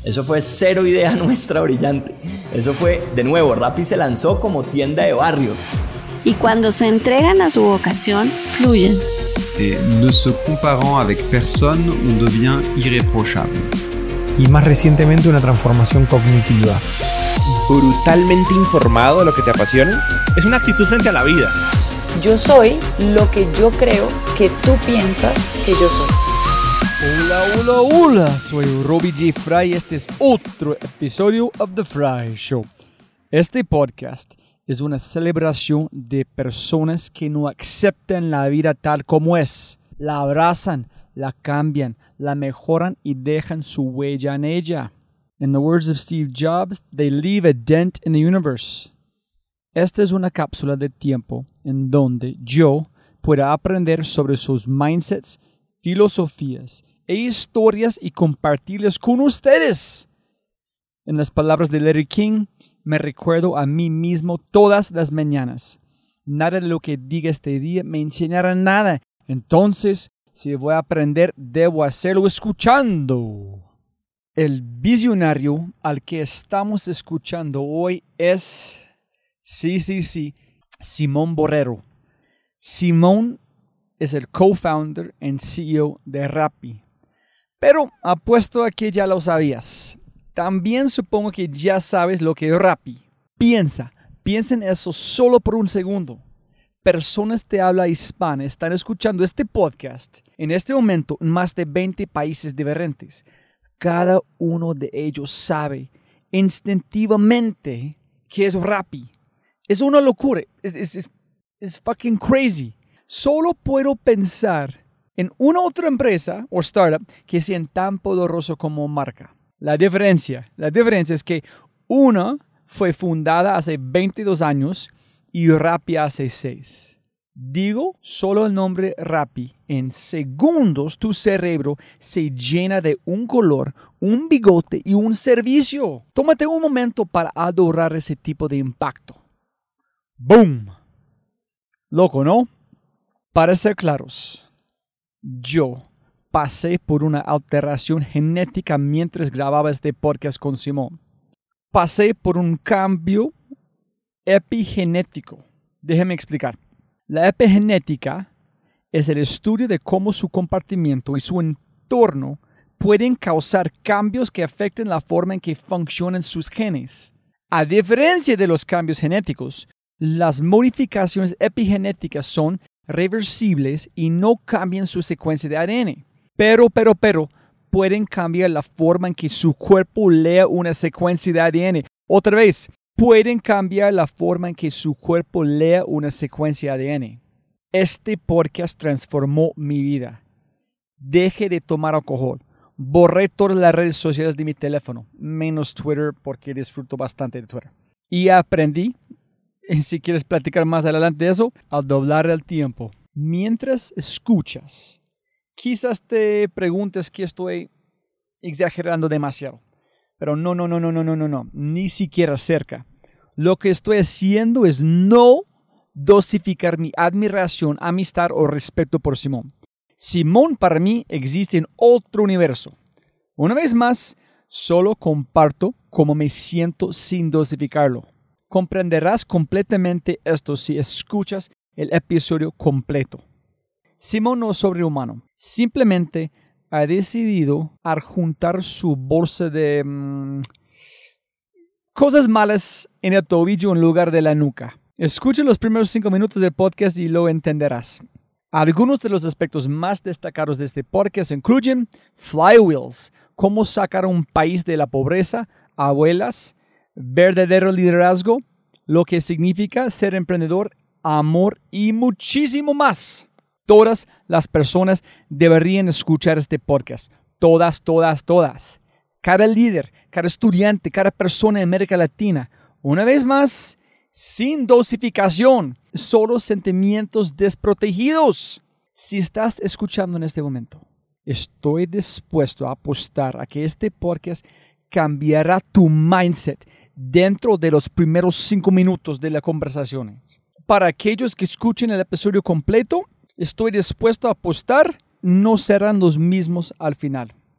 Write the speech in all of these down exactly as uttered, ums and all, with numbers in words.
Eso fue cero idea nuestra brillante. Eso fue, de nuevo, Rappi se lanzó como tienda de barrio. Y cuando se entregan a su vocación, fluyen. Et ne se comparant avec personne, on devient irréprochable. Y más recientemente una transformación cognitiva. Brutalmente informado de lo que te apasiona. Es una actitud frente a la vida. Yo soy lo que yo creo que tú piensas que yo soy. Hola, hola, hola. Soy Robbie J. Fry y este es otro episodio of The Fry Show. Este podcast es una celebración de personas que no aceptan la vida tal como es. La abrazan, la cambian, la mejoran y dejan su huella en ella. In the words of Steve Jobs, they leave a dent in the universe. Esta es una cápsula de tiempo en donde yo pueda aprender sobre sus mindsets, filosofías e historias y compartirlas con ustedes. En las palabras de Larry King, me recuerdo a mí mismo todas las mañanas. Nada de lo que diga este día me enseñará nada. Entonces, si voy a aprender, debo hacerlo escuchando. El visionario al que estamos escuchando hoy es, sí, sí, sí, Simón Borrero. Simón es el co-founder y C E O de Rappi. Pero apuesto a que ya lo sabías. También supongo que ya sabes lo que es Rappi. Piensa, piensa en eso solo por un segundo. Personas de habla hispana están escuchando este podcast en este momento en más de veinte países diferentes. Cada uno de ellos sabe instintivamente que es Rappi. Es una locura. Es, es, es, es fucking crazy. Solo puedo pensar en una otra empresa o startup que sea tan poderoso como marca. La diferencia, la diferencia es que una fue fundada hace veintidós años y Rappi hace seis. Digo solo el nombre Rappi. En segundos tu cerebro se llena de un color, un bigote y un servicio. Tómate un momento para adorar ese tipo de impacto. ¡Boom! Loco, ¿no? Para ser claros, yo pasé por una alteración genética mientras grababa este podcast con Simón. Pasé por un cambio epigenético. Déjeme explicar. La epigenética es el estudio de cómo su comportamiento y su entorno pueden causar cambios que afecten la forma en que funcionan sus genes. A diferencia de los cambios genéticos, las modificaciones epigenéticas son reversibles y no cambian su secuencia de A D N. Pero, pero, pero, pueden cambiar la forma en que su cuerpo lea una secuencia de A D N. Otra vez, pueden cambiar la forma en que su cuerpo lea una secuencia de A D N. Este podcast transformó mi vida. Dejé de tomar alcohol. Borré todas las redes sociales de mi teléfono, menos Twitter porque disfruto bastante de Twitter. Y aprendí, y si quieres platicar más adelante de eso, a doblar el tiempo. Mientras escuchas, quizás te preguntes que estoy exagerando demasiado. Pero no, no, no, no, no, no, no, no. Ni siquiera cerca. Lo que estoy haciendo es no dosificar mi admiración, amistad o respeto por Simón. Simón para mí existe en otro universo. Una vez más, solo comparto cómo me siento sin dosificarlo. Comprenderás completamente esto si escuchas el episodio completo. Simón no es sobrehumano. Simplemente ha decidido adjuntar su bolsa de mmm, cosas malas en el tobillo en lugar de la nuca. Escucha los primeros cinco minutos del podcast y lo entenderás. Algunos de los aspectos más destacados de este podcast incluyen flywheels, cómo sacar a un país de la pobreza, abuelas, verdadero liderazgo, lo que significa ser emprendedor, amor y muchísimo más. Todas las personas deberían escuchar este podcast. Todas, todas, todas. Cada líder, cada estudiante, cada persona en América Latina. Una vez más, sin dosificación, solo sentimientos desprotegidos. Si estás escuchando en este momento, estoy dispuesto a apostar a que este podcast cambiará tu mindset dentro de los primeros cinco minutos de la conversación. Para aquellos que escuchen el episodio completo, estoy dispuesto a apostar, no serán los mismos al final.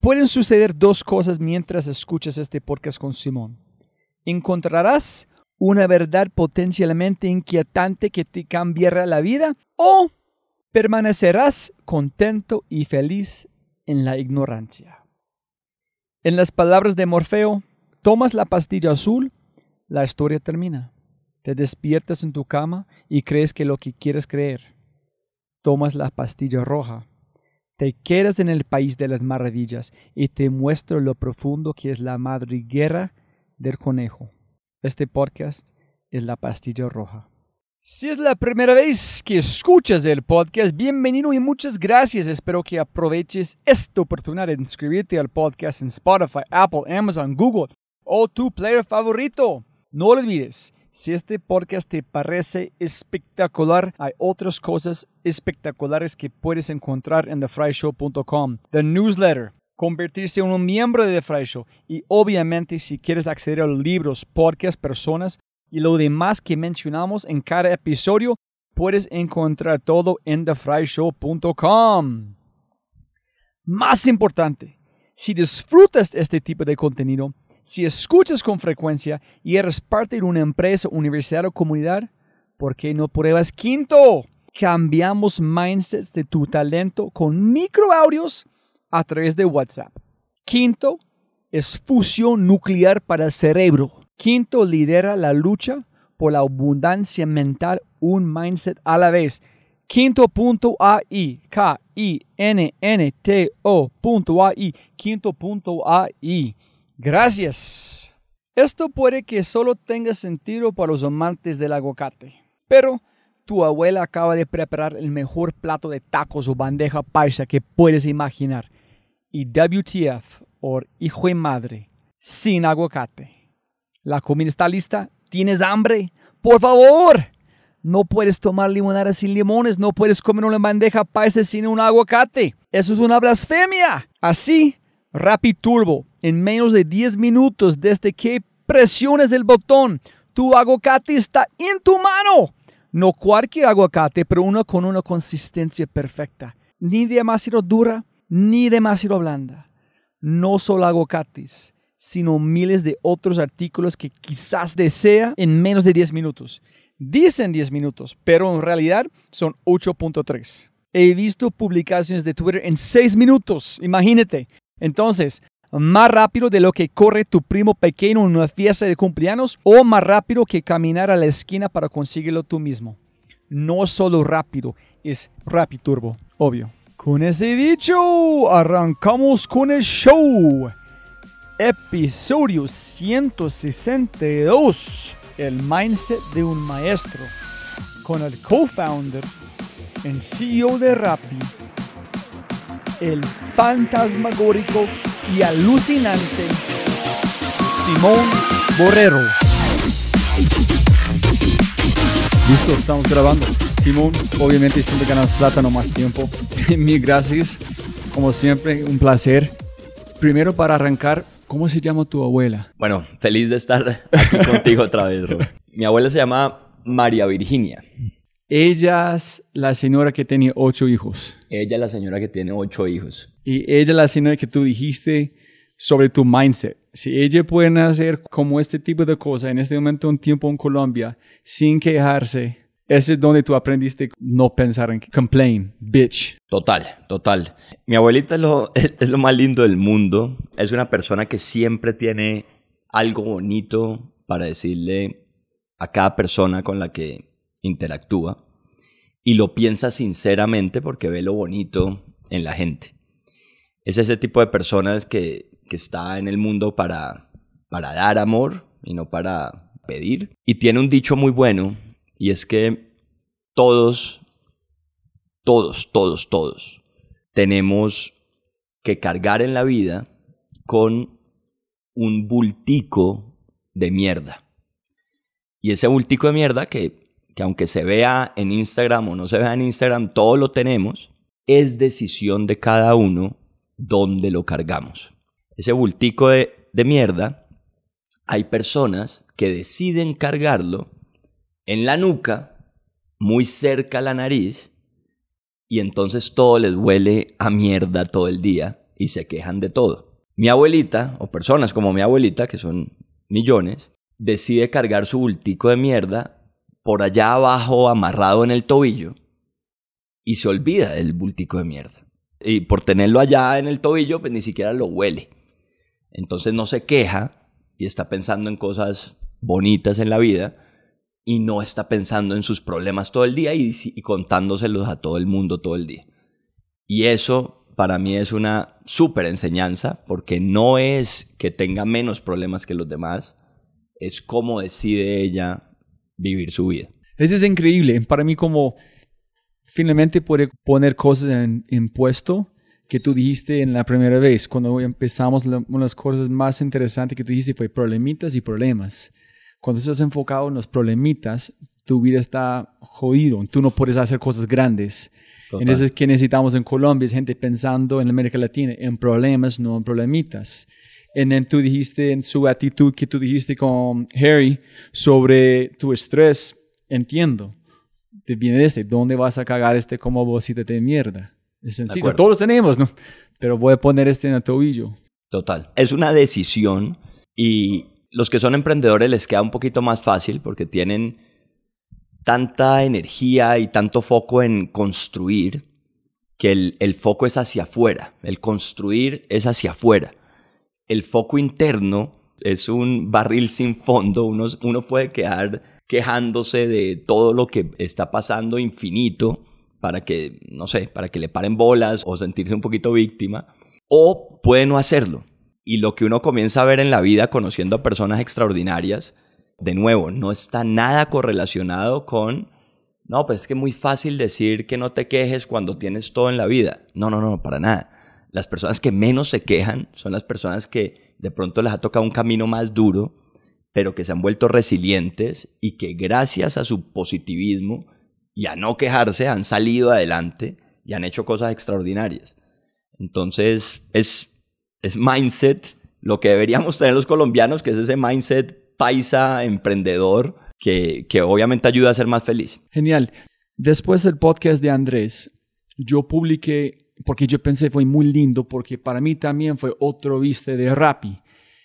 pueden suceder dos cosas mientras escuchas este podcast con Simón. Encontrarás una verdad potencialmente inquietante que te cambiará la vida, o permanecerás contento y feliz en la ignorancia. En las palabras de Morfeo, tomas la pastilla azul, la historia termina. Te despiertas en tu cama y crees que lo que quieres creer. Tomas la pastilla roja. Te quedas en el país de las maravillas y te muestro lo profundo que es la madriguera del conejo. Este podcast es la pastilla roja. Si es la primera vez que escuchas el podcast, bienvenido y muchas gracias. Espero que aproveches esta oportunidad de inscribirte al podcast en Spotify, Apple, Amazon, Google o tu player favorito. No olvides, si este podcast te parece espectacular, hay otras cosas espectaculares que puedes encontrar en the fry show punto com. The newsletter, convertirse en un miembro de The Fry Show y obviamente si quieres acceder a los libros, podcasts, personas y lo demás que mencionamos en cada episodio, puedes encontrar todo en the fry show punto com. Más importante, si disfrutas este tipo de contenido, si escuchas con frecuencia y eres parte de una empresa, universidad o comunidad, ¿por qué no pruebas Quinto? Cambiamos mindsets de tu talento con microaudios a través de WhatsApp. Quinto es fusión nuclear para el cerebro. Quinto lidera la lucha por la abundancia mental, un mindset a la vez. Quinto punto A I, K I N N T O punto A I, Quinto punto A I. Gracias. Esto puede que solo tenga sentido para los amantes del aguacate, pero tu abuela acaba de preparar el mejor plato de tacos o bandeja paisa que puedes imaginar. Y W T F, o hijo de madre, sin aguacate. La comida está lista. ¿Tienes hambre? Por favor. No puedes tomar limonada sin limones. No puedes comer una bandeja paisa sin un aguacate. Eso es una blasfemia. Así, Rappi Turbo, en menos de diez minutos desde que presiones el botón, tu aguacate está en tu mano. No cualquier aguacate, pero uno con una consistencia perfecta. Ni demasiado dura, ni demasiado blanda. No solo aguacates, sino miles de otros artículos que quizás desea en menos de diez minutos. Dicen diez minutos, pero en realidad son ocho punto tres. He visto publicaciones de Twitter en seis minutos, imagínate. Entonces, más rápido de lo que corre tu primo pequeño en una fiesta de cumpleaños o más rápido que caminar a la esquina para conseguirlo tú mismo. No solo rápido, es Rappi Turbo, obvio. Con ese dicho, arrancamos con el show. Episodio ciento sesenta y dos. El mindset de un maestro. Con el co-founder, el C E O de Rappi, el fantasmagórico y alucinante Simón Borrero. Listo, estamos grabando. Simón, obviamente siempre ganas plata, no más tiempo. Mil gracias. Como siempre, un placer. Primero, para arrancar, ¿cómo se llama tu abuela? Bueno, feliz de estar aquí contigo otra vez, Robert. Mi abuela se llama María Virginia. Ella es la señora que tiene ocho hijos. Ella es la señora que tiene ocho hijos. Y ella es la señora que tú dijiste sobre tu mindset. Si ella puede hacer como este tipo de cosas en este momento, un tiempo en Colombia, sin quejarse, ese es donde tú aprendiste no pensar en complain, bitch. Total, total. Mi abuelita es lo, es lo más lindo del mundo. Es una persona que siempre tiene algo bonito para decirle a cada persona con la que interactúa. Y lo piensa sinceramente porque ve lo bonito en la gente. Es ese tipo de personas que, que está en el mundo para, para dar amor y no para pedir. Y tiene un dicho muy bueno. Y es que todos, todos, todos, todos tenemos que cargar en la vida con un bultico de mierda. Y ese bultico de mierda que, que aunque se vea en Instagram o no se vea en Instagram, todos lo tenemos, es decisión de cada uno dónde lo cargamos. Ese bultico de, de mierda, hay personas que deciden cargarlo en la nuca, muy cerca a la nariz, y entonces todo les huele a mierda todo el día y se quejan de todo. Mi abuelita, o personas como mi abuelita, que son millones, decide cargar su bultico de mierda por allá abajo amarrado en el tobillo y se olvida del bultico de mierda. Y por tenerlo allá en el tobillo, pues ni siquiera lo huele. Entonces no se queja y está pensando en cosas bonitas en la vida y no está pensando en sus problemas todo el día y, y contándoselos a todo el mundo todo el día. Y eso para mí es una súper enseñanza, porque no es que tenga menos problemas que los demás, es cómo decide ella vivir su vida. Eso es increíble. Para mí, como finalmente poder poner cosas en, en puesto que tú dijiste en la primera vez, cuando empezamos, la, una de las cosas más interesantes que tú dijiste fue problemitas y problemas. Cuando estás enfocado en los problemitas, tu vida está jodido. Tú no puedes hacer cosas grandes. Total. Entonces, ¿qué necesitamos en Colombia? Es gente pensando en América Latina en problemas, no en problemitas. Y tú dijiste en su actitud que tú dijiste con Harry sobre tu estrés. Entiendo. Te viene este. ¿Dónde vas a cagar este como bolsita de mierda? Es sencillo. Todos tenemos, ¿no? Pero voy a poner este en el tobillo. Total. Es una decisión y los que son emprendedores les queda un poquito más fácil porque tienen tanta energía y tanto foco en construir que el, el foco es hacia afuera. El construir es hacia afuera. El foco interno es un barril sin fondo. Uno, uno puede quedar quejándose de todo lo que está pasando infinito para que, no sé, para que le paren bolas o sentirse un poquito víctima. O puede no hacerlo. Y lo que uno comienza a ver en la vida conociendo a personas extraordinarias, de nuevo, no está nada correlacionado con, no, pues es que es muy fácil decir que no te quejes cuando tienes todo en la vida. No, no, no, para nada. Las personas que menos se quejan son las personas que de pronto les ha tocado un camino más duro, pero que se han vuelto resilientes y que gracias a su positivismo y a no quejarse han salido adelante y han hecho cosas extraordinarias. Entonces, es... Es mindset, lo que deberíamos tener los colombianos, que es ese mindset paisa, emprendedor, que, que obviamente ayuda a ser más feliz. Genial. Después del podcast de Andrés, yo publiqué, porque yo pensé fue muy lindo, porque para mí también fue otro viste de Rappi.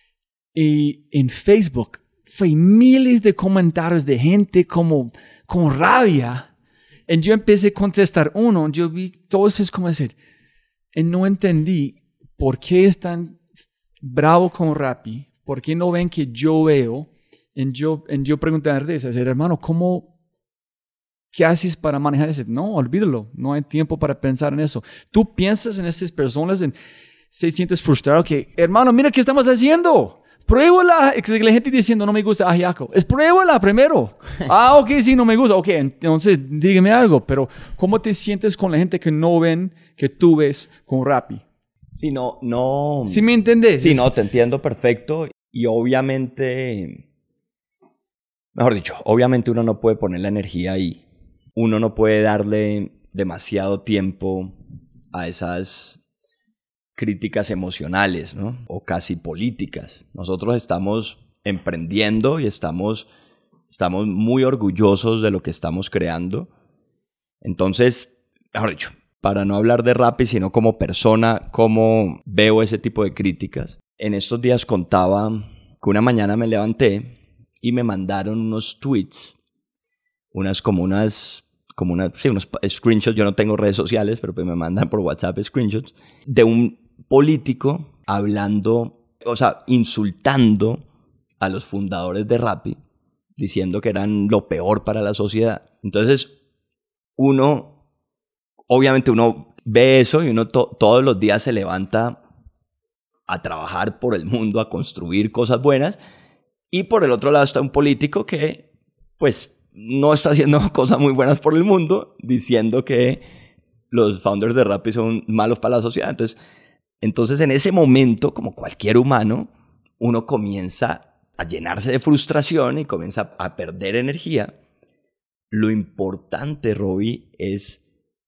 Y en Facebook fue miles de comentarios de gente como con rabia. Y yo empecé a contestar uno, yo vi todos es como decir, y no entendí. ¿Por qué están bravos con Rappi? ¿Por qué no ven que yo veo? En yo, en yo pregunté a Andrés, hermano, ¿cómo, ¿qué haces para manejar eso? No, olvídalo. No hay tiempo para pensar en eso. Tú piensas en estas personas, en, se sientes frustrado que, hermano, mira qué estamos haciendo. Pruébala. La gente diciendo, no me gusta ajiaco. Es pruébala primero. Ah, ok, sí, no me gusta. Ok, entonces dígame algo. Pero, ¿cómo te sientes con la gente que no ven, que tú ves con Rappi? Sí, no, no... ¿Sí me entendés? Sí, no, te entiendo perfecto. Y obviamente, mejor dicho, obviamente uno no puede poner la energía ahí. Uno no puede darle demasiado tiempo a esas críticas emocionales, ¿no? O casi políticas. Nosotros estamos emprendiendo y estamos, estamos muy orgullosos de lo que estamos creando. Entonces, mejor dicho, para no hablar de Rappi, sino como persona, cómo veo ese tipo de críticas. En estos días contaba que una mañana me levanté y me mandaron unos tweets, unas como unas, como unas, sí, unos screenshots. Yo no tengo redes sociales, pero pues me mandan por WhatsApp screenshots de un político hablando, o sea, insultando a los fundadores de Rappi, diciendo que eran lo peor para la sociedad. Entonces, uno... Obviamente uno ve eso y uno to- todos los días se levanta a trabajar por el mundo, a construir cosas buenas. Y por el otro lado está un político que, pues, no está haciendo cosas muy buenas por el mundo, diciendo que los founders de Rappi son malos para la sociedad. Entonces, entonces en ese momento, como cualquier humano, uno comienza a llenarse de frustración y comienza a perder energía. Lo importante, Robbie, es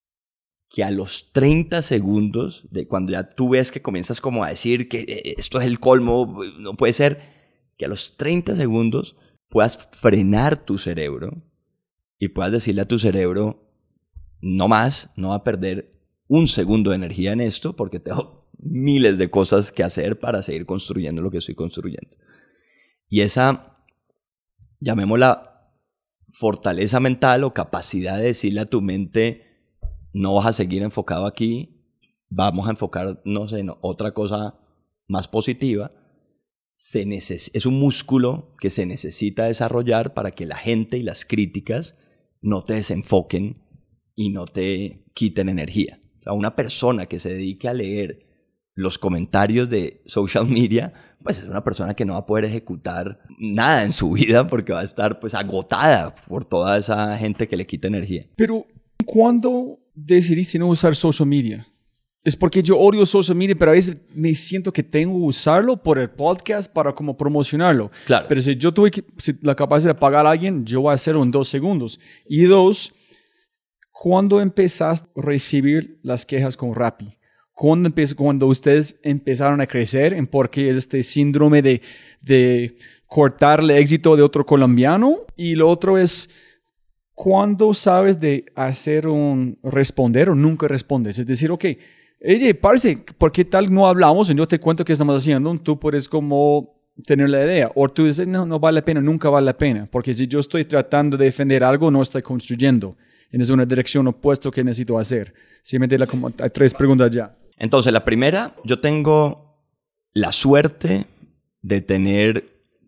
que a los treinta segundos, de cuando ya tú ves que comienzas como a decir que esto es el colmo, no puede ser, que a los treinta segundos puedas frenar tu cerebro y puedas decirle a tu cerebro, no más, no va a perder un segundo de energía en esto porque te, miles de cosas que hacer para seguir construyendo lo que estoy construyendo. Y esa, llamémosla fortaleza mental o capacidad de decirle a tu mente, no vas a seguir enfocado aquí, vamos a enfocarnos en otra cosa más positiva, se neces- es un músculo que se necesita desarrollar para que la gente y las críticas no te desenfoquen y no te quiten energía. O sea, una persona que se dedique a leer los comentarios de social media, pues es una persona que no va a poder ejecutar nada en su vida porque va a estar pues agotada por toda esa gente que le quita energía. Pero, ¿cuándo decidiste no usar social media? Es porque yo odio social media, pero a veces me siento que tengo que usarlo por el podcast para como promocionarlo. Claro. Pero si yo tuve que, si la capacidad de pagar a alguien, yo voy a hacerlo en dos segundos. Y dos, ¿cuándo empezaste a recibir las quejas con Rappi? ¿Cuándo, empezó, cuando ustedes empezaron a crecer? ¿En por qué este síndrome de, de cortarle éxito de otro colombiano? Y lo otro es, ¿cuándo sabes de hacer un responder o nunca respondes? Es decir, ok, oye, parce, ¿por qué tal no hablamos? Y yo te cuento qué estamos haciendo. Tú puedes como tener la idea. O tú dices, no, no vale la pena, nunca vale la pena. Porque si yo estoy tratando de defender algo, no estoy construyendo. Es una dirección opuesta que necesito hacer. Si me la como hay tres preguntas ya. Entonces, la primera, yo tengo la suerte de tener,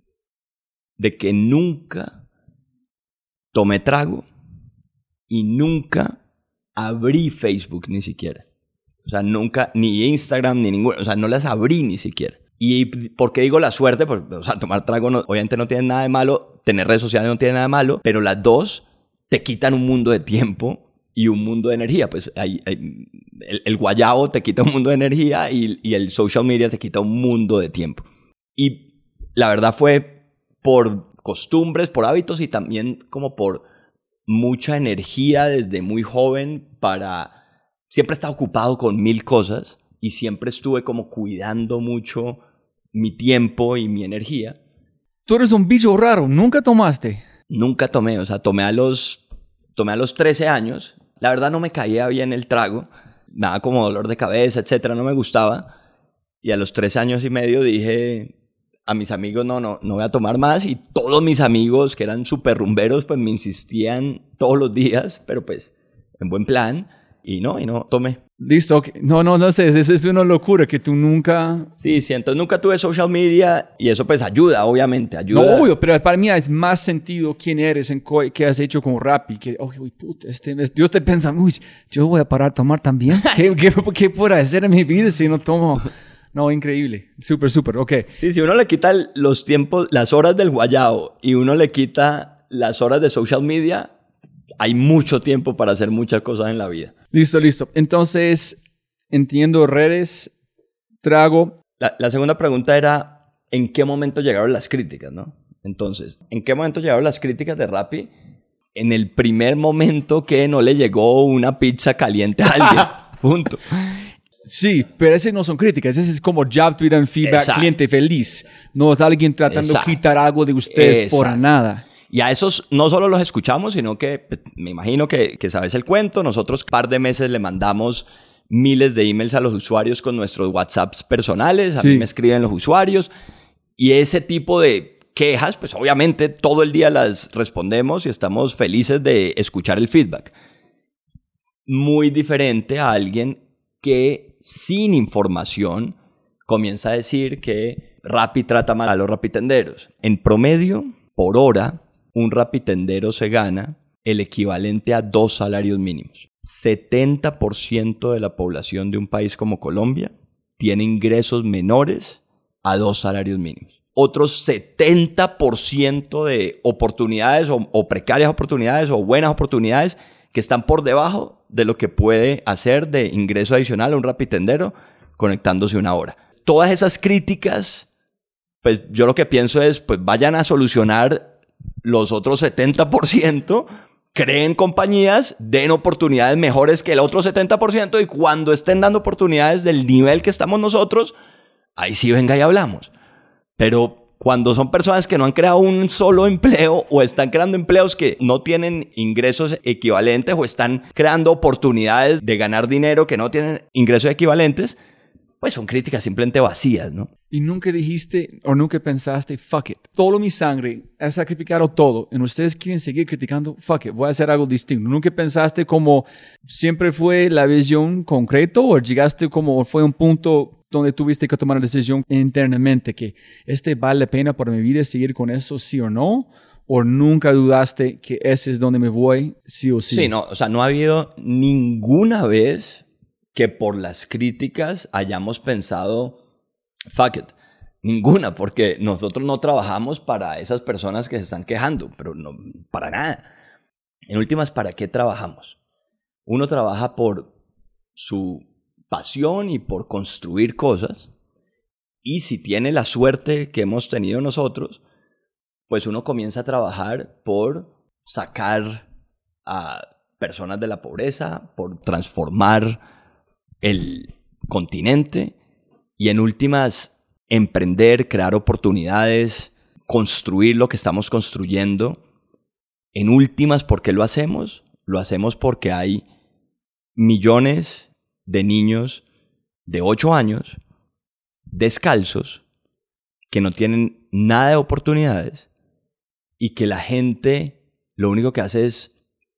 de que nunca tomé trago y nunca abrí Facebook ni siquiera. O sea, nunca, ni Instagram, ni ninguna, o sea, no las abrí ni siquiera. ¿Y por qué digo la suerte? Porque, o sea, tomar trago no, obviamente no tiene nada de malo, tener redes sociales no tiene nada de malo, pero las dos te quitan un mundo de tiempo y un mundo de energía. Pues hay, hay, el, el guayabo te quita un mundo de energía y, y el social media te quita un mundo de tiempo. Y la verdad fue por costumbres, por hábitos y también como por mucha energía desde muy joven para... Siempre he estado ocupado con mil cosas y siempre estuve como cuidando mucho mi tiempo y mi energía. Tú eres un bicho raro, ¿nunca tomaste? Nunca tomé, o sea, tomé a los, tomé a los trece años. La verdad no me caía bien el trago, nada como dolor de cabeza, etcétera, no me gustaba. Y a los trece años y medio dije a mis amigos, no, no, no voy a tomar más. Y todos mis amigos, que eran súper rumberos, pues me insistían todos los días, pero pues en buen plan. Y no, y no tomé. Listo, okay. No, no, no sé, es, es una locura que tú nunca... Sí, sí, entonces nunca tuve social media y eso pues ayuda, obviamente, ayuda. No, obvio, pero para mí es más sentido quién eres, en co- qué has hecho con Rappi, que, oh, uy, puta, este, Dios te piensa, uy, yo voy a parar a tomar también. ¿Qué, qué, qué puedo hacer en mi vida si no tomo? No, increíble, súper, súper, ok. Sí, si uno le quita los tiempos, las horas del guayao y uno le quita las horas de social media, hay mucho tiempo para hacer muchas cosas en la vida. Listo, listo. Entonces, entiendo redes, trago. La, la segunda pregunta era, ¿en qué momento llegaron las críticas, no? Entonces, ¿en qué momento llegaron las críticas de Rappi? En el primer momento que no le llegó una pizza caliente a alguien. Punto. Sí, pero esas no son críticas. Ese es como job, Twitter, and feedback, Exacto. cliente feliz. No es alguien tratando Exacto. de quitar algo de ustedes Exacto. por nada. Y a esos no solo los escuchamos, sino que me imagino que, que sabes el cuento. Nosotros un par de meses le mandamos miles de emails a los usuarios con nuestros WhatsApps personales. A Sí. mí me escriben los usuarios. Y ese tipo de quejas, pues obviamente todo el día las respondemos y estamos felices de escuchar el feedback. Muy diferente a alguien que sin información comienza a decir que Rappi trata mal a los rapitenderos. En promedio, por hora, un rapitendero se gana el equivalente a dos salarios mínimos. setenta por ciento de la población de un país como Colombia tiene ingresos menores a dos salarios mínimos. Otros setenta por ciento de oportunidades o, o precarias oportunidades o buenas oportunidades que están por debajo de lo que puede hacer de ingreso adicional a un rapitendero conectándose una hora. Todas esas críticas, pues yo lo que pienso es, pues vayan a solucionar los otros setenta por ciento, creen compañías, den oportunidades mejores que el otro setenta por ciento y cuando estén dando oportunidades del nivel que estamos nosotros, ahí sí venga y hablamos. Pero cuando son personas que no han creado un solo empleo o están creando empleos que no tienen ingresos equivalentes o están creando oportunidades de ganar dinero que no tienen ingresos equivalentes, pues son críticas simplemente vacías, ¿no? Y nunca dijiste o nunca pensaste, fuck it, todo mi sangre, he sacrificado todo, y ustedes quieren seguir criticando, fuck it, voy a hacer algo distinto. ¿Nunca pensaste como siempre fue la visión concreta o llegaste como fue un punto donde tuviste que tomar una decisión internamente que este vale la pena para mi vida seguir con eso, sí o no? ¿O nunca dudaste que ese es donde me voy, sí o sí? Sí, no, o sea, no ha habido ninguna vez que por las críticas hayamos pensado, fuck it, ninguna, porque nosotros no trabajamos para esas personas que se están quejando, pero no, para nada. En últimas, ¿para qué trabajamos? Uno trabaja por su pasión y por construir cosas, y si tiene la suerte que hemos tenido nosotros, pues uno comienza a trabajar por sacar a personas de la pobreza, por transformar el continente y en últimas emprender, crear oportunidades, construir lo que estamos construyendo. En últimas, ¿por qué lo hacemos? Lo hacemos porque hay millones de niños de ocho años descalzos que no tienen nada de oportunidades y que la gente lo único que hace es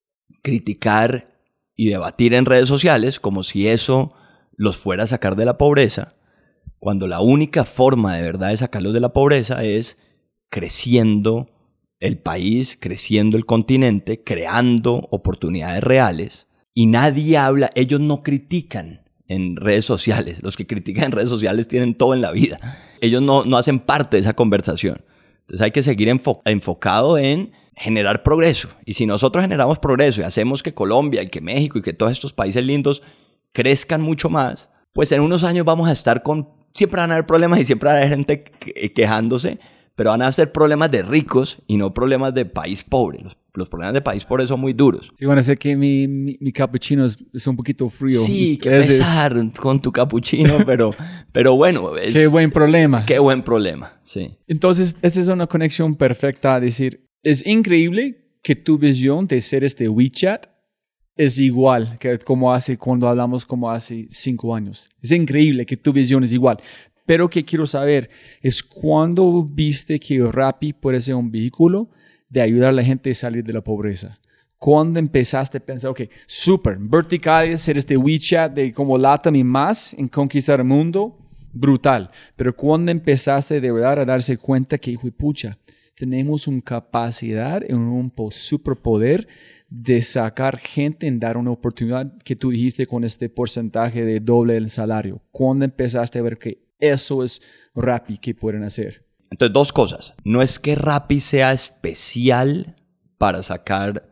criticar y debatir en redes sociales como si eso los fuera a sacar de la pobreza, cuando la única forma de verdad de sacarlos de la pobreza es creciendo el país, creciendo el continente, creando oportunidades reales. Y nadie habla, ellos no critican en redes sociales. Los que critican en redes sociales tienen todo en la vida. Ellos no, no hacen parte de esa conversación. Entonces hay que seguir enfo- enfocado en generar progreso. Y si nosotros generamos progreso y hacemos que Colombia y que México y que todos estos países lindos crezcan mucho más, pues en unos años vamos a estar con... Siempre van a haber problemas y siempre va a haber gente que- quejándose, pero van a ser problemas de ricos y no problemas de país pobre. Los, los problemas de país pobre son muy duros. Sí, van a ser que mi, mi, mi cappuccino es, es un poquito frío. Sí, qué Es de- pesar con tu capuchino, pero, pero bueno. Es, Qué buen problema. Qué buen problema, sí. Entonces, esa es una conexión perfecta a decir, es increíble que tu visión de ser este WeChat es igual que como hace cuando hablamos como hace cinco años. Es increíble que tu visión es igual. Pero que quiero saber es cuándo viste que Rappi puede ser un vehículo de ayudar a la gente a salir de la pobreza. ¿Cuándo empezaste a pensar, ok, súper, vertical, ser este WeChat de como LATAM y más en conquistar el mundo? Brutal. Pero ¿cuándo empezaste de verdad a darse cuenta que, hijo de pucha, tenemos una capacidad, un superpoder de sacar gente en dar una oportunidad que tú dijiste con este porcentaje de doble el salario? ¿Cuándo empezaste a ver que eso es Rappi que pueden hacer? Entonces, dos cosas. No es que Rappi sea especial para sacar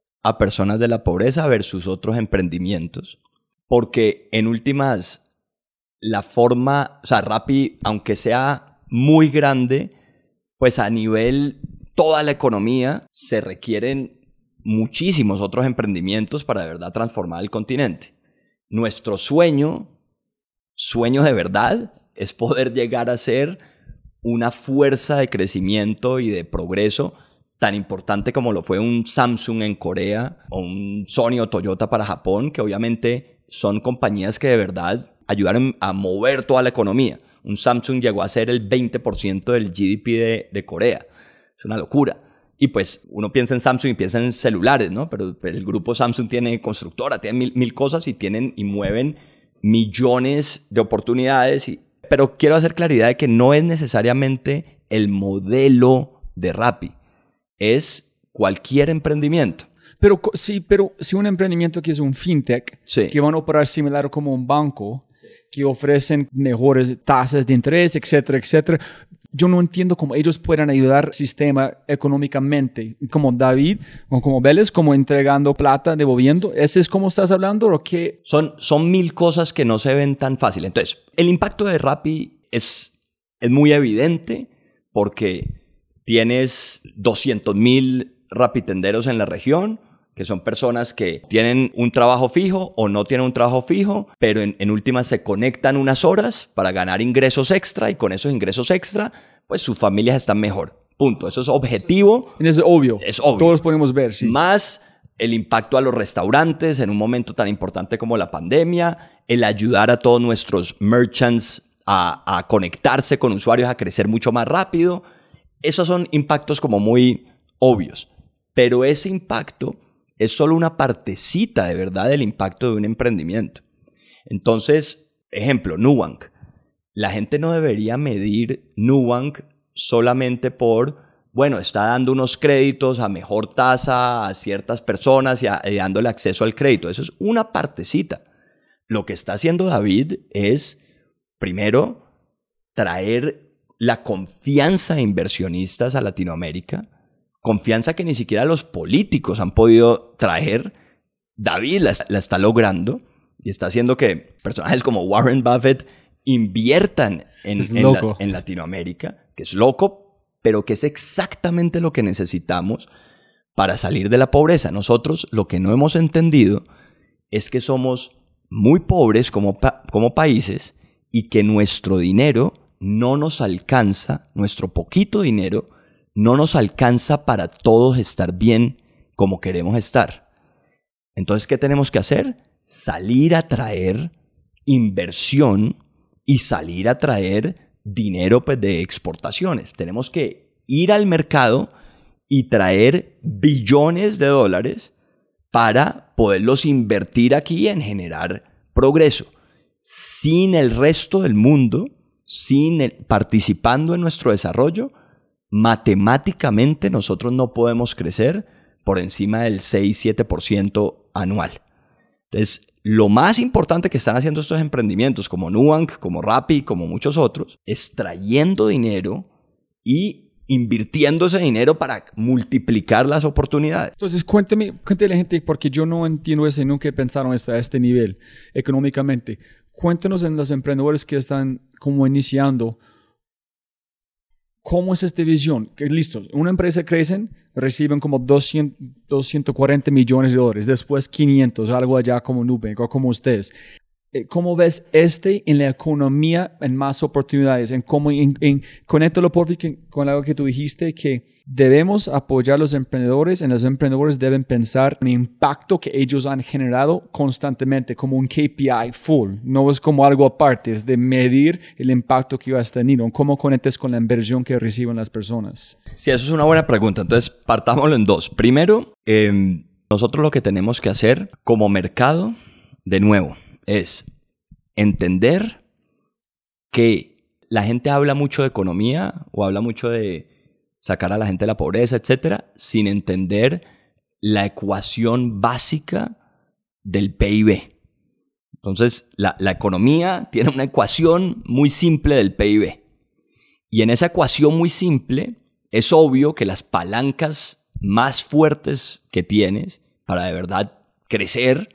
a personas de la pobreza versus otros emprendimientos, porque en últimas, la forma, o sea, Rappi, aunque sea muy grande, pues a nivel toda la economía se requieren muchísimos otros emprendimientos para de verdad transformar el continente. Nuestro sueño, sueño de verdad, es poder llegar a ser una fuerza de crecimiento y de progreso tan importante como lo fue un Samsung en Corea o un Sony o Toyota para Japón, que obviamente son compañías que de verdad ayudaron a mover toda la economía. Un Samsung llegó a ser el veinte por ciento del G D P de, de Corea. Es una locura. Y pues uno piensa en Samsung y piensa en celulares, ¿no? Pero el grupo Samsung tiene constructora, tiene mil, mil cosas y tienen y mueven millones de oportunidades. Y, pero quiero hacer claridad de que no es necesariamente el modelo de Rappi. Es cualquier emprendimiento. Pero sí, pero si un emprendimiento que es un fintech, Sí. que van a operar similar como un banco, que ofrecen mejores tasas de interés, etcétera, etcétera, yo no entiendo cómo ellos puedan ayudar al sistema económicamente, como David o como Vélez, como entregando plata, devolviendo. ¿Ese es como estás hablando o qué? Son, son mil cosas que no se ven tan fácil. Entonces, el impacto de Rappi es, es muy evidente porque tienes doscientos mil rapitenderos en la región, que son personas que tienen un trabajo fijo o no tienen un trabajo fijo, pero en, en últimas se conectan unas horas para ganar ingresos extra y con esos ingresos extra, pues sus familias están mejor. Punto. Eso es objetivo. Es obvio. Es obvio. Todos podemos ver, sí. Más el impacto a los restaurantes en un momento tan importante como la pandemia, el ayudar a todos nuestros merchants a, a conectarse con usuarios, a crecer mucho más rápido. Esos son impactos como muy obvios, pero ese impacto es solo una partecita de verdad del impacto de un emprendimiento. Entonces, ejemplo, Nubank. La gente no debería medir Nubank solamente por, bueno, está dando unos créditos a mejor tasa a ciertas personas y, a, y dándole acceso al crédito. Eso es una partecita. Lo que está haciendo David es, primero, traer la confianza de inversionistas a Latinoamérica, confianza que ni siquiera los políticos han podido traer. David la, la está logrando y está haciendo que personajes como Warren Buffett inviertan en, en, la, en Latinoamérica, que es loco, pero que es exactamente lo que necesitamos para salir de la pobreza. Nosotros lo que no hemos entendido es que somos muy pobres como, pa- como países y que nuestro dinero no nos alcanza, nuestro poquito dinero no nos alcanza para todos estar bien como queremos estar. Entonces, ¿qué tenemos que hacer? Salir a traer inversión y salir a traer dinero pues, de exportaciones. Tenemos que ir al mercado y traer billones de dólares para poderlos invertir aquí en generar progreso. Sin el resto del mundo, sin el, participando en nuestro desarrollo, matemáticamente nosotros no podemos crecer por encima del seis a siete por ciento anual. Entonces, lo más importante que están haciendo estos emprendimientos como Nubank, como Rappi, como muchos otros, es trayendo dinero y invirtiendo ese dinero para multiplicar las oportunidades. Entonces, cuénteme, cuéntale a la gente, porque yo no entiendo eso y nunca pensaron esto a este nivel económicamente. Cuéntanos en los emprendedores que están como iniciando, ¿cómo es esta visión? Que listo, una empresa crece, reciben como doscientos, doscientos cuarenta millones de dólares, después quinientos, algo allá como Nubank o como ustedes. ¿Cómo ves este en la economía, en más oportunidades? En cómo, en, en, conéctalo por con algo que tú dijiste, que debemos apoyar a los emprendedores, y los emprendedores deben pensar en el impacto que ellos han generado constantemente, como un K P I full. No es como algo aparte, es de medir el impacto que has tenido. ¿Cómo conectes con la inversión que reciben las personas? Sí, eso es una buena pregunta. Entonces, partámoslo en dos. Primero, eh, nosotros lo que tenemos que hacer como mercado, de nuevo, es entender que la gente habla mucho de economía o habla mucho de sacar a la gente de la pobreza, etcétera, sin entender la ecuación básica del P I B. Entonces, la, la economía tiene una ecuación muy simple del P I B. Y en esa ecuación muy simple, es obvio que las palancas más fuertes que tienes para de verdad crecer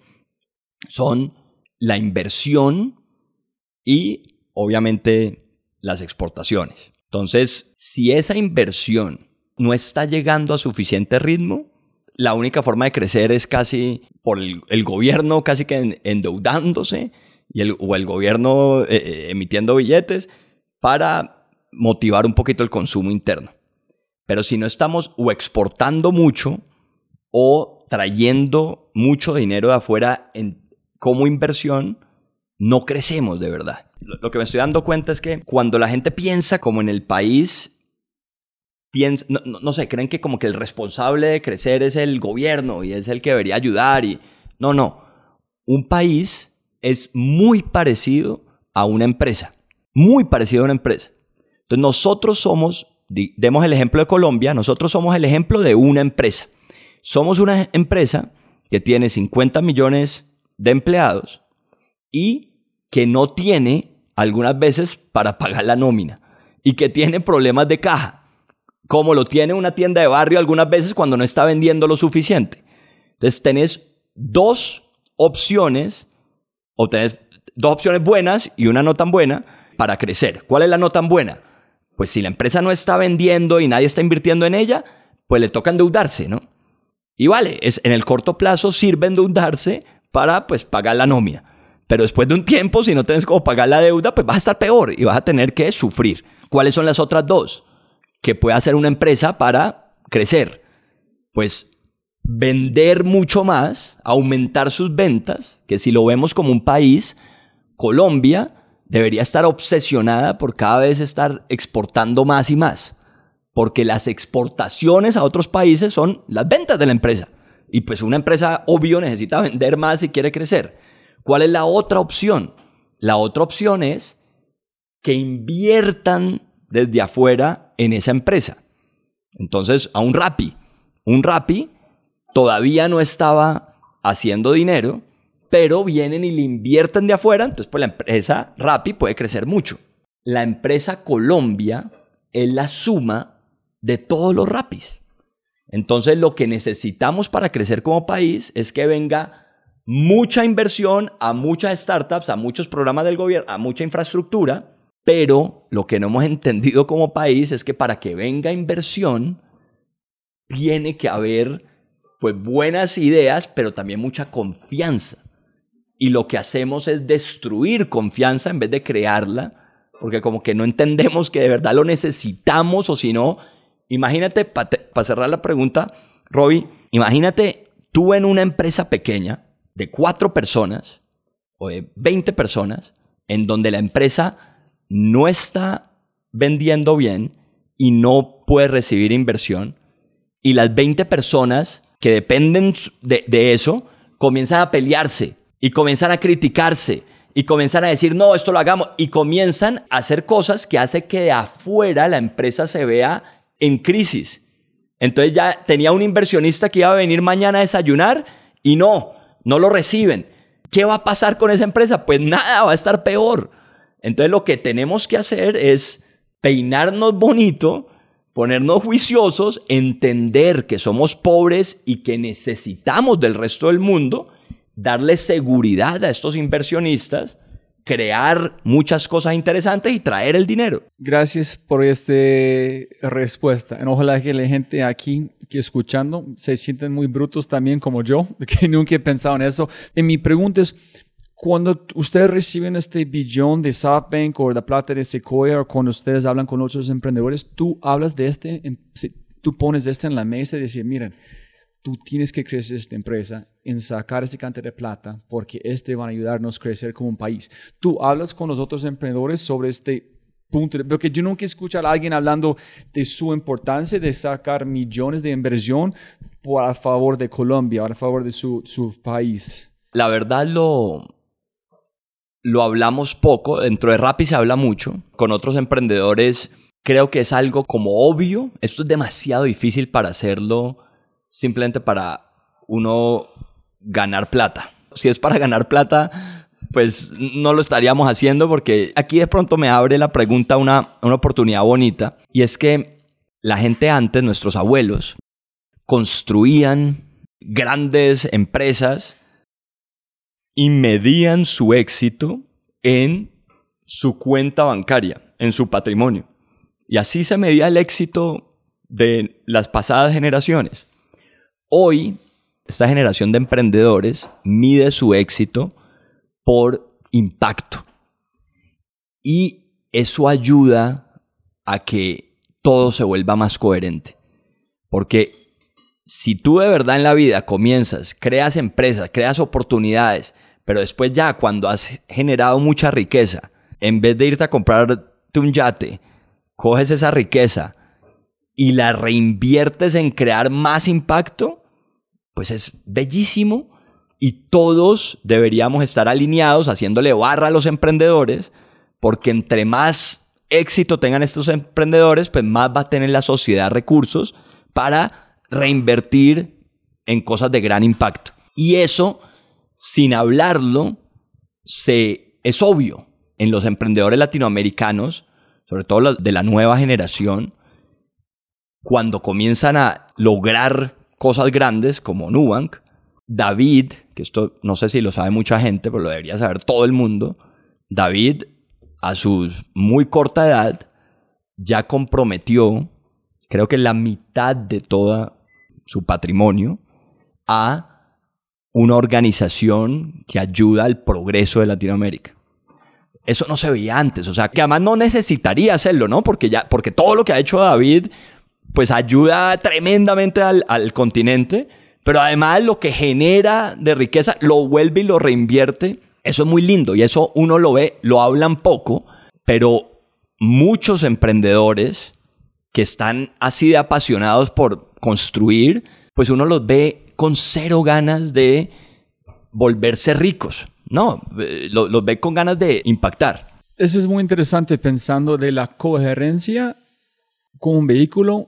son la inversión y, obviamente, las exportaciones. Entonces, si esa inversión no está llegando a suficiente ritmo, la única forma de crecer es casi por el, el gobierno casi que endeudándose y el, o el gobierno eh, emitiendo billetes para motivar un poquito el consumo interno. Pero si no estamos o exportando mucho o trayendo mucho dinero de afuera en como inversión, no crecemos de verdad. Lo que me estoy dando cuenta es que cuando la gente piensa como en el país, piensa, no, no, no sé, creen que como que el responsable de crecer es el gobierno y es el que debería ayudar. Y no, no. Un país es muy parecido a una empresa. Muy parecido a una empresa. Entonces nosotros somos, demos el ejemplo de Colombia, nosotros somos el ejemplo de una empresa. Somos una empresa que tiene cincuenta millones de empleados y que no tiene algunas veces para pagar la nómina y que tiene problemas de caja, como lo tiene una tienda de barrio algunas veces cuando no está vendiendo lo suficiente. Entonces tenés dos opciones, o tenés dos opciones buenas y una no tan buena para crecer. ¿Cuál es la no tan buena? Pues si la empresa no está vendiendo y nadie está invirtiendo en ella, pues le toca endeudarse, ¿no? Y vale, es, en el corto plazo sirve endeudarse para pues pagar la nómina. Pero después de un tiempo, si no tienes cómo pagar la deuda, pues vas a estar peor y vas a tener que sufrir. ¿Cuáles son las otras dos? ¿Qué puede hacer una empresa para crecer? Pues vender mucho más, aumentar sus ventas, que si lo vemos como un país, Colombia debería estar obsesionada por cada vez estar exportando más y más, porque las exportaciones a otros países son las ventas de la empresa. Y pues una empresa, obvio, necesita vender más si quiere crecer. ¿Cuál es la otra opción? La otra opción es que inviertan desde afuera en esa empresa. Entonces, a un Rappi. Un Rappi todavía no estaba haciendo dinero, pero vienen y le invierten de afuera, entonces pues la empresa Rappi puede crecer mucho. La empresa Colombia es la suma de todos los Rappis. Entonces lo que necesitamos para crecer como país es que venga mucha inversión a muchas startups, a muchos programas del gobierno, a mucha infraestructura, pero lo que no hemos entendido como país es que para que venga inversión tiene que haber pues buenas ideas, pero también mucha confianza. Y lo que hacemos es destruir confianza en vez de crearla, porque como que no entendemos que de verdad lo necesitamos, o si no, imagínate, para pa cerrar la pregunta, Robbie, imagínate tú en una empresa pequeña de cuatro personas o de veinte personas, en donde la empresa no está vendiendo bien y no puede recibir inversión, y las veinte personas que dependen de, de eso comienzan a pelearse y comienzan a criticarse y comienzan a decir, no, esto lo hagamos, y comienzan a hacer cosas que hacen que de afuera la empresa se vea en crisis. Entonces ya tenía un inversionista que iba a venir mañana a desayunar y no, no lo reciben. ¿Qué va a pasar con esa empresa? Pues nada, va a estar peor. Entonces lo que tenemos que hacer es peinarnos bonito, ponernos juiciosos, entender que somos pobres y que necesitamos del resto del mundo, darle seguridad a estos inversionistas, crear muchas cosas interesantes y traer el dinero. Gracias por esta respuesta. Ojalá que la gente aquí que escuchando se sienten muy brutos también como yo, que nunca he pensado en eso. Y mi pregunta es, cuando ustedes reciben este billón de SoftBank o la plata de Sequoia, o cuando ustedes hablan con otros emprendedores, tú hablas de este, tú pones este en la mesa y dices, miren, tú tienes que crecer esta empresa en sacar esta cantidad de plata porque este va a ayudarnos a crecer como un país. Tú hablas con los otros emprendedores sobre este punto, porque yo nunca escucho a alguien hablando de su importancia de sacar millones de inversión por a favor de Colombia, a favor de su, su país. La verdad lo, lo hablamos poco. Dentro de Rappi se habla mucho. Con otros emprendedores creo que es algo como obvio. Esto es demasiado difícil para hacerlo simplemente para uno ganar plata. Si es para ganar plata, pues no lo estaríamos haciendo, porque aquí de pronto me abre la pregunta una, una oportunidad bonita, y es que la gente antes, nuestros abuelos, construían grandes empresas y medían su éxito en su cuenta bancaria, en su patrimonio. Y así se medía el éxito de las pasadas generaciones. Hoy, esta generación de emprendedores mide su éxito por impacto. Y eso ayuda a que todo se vuelva más coherente. Porque si tú de verdad en la vida comienzas, creas empresas, creas oportunidades, pero después ya cuando has generado mucha riqueza, en vez de irte a comprarte un yate, coges esa riqueza y la reinviertes en crear más impacto, pues es bellísimo, y todos deberíamos estar alineados haciéndole barra a los emprendedores, porque entre más éxito tengan estos emprendedores, pues más va a tener la sociedad recursos para reinvertir en cosas de gran impacto. Y eso, sin hablarlo, se, es obvio en los emprendedores latinoamericanos, sobre todo los de la nueva generación, cuando comienzan a lograr cosas grandes como Nubank. David, que esto no sé si lo sabe mucha gente, pero lo debería saber todo el mundo. David, a su muy corta edad, ya comprometió, creo que la mitad de todo su patrimonio, a una organización que ayuda al progreso de Latinoamérica. Eso no se veía antes, o sea, que además no necesitaría hacerlo, ¿no? Porque, ya, porque todo lo que ha hecho David, pues ayuda tremendamente al, al continente, pero además lo que genera de riqueza lo vuelve y lo reinvierte. Eso es muy lindo y eso uno lo ve, lo hablan poco, pero muchos emprendedores que están así de apasionados por construir, pues uno los ve con cero ganas de volverse ricos. No, los, los ve con ganas de impactar. Eso es muy interesante pensando de la coherencia con un vehículo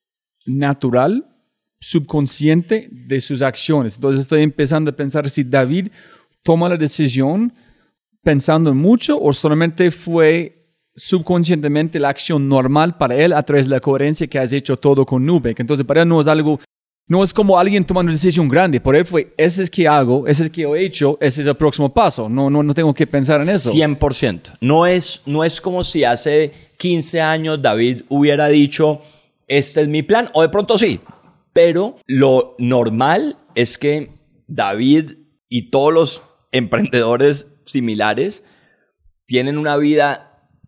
natural, subconsciente de sus acciones. Entonces estoy empezando a pensar si David toma la decisión pensando en mucho o solamente fue subconscientemente la acción normal para él a través de la coherencia que has hecho todo con Nubank. Entonces para él no es algo, no es como alguien tomando una decisión grande. Por él fue, ese es que hago, ese es que he hecho, ese es el próximo paso. No, no, no tengo que pensar en eso. cien por ciento. No es, no es como si hace quince años David hubiera dicho, este es mi plan, o de pronto sí. Pero lo normal es que David y todos los emprendedores similares tienen una vida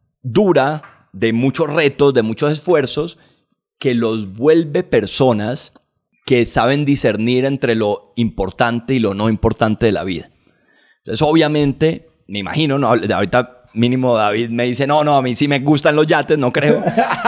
dura, de muchos retos, de muchos esfuerzos, que los vuelve personas que saben discernir entre lo importante y lo no importante de la vida. Entonces, obviamente, me imagino, ¿no? Ahorita mínimo David me dice, no, no, a mí sí me gustan los yates, no creo.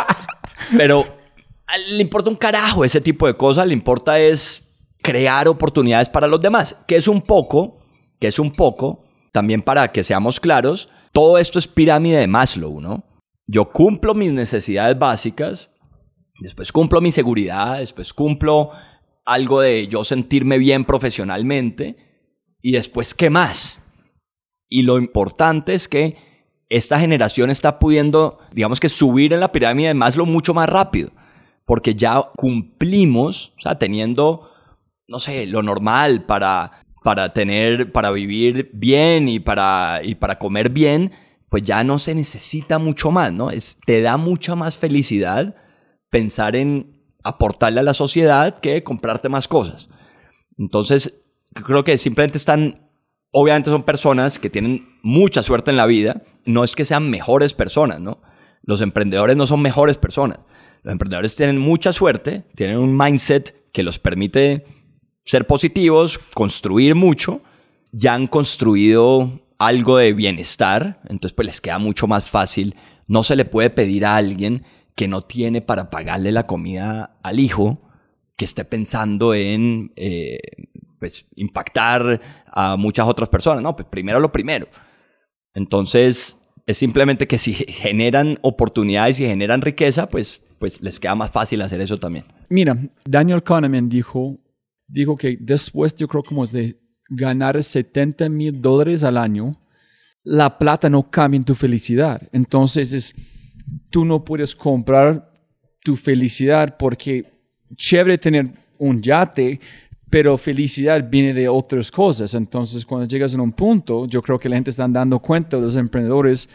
Pero le importa un carajo ese tipo de cosas, le importa es crear oportunidades para los demás, que es un poco, que es un poco, también para que seamos claros, todo esto es pirámide de Maslow, ¿no? Yo cumplo mis necesidades básicas, después cumplo mi seguridad, después cumplo algo de yo sentirme bien profesionalmente y después, ¿qué más? Y lo importante es que esta generación está pudiendo, digamos que subir en la pirámide de Maslow mucho más rápido, porque ya cumplimos, o sea, teniendo, no sé, lo normal para... para tener, para vivir bien y para, y para comer bien, pues ya no se necesita mucho más, ¿no? Es, te da mucha más felicidad pensar en aportarle a la sociedad que comprarte más cosas. Entonces, creo que simplemente están, obviamente son personas que tienen mucha suerte en la vida, no es que sean mejores personas, ¿no? Los emprendedores no son mejores personas. Los emprendedores tienen mucha suerte, tienen un mindset que los permite ser positivos, construir mucho, ya han construido algo de bienestar, entonces pues les queda mucho más fácil. No se le puede pedir a alguien que no tiene para pagarle la comida al hijo, que esté pensando en eh, pues, impactar a muchas otras personas. No, pues primero lo primero. Entonces es simplemente que si generan oportunidades y generan riqueza, pues, pues les queda más fácil hacer eso también. Mira, Daniel Kahneman dijo... Dijo que después, yo creo como es de ganar setenta mil dólares al año, la plata no cambia en tu felicidad. Entonces, es, tú no puedes comprar tu felicidad porque chévere tener un yate, pero felicidad viene de otras cosas. Entonces, cuando llegas a un punto, yo creo que la gente está dando cuenta, los emprendedores,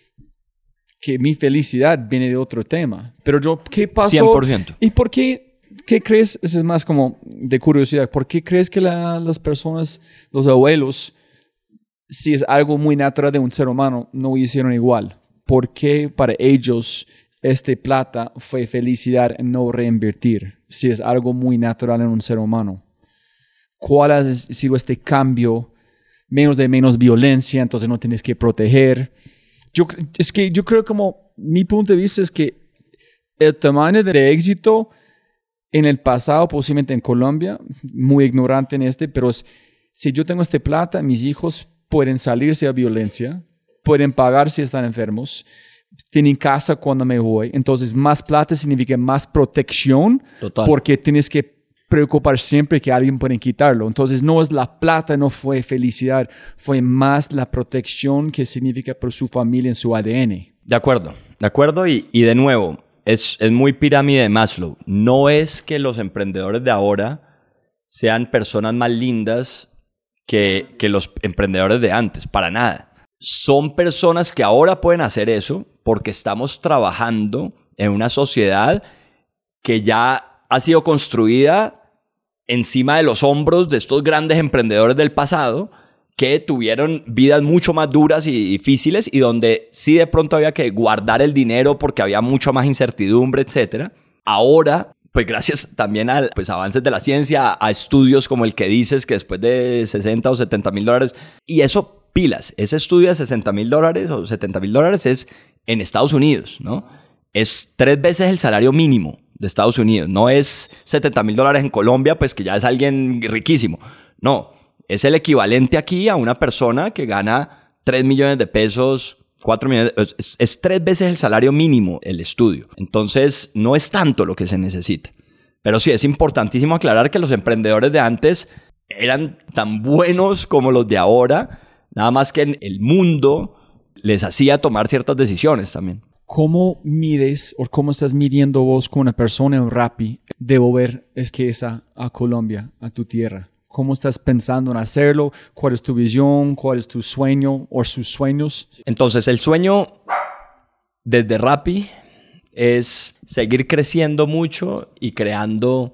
que mi felicidad viene de otro tema. Pero yo, ¿qué pasó? cien por ciento. ¿Y por qué? ¿Qué crees? Eso es más como de curiosidad. ¿Por qué crees que la, las personas, los abuelos, si es algo muy natural de un ser humano, no hicieron igual? ¿Por qué para ellos este plata fue felicidad en no reinvertir? Si es algo muy natural en un ser humano. ¿Cuál ha sido este cambio? Menos de menos violencia, entonces no tienes que proteger. Yo, es que yo creo como mi punto de vista es que el tamaño de éxito en el pasado, posiblemente en Colombia, muy ignorante en este, pero si yo tengo este plata, mis hijos pueden salirse a violencia, pueden pagar si están enfermos, tienen casa cuando me voy. Entonces, más plata significa más protección. Total. Porque tienes que preocupar siempre que alguien puede quitarlo. Entonces, no es la plata, no fue felicidad, fue más la protección que significa por su familia en su A D N. De acuerdo, de acuerdo y, y de nuevo, Es, es muy pirámide de Maslow. No es que los emprendedores de ahora sean personas más lindas que, que los emprendedores de antes, para nada. Son personas que ahora pueden hacer eso porque estamos trabajando en una sociedad que ya ha sido construida encima de los hombros de estos grandes emprendedores del pasado que tuvieron vidas mucho más duras y difíciles y donde sí de pronto había que guardar el dinero porque había mucha más incertidumbre, etcétera. Ahora, pues gracias también a pues, avances de la ciencia, a estudios como el que dices, que después de sesenta o setenta mil dólares, y eso, pilas, ese estudio de sesenta mil dólares o setenta mil dólares es en Estados Unidos, ¿no? Es tres veces el salario mínimo de Estados Unidos, no es setenta mil dólares en Colombia, pues que ya es alguien riquísimo, no, es el equivalente aquí a una persona que gana tres millones de pesos, cuatro millones, es, es tres veces el salario mínimo el estudio. Entonces, no es tanto lo que se necesita. Pero sí, es importantísimo aclarar que los emprendedores de antes eran tan buenos como los de ahora, nada más que en el mundo les hacía tomar ciertas decisiones también. ¿Cómo mides o cómo estás midiendo vos con una persona en Rappi de volver esa a Colombia, a tu tierra? ¿Cómo estás pensando en hacerlo? ¿Cuál es tu visión? ¿Cuál es tu sueño o sus sueños? Entonces, el sueño desde Rappi es seguir creciendo mucho y creando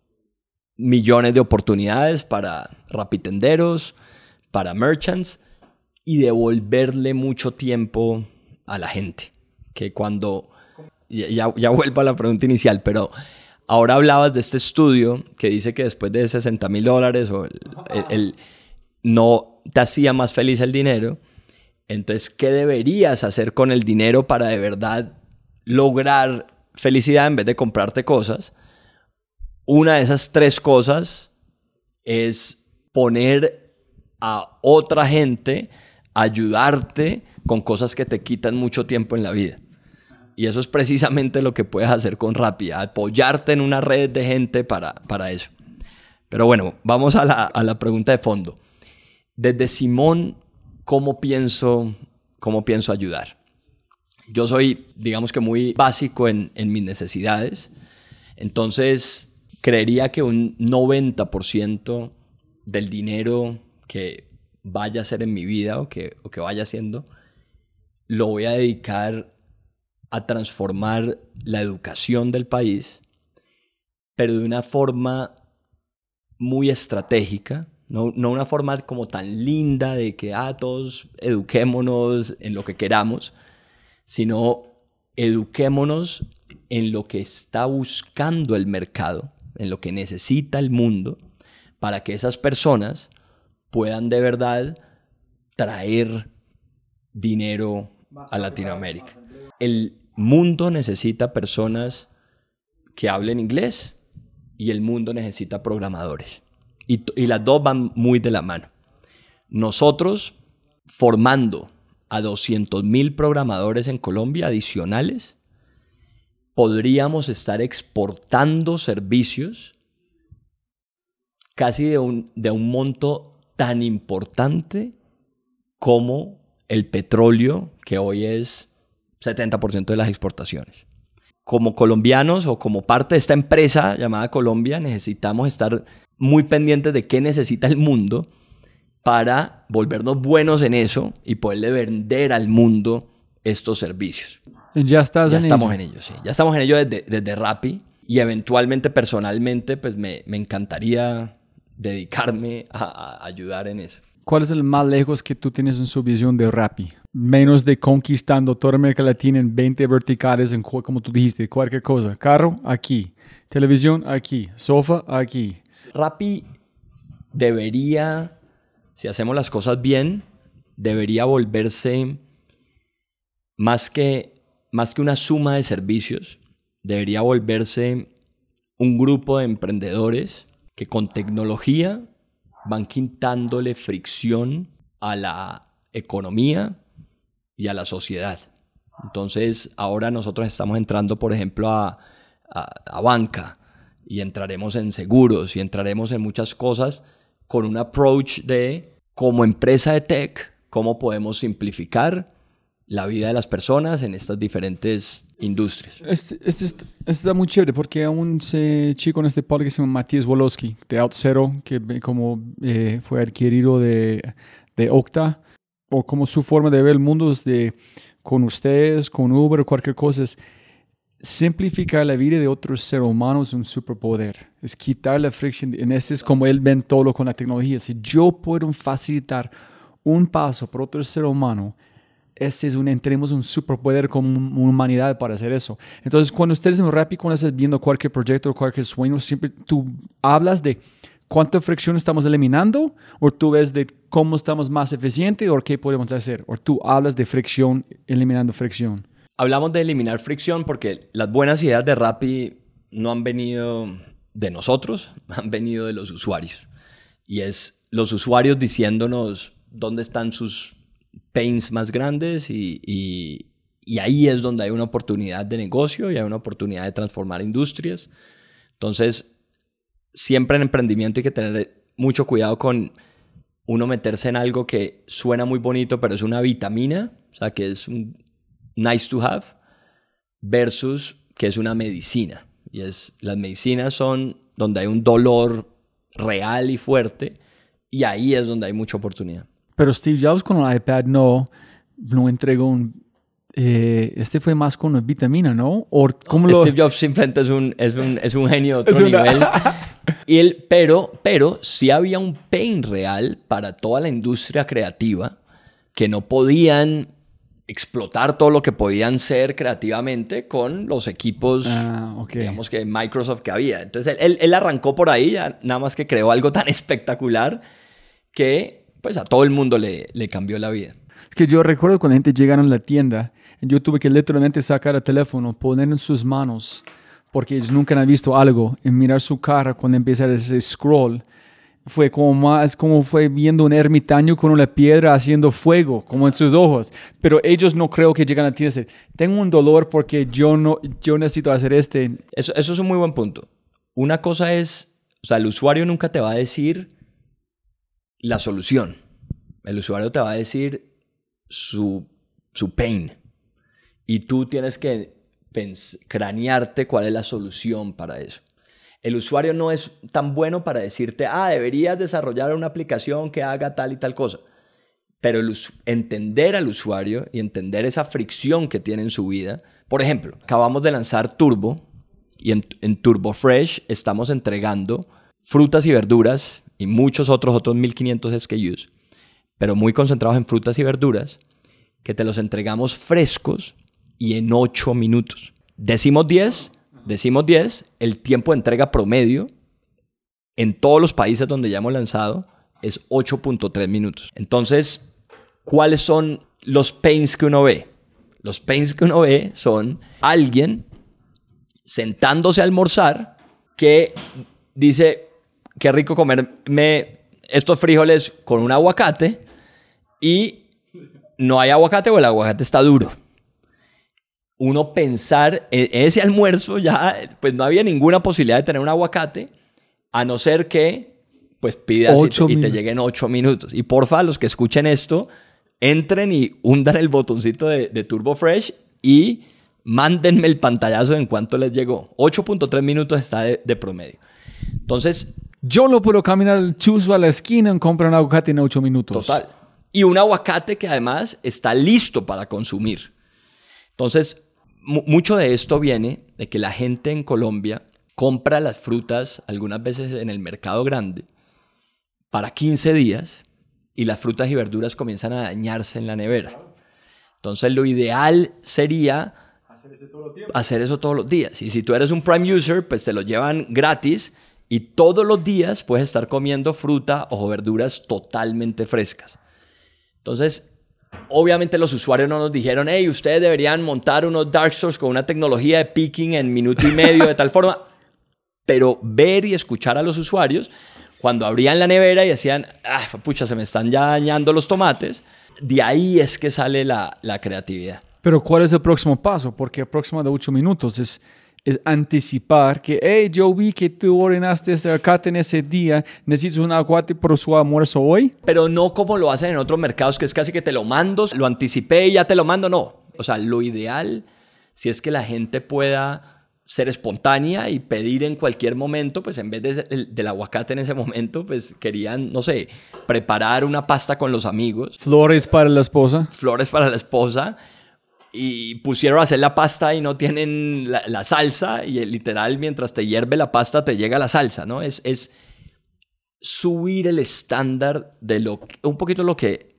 millones de oportunidades para rapitenderos, para merchants y devolverle mucho tiempo a la gente. Que cuando... Ya, ya vuelvo a la pregunta inicial, pero... Ahora hablabas de este estudio que dice que después de sesenta mil dólares o el, el, el, no te hacía más feliz el dinero. Entonces, ¿qué deberías hacer con el dinero para de verdad lograr felicidad en vez de comprarte cosas? Una de esas tres cosas es poner a otra gente a ayudarte con cosas que te quitan mucho tiempo en la vida. Y eso es precisamente lo que puedes hacer con Rappi, apoyarte en una red de gente para, para eso. Pero bueno, vamos a la, a la pregunta de fondo. Desde Simón, ¿cómo pienso, cómo pienso ayudar? Yo soy, digamos que muy básico en, en mis necesidades. Entonces, creería que un noventa por ciento del dinero que vaya a ser en mi vida o que, o que vaya haciendo, lo voy a dedicar a transformar la educación del país, pero de una forma muy estratégica, no, no una forma como tan linda de que ah, todos eduquémonos en lo que queramos, sino eduquémonos en lo que está buscando el mercado, en lo que necesita el mundo, para que esas personas puedan de verdad traer dinero a Latinoamérica. El mundo necesita personas que hablen inglés y el mundo necesita programadores. Y, y las dos van muy de la mano. Nosotros, formando a doscientos mil programadores en Colombia adicionales, podríamos estar exportando servicios casi de un, de un monto tan importante como el petróleo, que hoy es setenta por ciento de las exportaciones. Como colombianos o como parte de esta empresa llamada Colombia, necesitamos estar muy pendientes de qué necesita el mundo para volvernos buenos en eso y poderle vender al mundo estos servicios. Ya estás ya en estamos ello. en ello, sí. Ya estamos en ello desde, desde Rappi y eventualmente, personalmente, pues me, me encantaría dedicarme a, a ayudar en eso. ¿Cuál es el más lejos que tú tienes en su visión de Rappi? Menos de conquistando toda América Latina en veinte verticales, en como tú dijiste, cualquier cosa. Carro, aquí. Televisión, aquí. Sofá, aquí. Rappi debería, si hacemos las cosas bien, debería volverse más que, más que una suma de servicios, debería volverse un grupo de emprendedores que con tecnología van quitándole fricción a la economía y a la sociedad. Entonces, ahora nosotros estamos entrando, por ejemplo, a, a, a banca y entraremos en seguros y entraremos en muchas cosas con un approach de, como empresa de tech, cómo podemos simplificar la vida de las personas en estas diferentes industrias. Este, este, este está muy chévere porque hay un eh, chico en este podcast que se llama Matías Wolowski de OutZero, que como eh, fue adquirido de, de Okta, o como su forma de ver el mundo es de, con ustedes, con Uber, cualquier cosa, es simplificar la vida de otros seres humanos, un superpoder. Es quitar la fricción. En este es como él ven todo con la tecnología. Si yo puedo facilitar un paso para otro ser humano este es un, tenemos un superpoder como humanidad para hacer eso. Entonces, cuando ustedes en Rappi, cuando estás viendo cualquier proyecto o cualquier sueño, siempre tú hablas de cuánta fricción estamos eliminando, o tú ves de cómo estamos más eficientes o qué podemos hacer, o tú hablas de fricción, eliminando fricción. Hablamos de eliminar fricción porque las buenas ideas de Rappi no han venido de nosotros, han venido de los usuarios. Y es los usuarios diciéndonos dónde están sus pains más grandes y, y, y ahí es donde hay una oportunidad de negocio y hay una oportunidad de transformar industrias. Entonces, siempre en emprendimiento hay que tener mucho cuidado con uno meterse en algo que suena muy bonito, pero es una vitamina, o sea, que es un nice to have, versus que es una medicina. Y es, las medicinas son donde hay un dolor real y fuerte, y ahí es donde hay mucha oportunidad. Pero Steve Jobs con el iPad no, no entregó un... Eh, este fue más con una vitamina, ¿no? ¿O cómo lo... Steve Jobs simplemente es un, es un, es un genio de otro una... nivel. Y él, pero, pero sí había un pain real para toda la industria creativa que no podían explotar todo lo que podían ser creativamente con los equipos, ah, okay. digamos que Microsoft que había. Entonces él, él arrancó por ahí, nada más que creó algo tan espectacular que pues a todo el mundo le, le cambió la vida. Es que yo recuerdo cuando la gente llegaron a la tienda, yo tuve que literalmente sacar el teléfono, poner en sus manos, porque ellos nunca han visto algo, y mirar su cara cuando empieza ese scroll. Fue como más, como fue viendo un ermitaño con una piedra haciendo fuego, como en sus ojos. Pero ellos no creo que llegan a la tienda y dicen, tengo un dolor porque yo, no, yo necesito hacer este. Eso, eso es un muy buen punto. Una cosa es, o sea, el usuario nunca te va a decir la solución. El usuario te va a decir su, su pain. Y tú tienes que pens- cranearte cuál es la solución para eso. El usuario no es tan bueno para decirte, ah, deberías desarrollar una aplicación que haga tal y tal cosa. Pero el us- entender al usuario y entender esa fricción que tiene en su vida. Por ejemplo, acabamos de lanzar Turbo y en, en Turbo Fresh estamos entregando frutas y verduras y muchos otros, otros mil quinientos S K Us, pero muy concentrados en frutas y verduras, que te los entregamos frescos y en ocho minutos. Decimos diez... Decimos diez, el tiempo de entrega promedio en todos los países donde ya hemos lanzado es ocho punto tres minutos. Entonces, ¿cuáles son los pains que uno ve? Los pains que uno ve son alguien sentándose a almorzar que dice, qué rico comerme estos frijoles con un aguacate y no hay aguacate o el aguacate está duro. Uno pensar en ese almuerzo ya, pues no había ninguna posibilidad de tener un aguacate, a no ser que pues pidas y te, y te lleguen ocho minutos. Y porfa, los que escuchen esto, entren y hundan el botoncito de, de Turbo Fresh y mándenme el pantallazo en cuánto les llegó. ocho punto tres minutos está de, de promedio. Entonces... Yo no puedo caminar el chuzo a la esquina y comprar un aguacate en ocho minutos. Total. Y un aguacate que además está listo para consumir. Entonces... Mucho de esto viene de que la gente en Colombia compra las frutas algunas veces en el mercado grande para quince días y las frutas y verduras comienzan a dañarse en la nevera. Entonces lo ideal sería hacer eso todos los días. Hacer eso todos los días. Y si tú eres un Prime User, pues te lo llevan gratis y todos los días puedes estar comiendo fruta o verduras totalmente frescas. Entonces... Obviamente los usuarios no nos dijeron, hey, ustedes deberían montar unos dark stores con una tecnología de picking en minuto y medio de tal forma. Pero ver y escuchar a los usuarios, cuando abrían la nevera y decían, ah, pucha, se me están ya dañando los tomates, de ahí es que sale la, la creatividad. Pero ¿cuál es el próximo paso? Porque el próximo de ocho minutos es... es anticipar que, hey, yo vi que tú ordenaste este aguacate en ese día, necesitas un aguacate por su almuerzo hoy. Pero no como lo hacen en otros mercados, que es casi que te lo mando, lo anticipé y ya te lo mando, no. O sea, lo ideal, si es que la gente pueda ser espontánea y pedir en cualquier momento, pues en vez de, del, del aguacate en ese momento, pues querían, no sé, preparar una pasta con los amigos. Flores para la esposa. Flores para la esposa. Y pusieron a hacer la pasta y no tienen la, la salsa y literal mientras te hierve la pasta te llega la salsa, ¿no? Es, es subir el estándar de lo un poquito lo que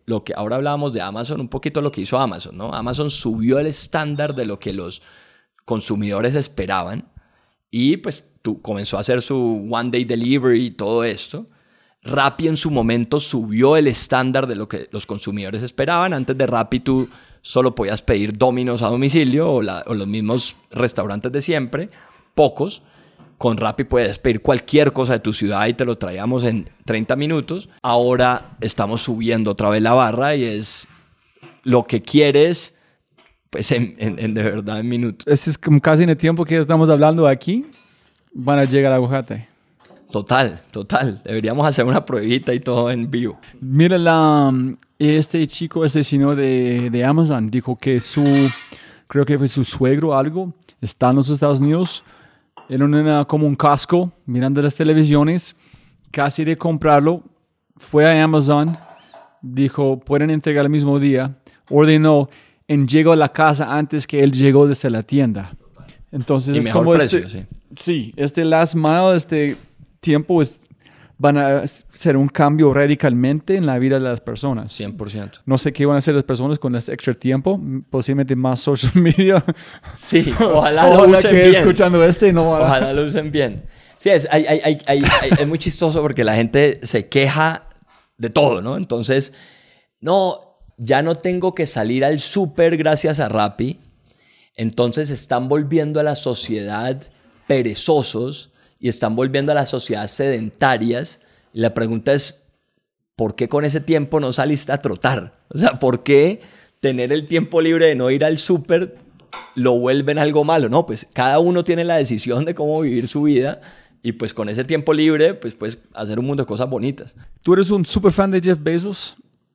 lo que ahora hablábamos de Amazon, un poquito lo que hizo Amazon, ¿no? Amazon subió el estándar de lo que los consumidores esperaban y pues tú, comenzó a hacer su one day delivery y todo esto. Rappi en su momento subió el estándar de lo que los consumidores esperaban. Antes de Rappi tú solo podías pedir Domino's a domicilio o, la, o los mismos restaurantes de siempre, pocos. Con Rappi puedes pedir cualquier cosa de tu ciudad y te lo traíamos en treinta minutos. Ahora estamos subiendo otra vez la barra y es lo que quieres, pues en, en, en de verdad en minutos. Ese es como casi en el tiempo que estamos hablando aquí, van a llegar a aguacate. Total, total. Deberíamos hacer una pruebita y todo en vivo. Mira, la, este chico, este señor de, de Amazon, dijo que su, creo que fue su suegro o algo, está en los Estados Unidos, en una, como un casco, mirando las televisiones, casi de comprarlo, fue a Amazon, dijo, pueden entregar el mismo día, ordenó, y llegó a la casa antes que él llegó desde la tienda. Entonces y es mejor como precio, este, sí. Sí, este last mile, este tiempo es, van a ser un cambio radicalmente en la vida de las personas. cien por ciento. No sé qué van a hacer las personas con este extra tiempo, posiblemente más social media. Sí, ojalá, ojalá lo usen que bien. escuchando este no van a... Ojalá lo usen bien. Sí, es, hay, hay, hay, hay, hay, es muy chistoso porque la gente se queja de todo, ¿no? Entonces, no, ya no tengo que salir al súper gracias a Rappi. Entonces están volviendo a la sociedad perezosos y están volviendo a la sociedad sedentarias. Y la pregunta es, ¿por qué con ese tiempo no saliste a trotar? O sea, ¿por qué tener el tiempo libre de no ir al súper lo vuelven algo malo? No, pues cada uno tiene la decisión de cómo vivir su vida y pues con ese tiempo libre pues puedes hacer un mundo de cosas bonitas. ¿Tú eres un super fan de Jeff Bezos?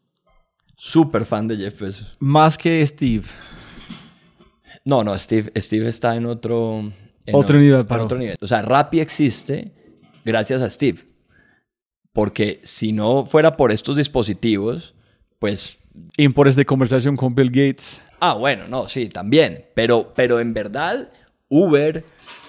Súper fan de Jeff Bezos. Más que Steve. No, no, Steve, Steve está en otro... En otro, o, nivel, en otro nivel. O sea, Rappi existe gracias a Steve. Porque si no fuera por estos dispositivos, pues... Y por esta conversación con Bill Gates. Ah, bueno, no, sí, también. Pero, pero en verdad, Uber,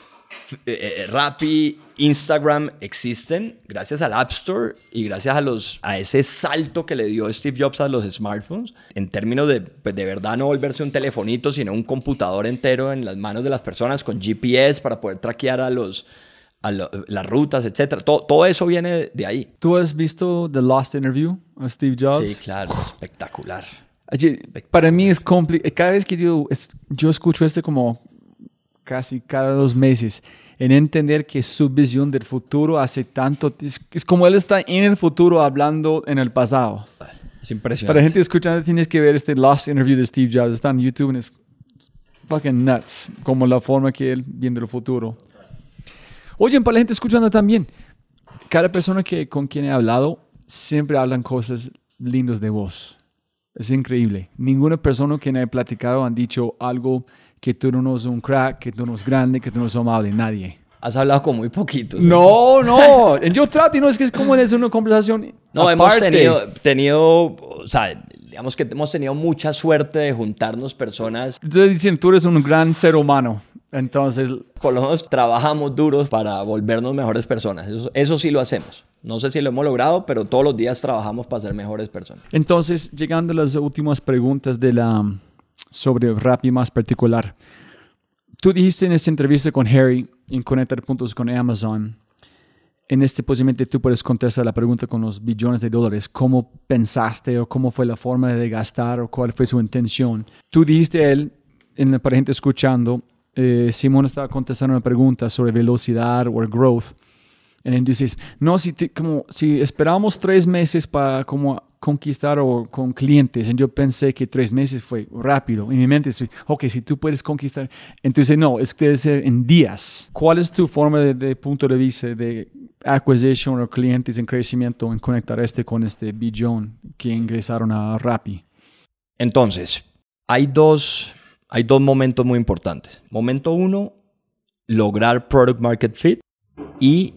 eh, Rappi, Instagram existen gracias al App Store y gracias a, los, a ese salto que le dio Steve Jobs a los smartphones. En términos de, pues de verdad, no volverse un telefonito, sino un computador entero en las manos de las personas con G P S para poder traquear a los... a lo, las rutas, etcétera. Todo, todo eso viene de ahí. ¿Tú has visto The Lost Interview a Steve Jobs? Sí, claro. Espectacular. Espectacular. Para mí es complicado. Cada vez que yo, es, yo escucho este como casi cada dos meses, en entender que su visión del futuro hace tanto... Es, es como él está en el futuro hablando en el pasado. Es impresionante. Para gente escuchando, tienes que ver este Lost Interview de Steve Jobs. Está en YouTube y es fucking nuts. Como la forma que él viene del futuro. Oye, para la gente escuchando también, cada persona que, con quien he hablado siempre hablan cosas lindas de vos. Es increíble. Ninguna persona que me he platicado han dicho algo que tú no eres un crack, que tú no eres grande, que tú no eres amable. Nadie. Has hablado con muy poquitos. ¿eh? No, no. Yo trato y no es que es como es una conversación. No, aparte. hemos tenido, tenido, o sea, digamos que hemos tenido mucha suerte de juntarnos personas. Entonces dicen, tú eres un gran ser humano. Entonces, por lo menos trabajamos duros para volvernos mejores personas. Eso, eso sí lo hacemos. No sé si lo hemos logrado, pero todos los días trabajamos para ser mejores personas. Entonces, llegando a las últimas preguntas de la, sobre Rappi más particular. Tú dijiste en esta entrevista con Harry, en Conectar Puntos con Amazon, en este posiblemente tú puedes contestar la pregunta con los billones de dólares. ¿Cómo pensaste o cómo fue la forma de gastar o cuál fue su intención? Tú dijiste a él, en, para gente escuchando, Eh, Simón estaba contestando una pregunta sobre velocidad o growth. Y entonces, no, si, te, como, si esperamos tres meses para como conquistar o con clientes, y yo pensé que tres meses fue rápido. En mi mente, ok, si tú puedes conquistar, entonces no, es que debe ser en días. ¿Cuál es tu forma de, de punto de vista de acquisition o clientes en crecimiento en conectar este con este billón que ingresaron a Rappi? Entonces, hay dos... Hay dos momentos muy importantes. Momento uno, lograr product market fit y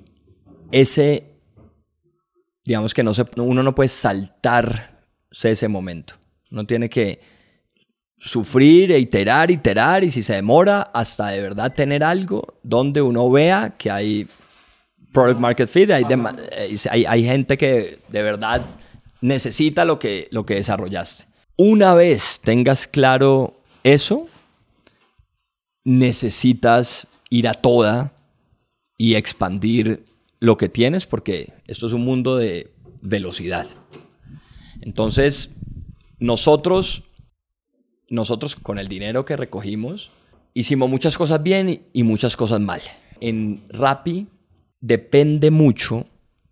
ese, digamos que no se, uno no puede saltarse ese momento. Uno tiene que sufrir, e iterar, iterar y si se demora hasta de verdad tener algo donde uno vea que hay product market fit, hay, de, hay, hay gente que de verdad necesita lo que, lo que desarrollaste. Una vez tengas claro eso, necesitas ir a toda y expandir lo que tienes, porque esto es un mundo de velocidad. Entonces, nosotros, nosotros con el dinero que recogimos, hicimos muchas cosas bien y, y muchas cosas mal. En Rappi depende mucho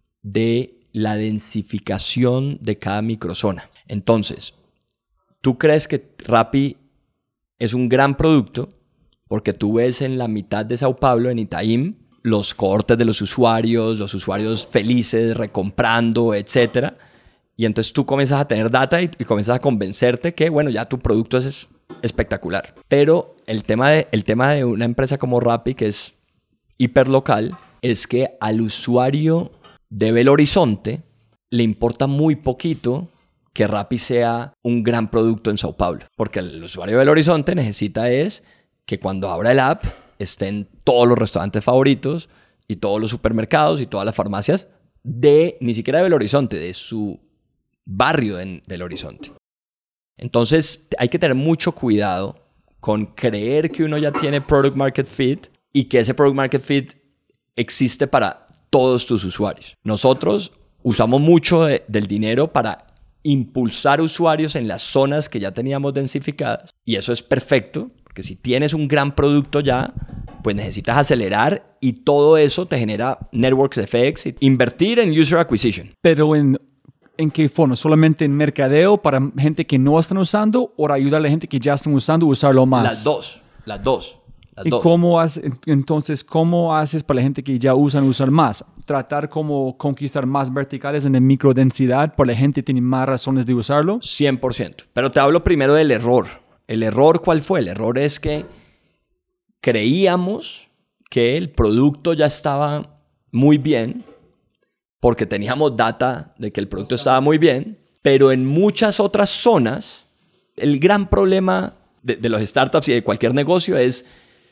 de la densificación de cada microzona. Entonces, tú crees que Rappi es un gran producto porque tú ves en la mitad de Sao Paulo, en Itaim, los cohortes de los usuarios, los usuarios felices, recomprando, etcétera. Y entonces tú comienzas a tener data y, y comienzas a convencerte que, bueno, ya tu producto es espectacular. Pero el tema de, el tema de una empresa como Rappi, que es hiperlocal, es que al usuario de Belo Horizonte le importa muy poquito que Rappi sea un gran producto en Sao Paulo. Porque el usuario de Belo Horizonte necesita es que cuando abra el app estén todos los restaurantes favoritos y todos los supermercados y todas las farmacias de, ni siquiera de Belo Horizonte, de su barrio en Belo Horizonte. Entonces hay que tener mucho cuidado con creer que uno ya tiene product market fit y que ese product market fit existe para todos tus usuarios. Nosotros usamos mucho de, del dinero para impulsar usuarios en las zonas que ya teníamos densificadas, y eso es perfecto, porque si tienes un gran producto ya, pues necesitas acelerar, y todo eso te genera network effects, y invertir en user acquisition. Pero en, ¿en qué forma? ¿Solamente en mercadeo para gente que no están usando o ayudar a la gente que ya están usando a usarlo más? Las dos, las dos. Las ¿Y dos. cómo haces, entonces, cómo haces para la gente que ya usan usar más? ¿Tratar como conquistar más verticales en la microdensidad para la gente que tiene más razones de usarlo? cien por ciento. Pero te hablo primero del error. ¿El error cuál fue? El error es que creíamos que el producto ya estaba muy bien porque teníamos data de que el producto estaba muy bien, pero en muchas otras zonas, el gran problema de, de los startups y de cualquier negocio es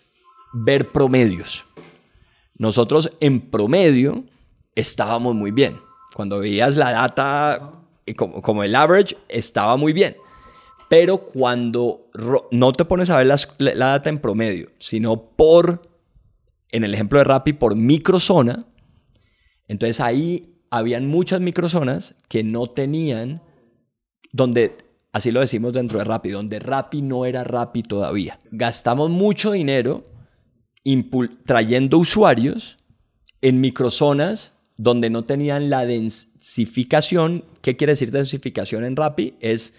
ver promedios. Nosotros en promedio estábamos muy bien. Cuando veías la data como, como el average, estaba muy bien. Pero cuando no te pones a ver las, la, la data en promedio, sino por, en el ejemplo de Rappi, por microzona, entonces ahí habían muchas microzonas que no tenían, donde, así lo decimos dentro de Rappi, donde Rappi no era Rappi todavía. Gastamos mucho dinero Impul- trayendo usuarios en microzonas donde no tenían la densificación. ¿Qué quiere decir densificación en Rappi? Es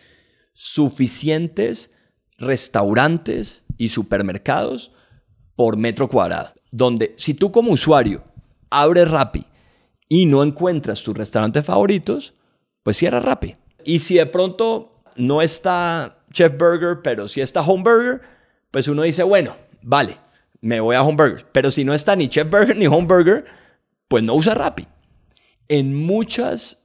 suficientes restaurantes y supermercados por metro cuadrado. Donde si tú como usuario abres Rappi y no encuentras tus restaurantes favoritos, pues cierra Rappi. Y si de pronto no está Chef Burger, pero sí está Home Burger, pues uno dice, bueno, vale, me voy a Home Burger. Pero si no está ni Chef Burger ni Home Burger, pues no usa Rappi. En muchas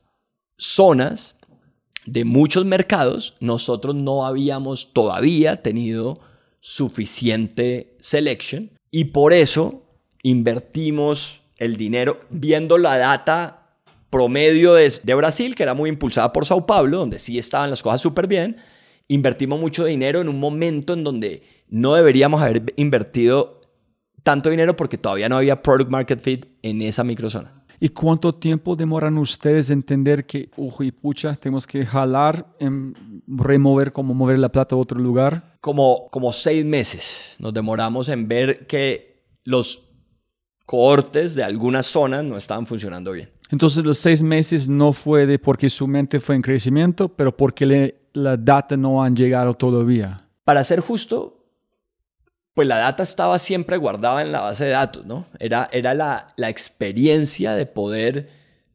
zonas de muchos mercados, nosotros no habíamos todavía tenido suficiente selection, y por eso invertimos el dinero viendo la data promedio de, de Brasil, que era muy impulsada por Sao Paulo, donde sí estaban las cosas súper bien. Invertimos mucho dinero en un momento en donde no deberíamos haber invertido tanto dinero porque todavía no había product market fit en esa microzona. ¿Y cuánto tiempo demoran ustedes en entender que, uy, y pucha, tenemos que jalar, en remover, como mover la plata a otro lugar? Como, como seis meses nos demoramos en ver que los cohortes de algunas zonas no estaban funcionando bien. Entonces los seis meses no fue de porque su mente fue en crecimiento, pero porque le, la data no han llegado todavía. Para ser justo, pues la data estaba siempre guardada en la base de datos, ¿no? Era, era la, la experiencia de poder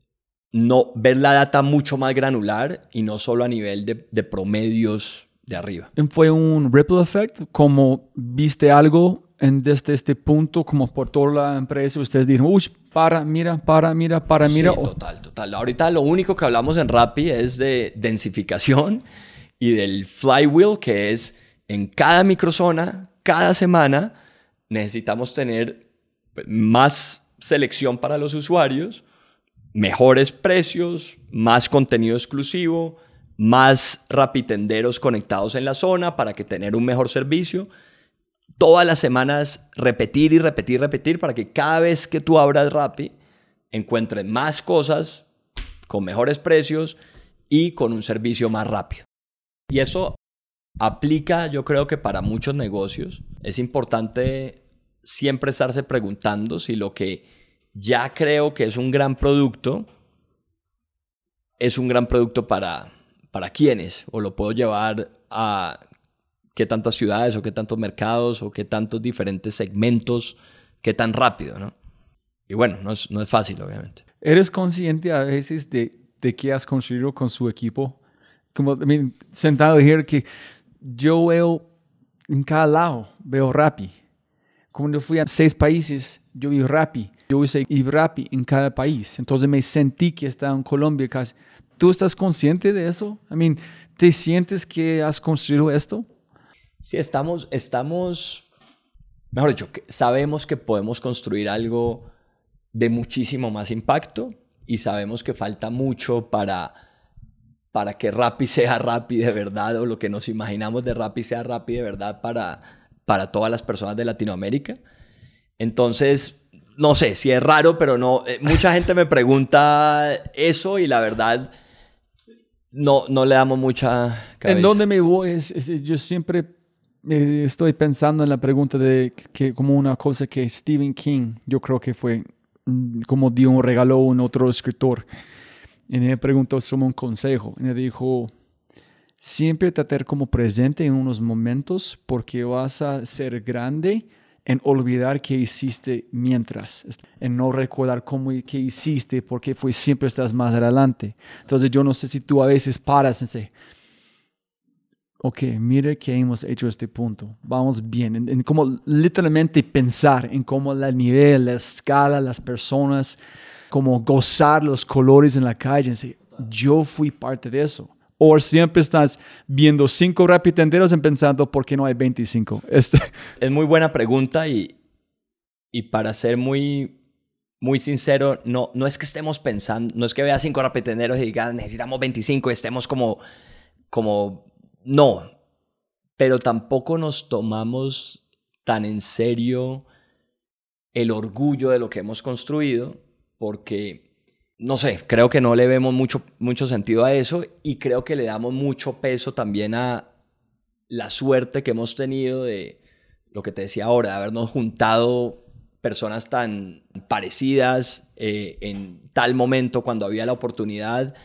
no, ver la data mucho más granular y no solo a nivel de, de promedios de arriba. ¿Fue un ripple effect? Como viste algo en, desde este punto, como por toda la empresa, ustedes dijeron, uy, para, mira, para, mira, para, mira. Sí, total, total. Ahorita lo único que hablamos en Rappi es de densificación y del flywheel, que es en cada microzona, cada semana necesitamos tener más selección para los usuarios mejores precios, más contenido exclusivo, más rapitenderos conectados en la zona para que tener un mejor servicio. Todas las semanas repetir y repetir y repetir para que cada vez que tú abras Rappi encuentres más cosas con mejores precios y con un servicio más rápido. Y eso aplica, yo creo que para muchos negocios. Es importante siempre estarse preguntando si lo que ya creo que es un gran producto es un gran producto para, para quiénes, o lo puedo llevar a qué tantas ciudades o qué tantos mercados o qué tantos diferentes segmentos, qué tan rápido, ¿no? Y bueno, no es, no es fácil, obviamente. ¿Eres consciente a veces de, de qué has construido con su equipo? Como I mean, sentado here que yo veo en cada lado, veo Rappi. Cuando fui a seis países, yo vi Rappi. Yo usé Rappi en cada país. Entonces me sentí que estaba en Colombia casi. ¿Tú estás consciente de eso? I mean, ¿te sientes que has construido esto? Sí, estamos, estamos, mejor dicho, sabemos que podemos construir algo de muchísimo más impacto y sabemos que falta mucho para, para que Rappi sea Rappi de verdad, o lo que nos imaginamos de Rappi sea Rappi de verdad para, para todas las personas de Latinoamérica. Entonces, no sé si es raro, pero no, eh, mucha gente me pregunta eso y la verdad no, no le damos mucha cabeza. ¿En dónde me voy? Es, es, yo siempre eh, estoy pensando en la pregunta de que como una cosa que Stephen King, yo creo que fue como dio un regalo a un otro escritor. Y me preguntó sobre un consejo. Y me dijo, siempre tratar como presente en unos momentos porque vas a ser grande en olvidar qué hiciste mientras, en no recordar cómo qué hiciste porque fue, siempre estás más adelante. Entonces yo no sé si tú a veces paras y dices, ok, mire que hemos hecho este punto, vamos bien, en, en cómo literalmente pensar en cómo la nivel, la escala, las personas, cómo gozar los colores en la calle, y decir, yo fui parte de eso. O siempre estás viendo cinco rapitenderos y pensando, ¿por qué no hay veinticinco? Este. Es muy buena pregunta y, y para ser muy, muy sincero, no, no es que estemos pensando, no es que vea cinco rapitenderos y diga, necesitamos veinticinco y estemos como, como, no. Pero tampoco nos tomamos tan en serio el orgullo de lo que hemos construido, porque no sé, creo que no le vemos mucho, mucho sentido a eso y creo que le damos mucho peso también a la suerte que hemos tenido de lo que te decía ahora, de habernos juntado personas tan parecidas eh, en tal momento cuando había la oportunidad.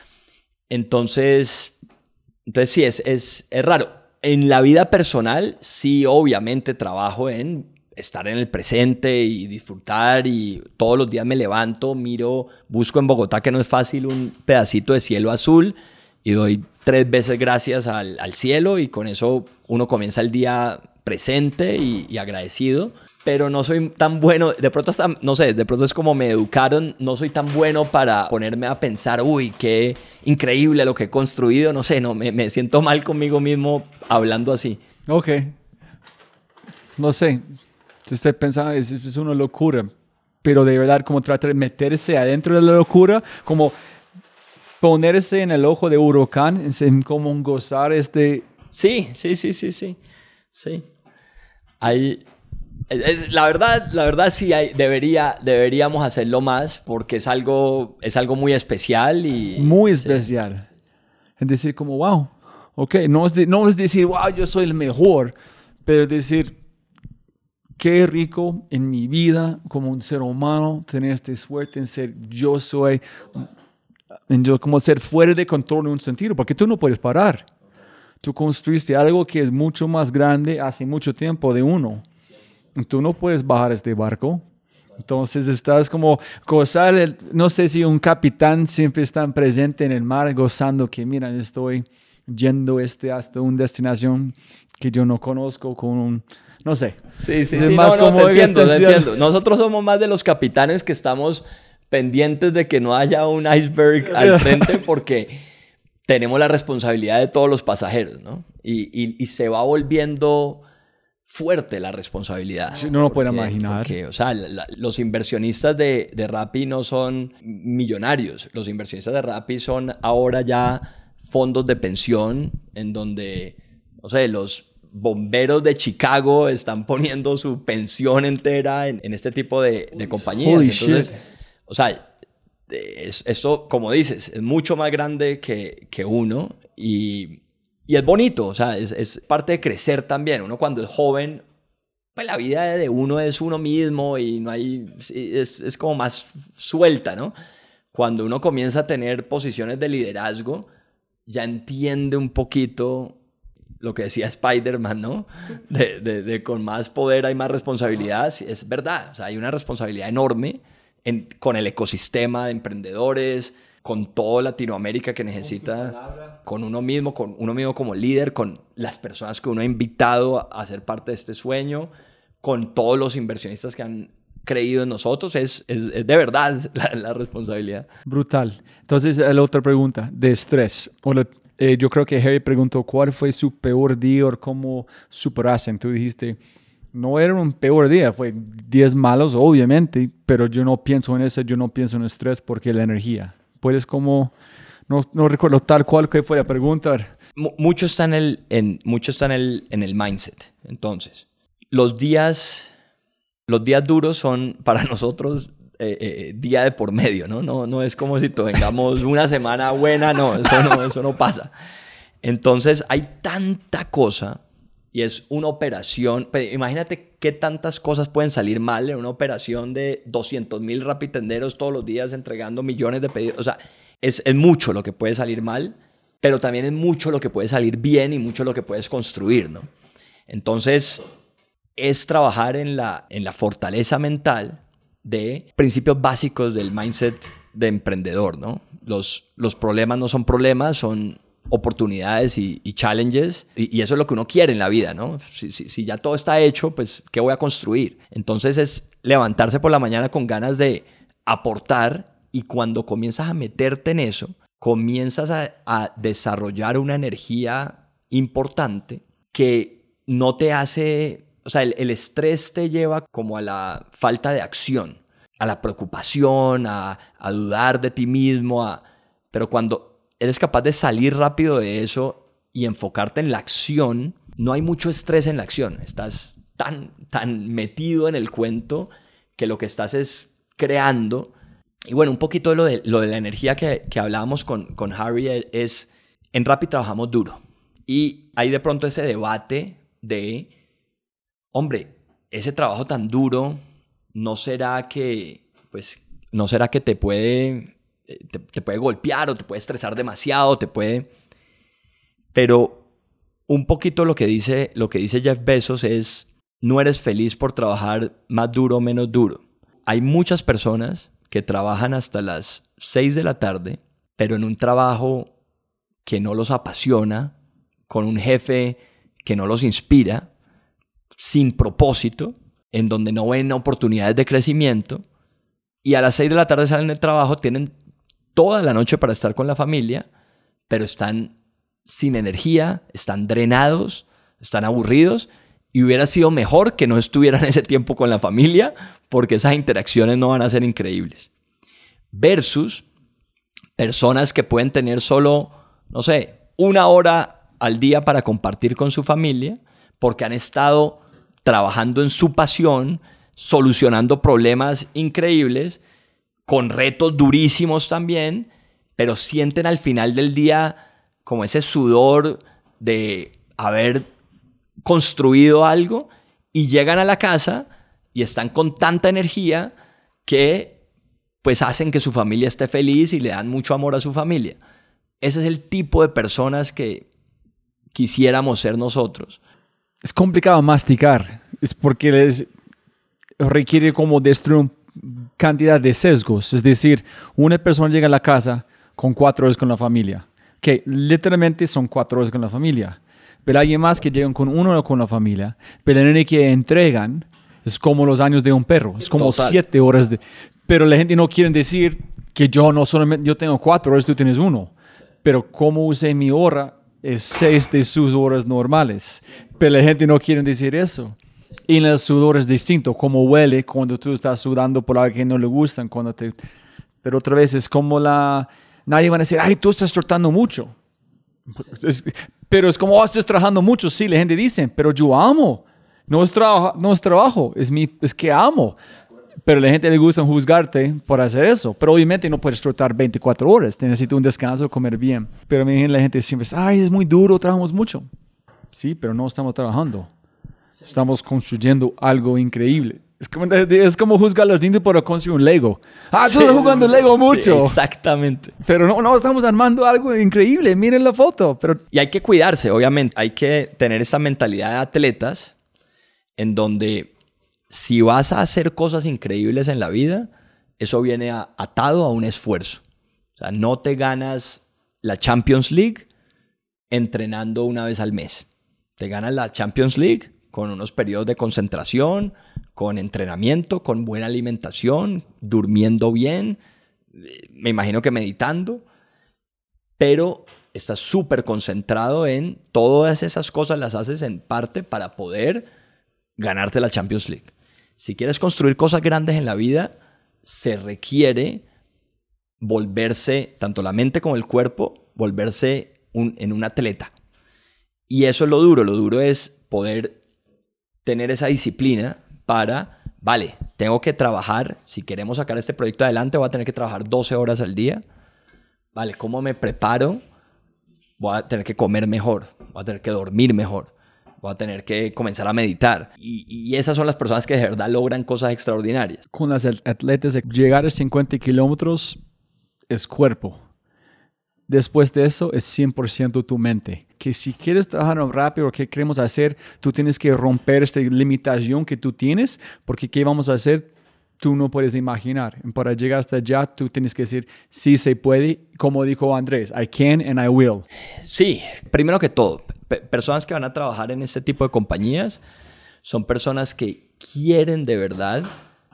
Entonces, entonces sí, es, es, es raro. En la vida personal, sí, obviamente trabajo en estar en el presente y disfrutar, y todos los días me levanto, miro, busco en Bogotá, que no es fácil, un pedacito de cielo azul y doy tres veces gracias al, al cielo, y con eso uno comienza el día presente y, y agradecido. Pero no soy tan bueno, de pronto hasta, no sé, de pronto es como me educaron, no soy tan bueno para ponerme a pensar, uy, qué increíble lo que he construido, no sé, no, me, me siento mal conmigo mismo hablando así. Ok, no sé. Estoy pensando, es, es una locura, pero de verdad como tratar de meterse adentro de la locura, como ponerse en el ojo de huracán, en como un gozar este... Sí, sí, sí, sí, sí, sí. Hay, es, la verdad, la verdad sí hay, debería, deberíamos hacerlo más porque es algo, es algo muy especial y... Muy especial. Sí. Es decir, como, wow, ok, no es, de, no es decir, wow, yo soy el mejor, pero decir... Qué rico en mi vida como un ser humano tener esta suerte en ser yo soy, en yo como ser fuera de control en un sentido, porque tú no puedes parar. Tú construiste algo que es mucho más grande hace mucho tiempo de uno. Tú no puedes bajar este barco. Entonces estás como gozar, el, no sé si un capitán siempre está presente en el mar gozando que mira, estoy yendo este hasta una destinación que yo no conozco con un... No sé. Sí, sí, sí. Más no, no, te entiendo, te entiendo. Nosotros somos más de los capitanes que estamos pendientes de que no haya un iceberg al frente porque tenemos la responsabilidad de todos los pasajeros, ¿no? Y, y, y se va volviendo fuerte la responsabilidad. Sí, no lo puedo Porque- imaginar. porque, o sea, la- la- los inversionistas de, de Rappi no son millonarios. Los inversionistas de Rappi son ahora ya fondos de pensión en donde, o sea, los bomberos de Chicago están poniendo su pensión entera en, en este tipo de, de compañías. Holy Entonces, shit. o sea, es- esto, como dices, es mucho más grande que, que uno y, y es bonito, o sea, es, es parte de crecer también. Uno cuando es joven, pues la vida de uno es uno mismo y no hay, es, es como más suelta, ¿no? Cuando uno comienza a tener posiciones de liderazgo, ya entiende un poquito lo que decía Spider-Man, ¿no? De, de, de con más poder hay más responsabilidad. Sí, es verdad, o sea, hay una responsabilidad enorme en, con el ecosistema de emprendedores, con toda Latinoamérica que necesita, con uno mismo, con uno mismo como líder, con las personas que uno ha invitado a, a ser parte de este sueño, con todos los inversionistas que han creído en nosotros. Es, es, es de verdad la, la responsabilidad. Brutal. Entonces, la otra pregunta, de estrés. O la- eh, yo creo que Harry preguntó cuál fue su peor día o cómo superaste. Tú dijiste, no era un peor día, fue días malos, obviamente, pero yo no pienso en eso, yo no pienso en estrés porque la energía. Puedes como, no, no recuerdo tal cual que fue la pregunta. Mu- Mucho está en el, en, mucho está en el, en el mindset. Entonces, los días, los días duros son para nosotros eh, eh, día de por medio, ¿no? No, no es como si tengamos una semana buena, no, eso no, eso no pasa. Entonces, hay tanta cosa y es una operación. Pues, imagínate qué tantas cosas pueden salir mal en una operación de doscientos mil rapitenderos todos los días entregando millones de pedidos. O sea, es, es mucho lo que puede salir mal, pero también es mucho lo que puede salir bien y mucho lo que puedes construir, ¿no? Entonces, es trabajar en la, en la fortaleza mental de principios básicos del mindset de emprendedor, ¿no? Los, los problemas no son problemas, son oportunidades y, y challenges, y, y eso es lo que uno quiere en la vida, ¿no? Si, si, si ya todo está hecho, pues, ¿qué voy a construir? Entonces es levantarse por la mañana con ganas de aportar, y cuando comienzas a meterte en eso, comienzas a, a desarrollar una energía importante que no te hace... O sea, el, el estrés te lleva como a la falta de acción, a la preocupación, a, a dudar de ti mismo, a, pero cuando eres capaz de salir rápido de eso y enfocarte en la acción, no hay mucho estrés en la acción. Estás tan, tan metido en el cuento que lo que estás es creando. Y bueno, un poquito de lo de, lo de la energía que, que hablábamos con, con Harry es, en Rappi trabajamos duro. Y hay de pronto ese debate de... Hombre, ese trabajo tan duro, ¿no será que, pues, no será que te puede, te, te puede golpear o te puede estresar demasiado, te puede... Pero un poquito lo que dice, lo que dice Jeff Bezos es, no eres feliz por trabajar más duro o menos duro. Hay muchas personas que trabajan hasta las seis de la tarde, pero en un trabajo que no los apasiona, con un jefe que no los inspira, sin propósito, en donde no ven oportunidades de crecimiento, y a las seis de la tarde salen del trabajo, tienen toda la noche para estar con la familia, pero están sin energía, están drenados, están aburridos, y hubiera sido mejor que no estuvieran ese tiempo con la familia, porque esas interacciones no van a ser increíbles. Versus personas que pueden tener solo, no sé, una hora al día para compartir con su familia, porque han estado trabajando en su pasión, solucionando problemas increíbles, con retos durísimos también, pero sienten al final del día como ese sudor de haber construido algo, y llegan a la casa y están con tanta energía que pues hacen que su familia esté feliz y le dan mucho amor a su familia. Ese es el tipo de personas que quisiéramos ser nosotros. Es complicado masticar, es porque les requiere como destruir una cantidad de sesgos. Es decir, una persona llega a la casa con cuatro horas con la familia, que literalmente son cuatro horas con la familia. Pero hay más que llegan con una hora con la familia, pero la energía que entregan es como los años de un perro, es como Total. siete horas de... Pero la gente no quiere decir que yo no solamente, yo tengo cuatro horas, tú tienes uno. Pero cómo usé mi hora es seis de sus horas normales. Pero la gente no quiere decir eso. Y en el sudor es distinto, cómo huele cuando tú estás sudando por algo que no le gustan. Cuando te... Pero otra vez es como la... Nadie va a decir, ay, tú estás trotando mucho. Es... Pero es como, oh, estás trabajando mucho. Sí, la gente dice, pero yo amo. No es, traba... no es trabajo, es, mi... es que amo. Pero a la gente le gusta juzgarte por hacer eso. Pero obviamente no puedes trotar veinticuatro horas. Te necesitas un descanso, comer bien. Pero me imagino la gente siempre dice, ay, es muy duro, trabajamos mucho. Sí, pero no estamos trabajando. Estamos construyendo algo increíble. Es como, es como juzgar a los niños por construir un Lego. Ah, tú estás jugando Lego mucho. Sí, exactamente. Pero no, no, estamos armando algo increíble. Miren la foto. Pero... Y hay que cuidarse, obviamente. Hay que tener esa mentalidad de atletas en donde si vas a hacer cosas increíbles en la vida, eso viene a, atado a un esfuerzo. O sea, no te ganas la Champions League entrenando una vez al mes. Te ganas la Champions League con unos periodos de concentración, con entrenamiento, con buena alimentación, durmiendo bien, me imagino que meditando, pero estás súper concentrado en todas esas cosas, las haces en parte para poder ganarte la Champions League. Si quieres construir cosas grandes en la vida, se requiere volverse, tanto la mente como el cuerpo, volverse un, en un atleta. Y eso es lo duro, lo duro es poder tener esa disciplina para, vale, tengo que trabajar, si queremos sacar este proyecto adelante, voy a tener que trabajar doce horas al día. Vale, ¿cómo me preparo? Voy a tener que comer mejor, voy a tener que dormir mejor, voy a tener que comenzar a meditar. Y, y esas son las personas que de verdad logran cosas extraordinarias. Con las atletas, llegar a cincuenta kilómetros es cuerpo. Después de eso es cien por ciento tu mente. Que si quieres trabajar rápido o qué queremos hacer, tú tienes que romper esta limitación que tú tienes, porque qué vamos a hacer, tú no puedes imaginar. Para llegar hasta allá, tú tienes que decir, sí se puede, como dijo Andrés, I can and I will. Sí, primero que todo, pe- personas que van a trabajar en este tipo de compañías son personas que quieren de verdad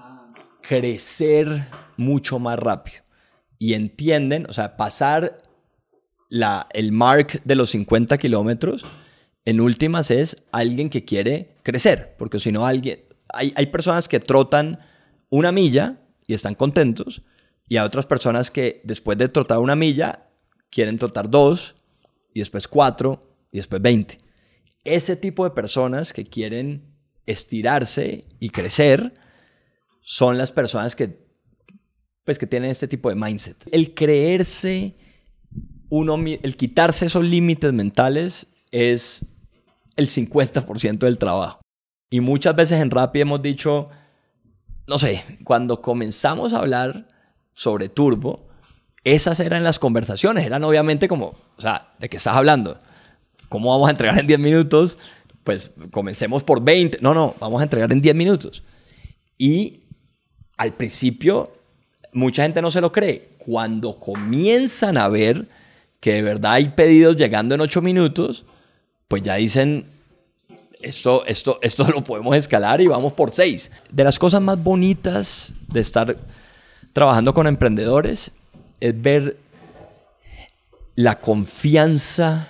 crecer mucho más rápido y entienden, o sea, pasar La, el mark de los cincuenta kilómetros, en últimas es alguien que quiere crecer, porque si no alguien, hay, hay personas que trotan una milla y están contentos, y hay otras personas que después de trotar una milla quieren trotar dos, y después cuatro, y después veinte. Ese tipo de personas que quieren estirarse y crecer son las personas que, pues, que tienen este tipo de mindset. El creerse Uno, el quitarse esos límites mentales es el cincuenta por ciento del trabajo. Y muchas veces en Rappi hemos dicho, no sé, cuando comenzamos a hablar sobre Turbo, esas eran las conversaciones. Eran obviamente como, o sea, ¿de qué estás hablando? ¿Cómo vamos a entregar en diez minutos? Pues comencemos por veinte. No, no, vamos a entregar en diez minutos. Y al principio, mucha gente no se lo cree. Cuando comienzan a ver que de verdad hay pedidos llegando en ocho minutos, pues ya dicen, esto, esto, esto lo podemos escalar y vamos por seis. De las cosas más bonitas de estar trabajando con emprendedores es ver la confianza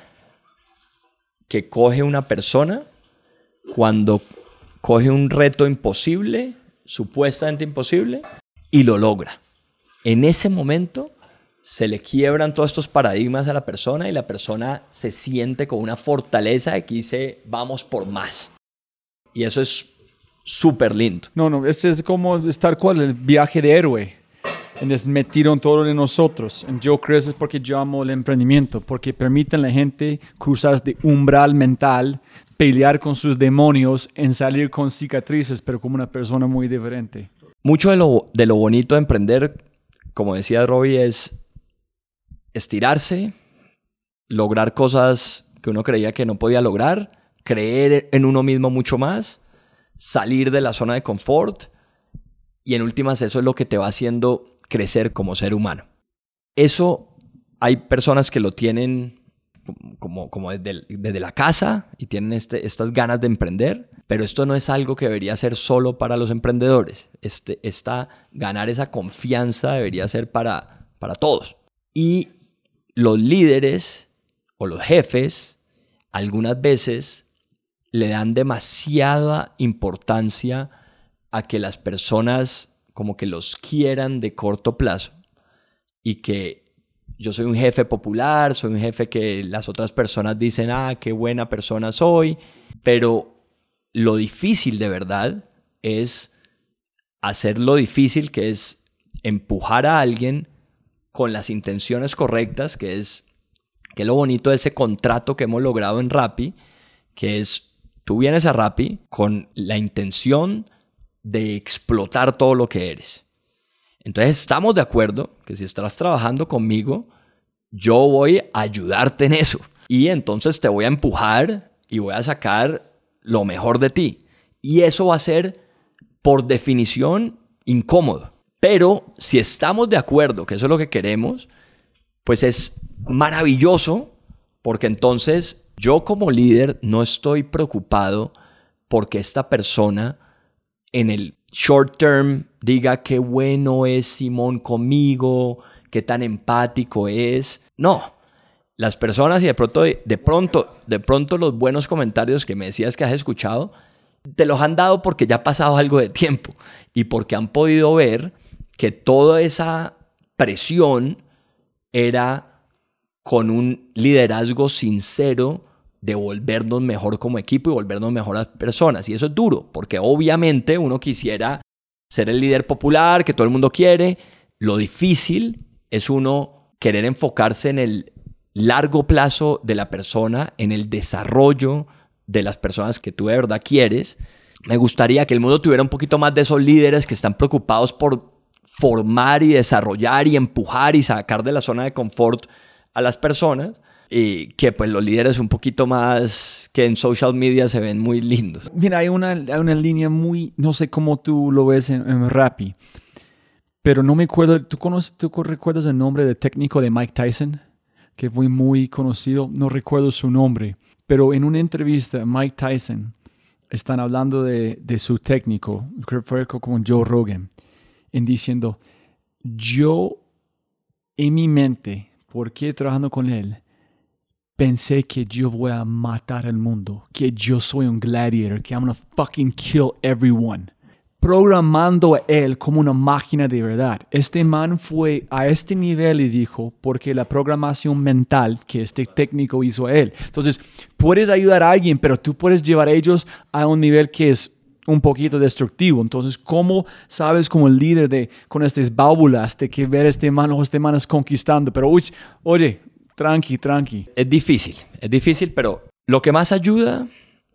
que coge una persona cuando coge un reto imposible, supuestamente imposible, y lo logra. En ese momento se le quiebran todos estos paradigmas a la persona y la persona se siente con una fortaleza de que dice, vamos por más. Y eso es súper lindo. No, no, este es como estar con el viaje de héroe. Les metieron todo de nosotros. Yo creo que es porque yo amo el emprendimiento, porque permiten a la gente cruzar de umbral mental, pelear con sus demonios, en salir con cicatrices, pero como una persona muy diferente. Mucho de lo, de lo bonito de emprender, como decía Robbie, es estirarse, lograr cosas que uno creía que no podía lograr, creer en uno mismo mucho más, salir de la zona de confort, y en últimas eso es lo que te va haciendo crecer como ser humano. Eso hay personas que lo tienen como, como desde, desde la casa y tienen este, estas ganas de emprender, pero esto no es algo que debería ser solo para los emprendedores. Este, esta, ganar esa confianza debería ser para, para todos. Y los líderes o los jefes algunas veces le dan demasiada importancia a que las personas como que los quieran de corto plazo y que yo soy un jefe popular, soy un jefe que las otras personas dicen, ah, qué buena persona soy, pero lo difícil de verdad es hacer lo difícil, que es empujar a alguien con las intenciones correctas, que es, que es lo bonito de ese contrato que hemos logrado en Rappi, que es, tú vienes a Rappi con la intención de explotar todo lo que eres. Entonces estamos de acuerdo que si estás trabajando conmigo, yo voy a ayudarte en eso. Y entonces te voy a empujar y voy a sacar lo mejor de ti. Y eso va a ser, por definición, incómodo. Pero si estamos de acuerdo que eso es lo que queremos, pues es maravilloso, porque entonces yo como líder no estoy preocupado porque esta persona en el short term diga qué bueno es Simón conmigo, qué tan empático es. No, las personas y de pronto, de pronto, de pronto los buenos comentarios que me decías que has escuchado, te los han dado porque ya ha pasado algo de tiempo y porque han podido ver que toda esa presión era con un liderazgo sincero de volvernos mejor como equipo y volvernos mejores personas. Y eso es duro, porque obviamente uno quisiera ser el líder popular que todo el mundo quiere. Lo difícil es uno querer enfocarse en el largo plazo de la persona, en el desarrollo de las personas que tú de verdad quieres. Me gustaría que el mundo tuviera un poquito más de esos líderes que están preocupados por formar y desarrollar y empujar y sacar de la zona de confort a las personas. Y que pues los líderes un poquito más que en social media se ven muy lindos. Mira, hay una, hay una línea muy, no sé cómo tú lo ves en, en Rappi, pero no me acuerdo, ¿tú, conoces, ¿tú recuerdas el nombre del técnico de Mike Tyson? Que fue muy conocido, no recuerdo su nombre, pero en una entrevista Mike Tyson están hablando de, de su técnico, fue como Joe Rogan, en diciendo, yo en mi mente, ¿por qué trabajando con él? Pensé que yo voy a matar al mundo, que yo soy un gladiator, que I'm gonna fucking kill everyone. Programando a él como una máquina de verdad. Este man fue a este nivel y dijo, porque la programación mental que este técnico hizo a él. Entonces, puedes ayudar a alguien, pero tú puedes llevar a ellos a un nivel que es un poquito destructivo. Entonces, ¿cómo sabes como el líder de con estas válvulas de que ver este man o este man es conquistando? Pero, uy, oye, tranqui, tranqui. Es difícil, es difícil, pero lo que más ayuda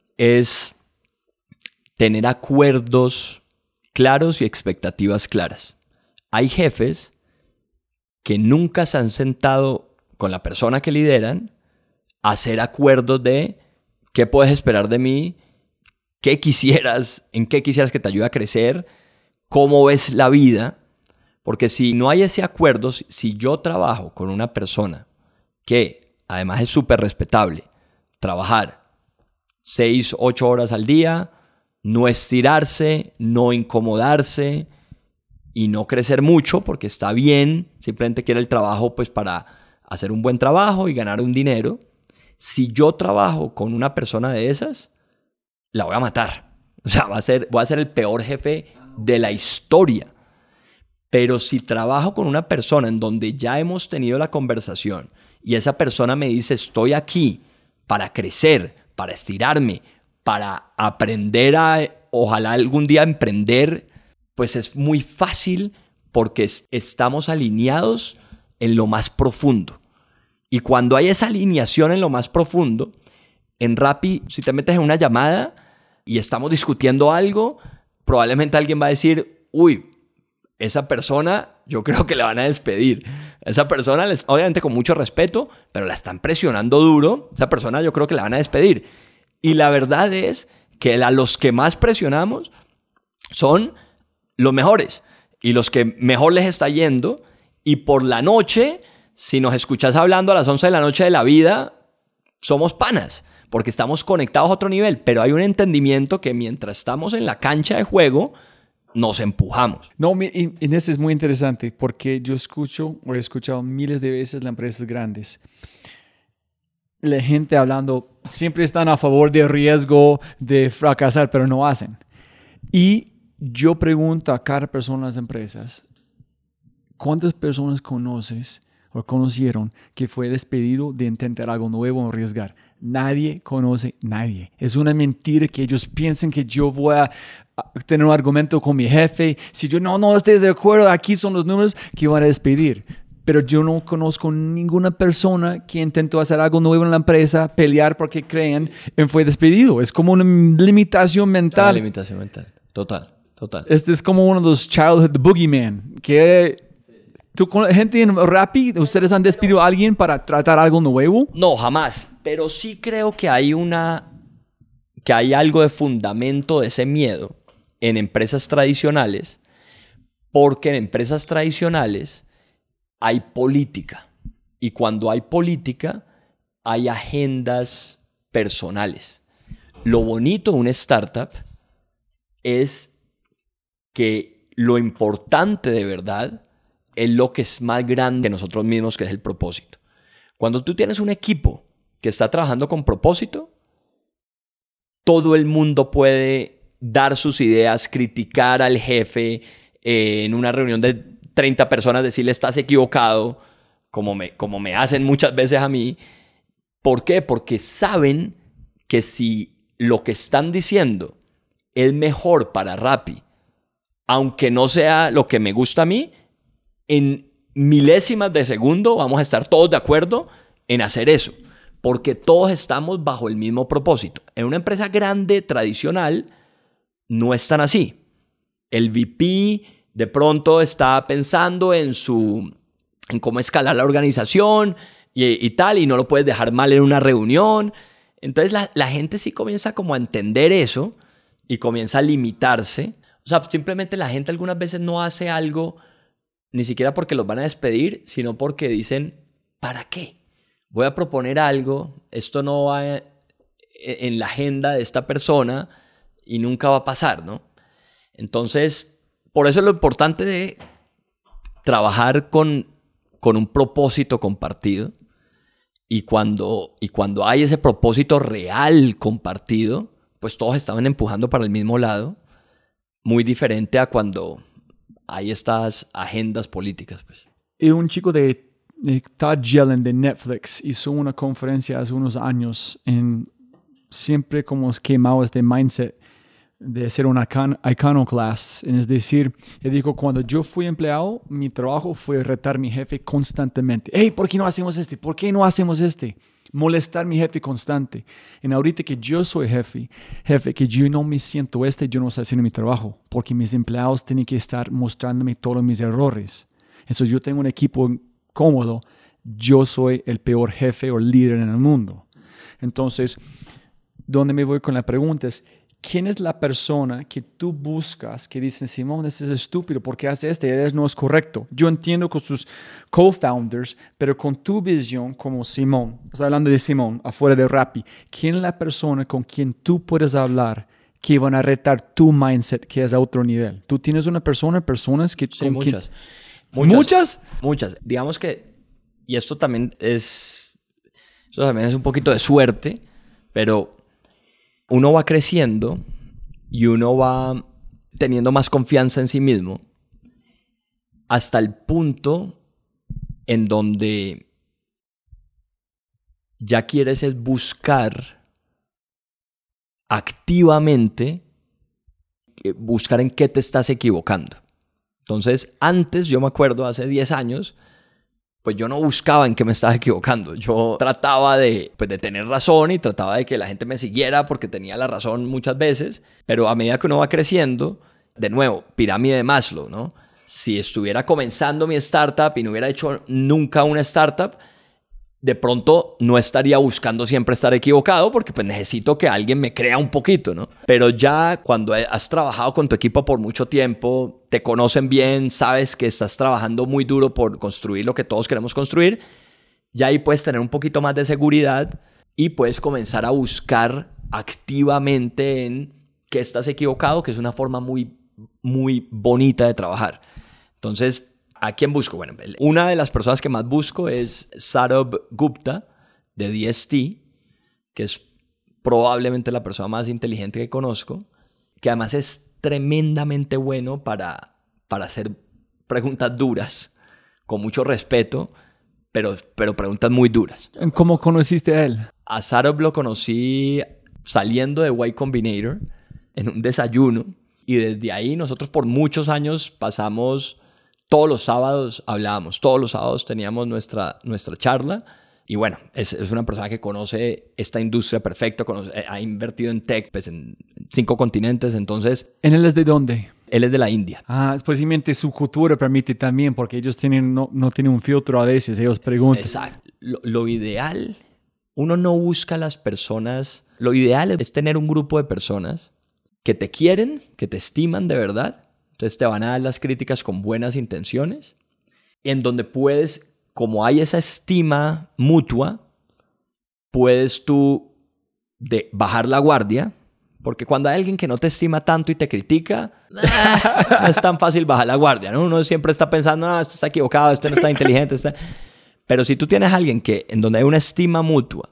es tener acuerdos claros y expectativas claras. Hay jefes que nunca se han sentado con la persona que lideran a hacer acuerdos de qué puedes esperar de mí, qué quisieras, en qué quisieras que te ayude a crecer, cómo ves la vida. Porque si no hay ese acuerdo, si yo trabajo con una persona que además es súper respetable, trabajar seis, ocho horas al día, no estirarse, no incomodarse y no crecer mucho porque está bien, simplemente quiere el trabajo pues para hacer un buen trabajo y ganar un dinero. Si yo trabajo con una persona de esas, la voy a matar. O sea, va a ser, voy a ser el peor jefe de la historia. Pero si trabajo con una persona en donde ya hemos tenido la conversación y esa persona me dice, estoy aquí para crecer, para estirarme, para aprender a, ojalá algún día emprender, pues es muy fácil porque estamos alineados en lo más profundo. Y cuando hay esa alineación en lo más profundo, en Rappi, si te metes en una llamada y estamos discutiendo algo, probablemente alguien va a decir, uy, esa persona yo creo que le van a despedir. Esa persona, obviamente con mucho respeto, pero la están presionando duro. Esa persona yo creo que la van a despedir. Y la verdad es que a los que más presionamos son los mejores y los que mejor les está yendo. Y por la noche, si nos escuchas hablando a las once de la noche de la vida, somos panas, porque estamos conectados a otro nivel. Pero hay un entendimiento que mientras estamos en la cancha de juego, nos empujamos. No, y, y eso es muy interesante porque yo escucho o he escuchado miles de veces las empresas grandes. La gente hablando siempre están a favor del riesgo de fracasar, pero no hacen. Y yo pregunto a cada persona en las empresas, ¿cuántas personas conoces o conocieron que fue despedido de intentar algo nuevo o arriesgar? Nadie conoce a nadie. Es una mentira que ellos piensen que yo voy a tener un argumento con mi jefe. Si yo no, no estoy de acuerdo, aquí son los números que van a despedir. Pero yo no conozco ninguna persona que intentó hacer algo nuevo en la empresa, pelear porque creen y fue despedido. Es como una limitación mental. Una limitación mental. Total, total. Este es como uno de los childhood boogeyman. Que ¿tú, con gente en Rappi, ustedes han despedido a alguien para tratar algo nuevo? No, jamás. Pero sí creo que hay una... que hay algo de fundamento de ese miedo en empresas tradicionales, porque en empresas tradicionales hay política. Y cuando hay política, hay agendas personales. Lo bonito de una startup es que lo importante de verdad es lo que es más grande que nosotros mismos, que es el propósito. Cuando tú tienes un equipo que está trabajando con propósito, todo el mundo puede dar sus ideas, criticar al jefe eh, en una reunión de treinta personas, decirle estás equivocado, como me, como me hacen muchas veces a mí. ¿Por qué? Porque saben que si lo que están diciendo es mejor para Rappi, aunque no sea lo que me gusta a mí, en milésimas de segundo vamos a estar todos de acuerdo en hacer eso, porque todos estamos bajo el mismo propósito. En una empresa grande, tradicional, no es tan así. El V P de pronto está pensando en, su, en cómo escalar la organización y, y tal, y no lo puedes dejar mal en una reunión. Entonces la, la gente sí comienza como a entender eso y comienza a limitarse. O sea, simplemente la gente algunas veces no hace algo ni siquiera porque los van a despedir, sino porque dicen, ¿para qué? Voy a proponer algo, esto no va en la agenda de esta persona y nunca va a pasar, ¿no? Entonces, por eso es lo importante de trabajar con, con un propósito compartido. Y cuando, y cuando hay ese propósito real compartido, pues todos estaban empujando para el mismo lado, muy diferente a cuando hay estas agendas políticas, pues. Y un chico de, de Todd Gillen de Netflix hizo una conferencia hace unos años en siempre como quemado este mindset de ser un icon, iconoclast. Es decir, él dijo, cuando yo fui empleado, mi trabajo fue retar a mi jefe constantemente. Hey, ¿por qué no hacemos este? ¿Por qué no hacemos este? Molestar a mi jefe constante. Y ahorita que yo soy jefe, jefe, que yo no me siento este, yo no estoy haciendo mi trabajo, porque mis empleados tienen que estar mostrándome todos mis errores. Entonces yo tengo un equipo cómodo, yo soy el peor jefe o líder en el mundo. Entonces, ¿dónde me voy con la pregunta? Es, ¿quién es la persona que tú buscas que dicen, Simón, ese es estúpido, ¿por qué hace este? Eso no es correcto. Yo entiendo con sus co-founders, pero con tu visión como Simón, estoy hablando de Simón, afuera de Rappi, ¿quién es la persona con quien tú puedes hablar que van a retar tu mindset, que es a otro nivel? ¿Tú tienes una persona, personas que... Sí, con muchas. quien... muchas. ¿Muchas? Muchas. Digamos que, y esto también es, esto también es un poquito de suerte, pero uno va creciendo y uno va teniendo más confianza en sí mismo hasta el punto en donde ya quieres es buscar activamente, buscar en qué te estás equivocando. Entonces, antes, yo me acuerdo, hace diez años, pues yo no buscaba en qué me estaba equivocando. Yo trataba de, pues de tener razón y trataba de que la gente me siguiera porque tenía la razón muchas veces. Pero a medida que uno va creciendo, de nuevo, pirámide de Maslow, ¿no? Si estuviera comenzando mi startup y no hubiera hecho nunca una startup, de pronto no estaría buscando siempre estar equivocado porque pues necesito que alguien me crea un poquito, ¿no? Pero ya cuando has trabajado con tu equipo por mucho tiempo, te conocen bien, sabes que estás trabajando muy duro por construir lo que todos queremos construir, ya ahí puedes tener un poquito más de seguridad y puedes comenzar a buscar activamente en qué estás equivocado, que es una forma muy, muy bonita de trabajar. Entonces, ¿a quién busco? Bueno, una de las personas que más busco es Saurabh Gupta de D S T, que es probablemente la persona más inteligente que conozco, que además es tremendamente bueno para, para hacer preguntas duras, con mucho respeto, pero, pero preguntas muy duras. ¿Cómo conociste a él? A Sarob lo conocí saliendo de Y Combinator en un desayuno, y desde ahí nosotros por muchos años pasamos, todos los sábados hablábamos, todos los sábados teníamos nuestra, nuestra charla. Y bueno, es, es una persona que conoce esta industria perfecto, conoce, ha invertido en tech pues, en cinco continentes, entonces... ¿En él es de dónde? Él es de la India. Ah, posiblemente su cultura permite también, porque ellos tienen, no, no tienen un filtro a veces, ellos preguntan. Exacto. Lo, lo ideal, uno no busca a las personas, lo ideal es tener un grupo de personas que te quieren, que te estiman de verdad, entonces te van a dar las críticas con buenas intenciones, en donde puedes... Como hay esa estima mutua, puedes tú de bajar la guardia, porque cuando hay alguien que no te estima tanto y te critica, no es tan fácil bajar la guardia, ¿no? Uno siempre está pensando, no, este está equivocado, este no está inteligente. Este... Pero si tú tienes a alguien que, en donde hay una estima mutua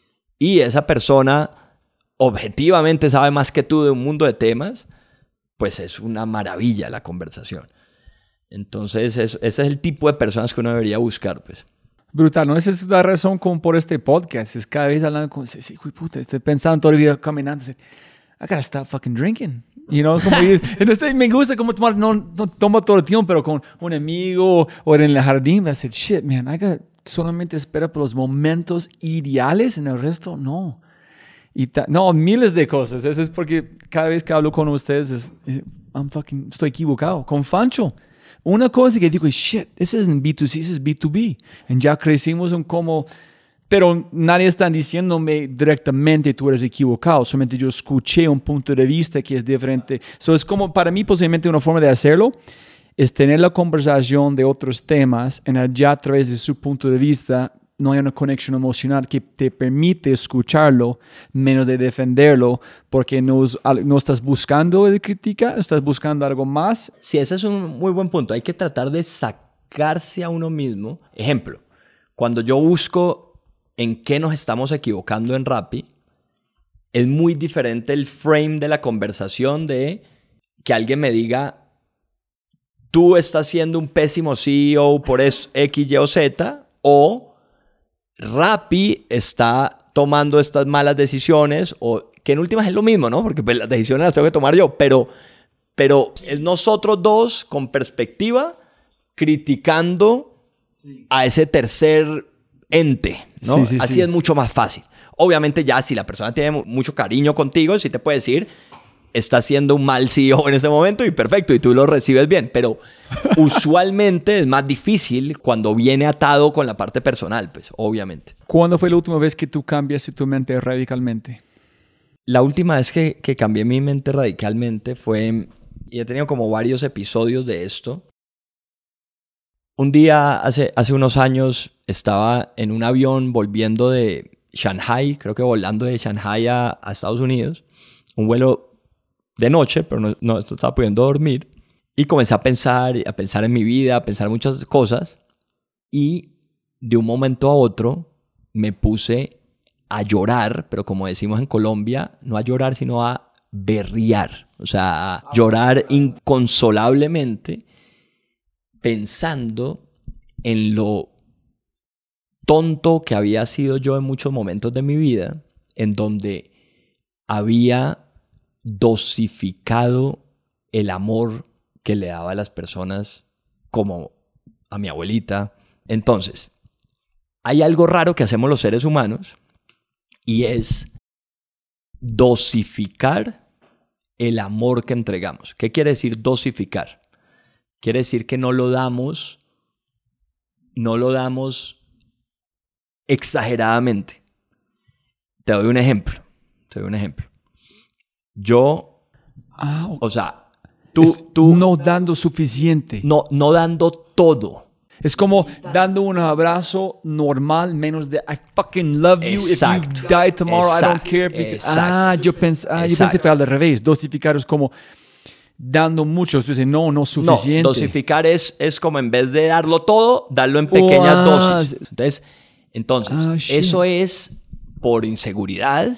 y esa persona objetivamente sabe más que tú de un mundo de temas, pues es una maravilla la conversación. Entonces, es, ese es el tipo de personas que uno debería buscar, pues. Brutal, ¿no? Esa es la razón como por este podcast. Es cada vez hablando con... Sí, hijo de puta, estoy pensando todo el día caminando. I gotta stop fucking drinking. You know, como... Entonces, me gusta como tomar... No, no tomo todo el tiempo, pero con un amigo o en el jardín. I said, shit, man, I gotta solamente espera por los momentos ideales. En el resto, no. Y ta... No, miles de cosas. Eso es porque cada vez que hablo con ustedes, es, I'm fucking... estoy equivocado. Con Fancho. Una cosa que digo, shit, this isn't B dos C, this is B dos B. Y ya crecimos en cómo... Pero nadie está diciéndome directamente tú eres equivocado. Solamente yo escuché un punto de vista que es diferente. So, es como, para mí, posiblemente una forma de hacerlo es tener la conversación de otros temas en allá a través de su punto de vista. No hay una conexión emocional que te permite escucharlo, menos de defenderlo, porque no, no estás buscando de crítica, estás buscando algo más. Sí, ese es un muy buen punto. Hay que tratar de sacarse a uno mismo. Ejemplo, cuando yo busco en qué nos estamos equivocando en Rappi, es muy diferente el frame de la conversación de que alguien me diga, tú estás siendo un pésimo C E O por X, Y o Z, o Rappi está tomando estas malas decisiones, o que en últimas es lo mismo, ¿no? Porque pues, las decisiones las tengo que tomar yo, pero, pero es nosotros dos con perspectiva criticando sí. a ese tercer ente, ¿no? Sí, sí, Así sí. es mucho más fácil. Obviamente ya si la persona tiene mucho cariño contigo, sí te puede decir, está siendo un mal C E O en ese momento y perfecto, y tú lo recibes bien, pero usualmente es más difícil cuando viene atado con la parte personal, pues, obviamente. ¿Cuándo fue la última vez que tú cambiaste tu mente radicalmente? La última vez que, que cambié mi mente radicalmente fue, y he tenido como varios episodios de esto. Un día, hace, hace unos años, estaba en un avión volviendo de Shanghai, creo que volando de Shanghai a, a Estados Unidos, un vuelo de noche, pero no, no estaba pudiendo dormir. Y comencé a pensar, a pensar en mi vida, a pensar muchas cosas. Y de un momento a otro me puse a llorar, pero como decimos en Colombia, no a llorar, sino a berrear. O sea, a llorar inconsolablemente pensando en lo tonto que había sido yo en muchos momentos de mi vida, en donde había dosificado el amor que le daba a las personas, como a mi abuelita. Entonces, hay algo raro que hacemos los seres humanos y es dosificar el amor que entregamos. ¿Qué quiere decir dosificar? Quiere decir que no lo damos, no lo damos exageradamente. Te doy un ejemplo. Te doy un ejemplo. Yo, ah, o sea, tú, tú... No dando suficiente. No, no dando todo. Es como dando un abrazo normal, menos de I fucking love you. Exacto. If you die tomorrow, Exacto. I don't care. Because, Exacto. Ah, yo, pens, ah, yo pensé que fue al revés. Dosificar es como dando mucho. Entonces, no, no suficiente. No, dosificar es, es como en vez de darlo todo, darlo en pequeñas oh, dosis. Entonces, entonces oh, eso es por inseguridad.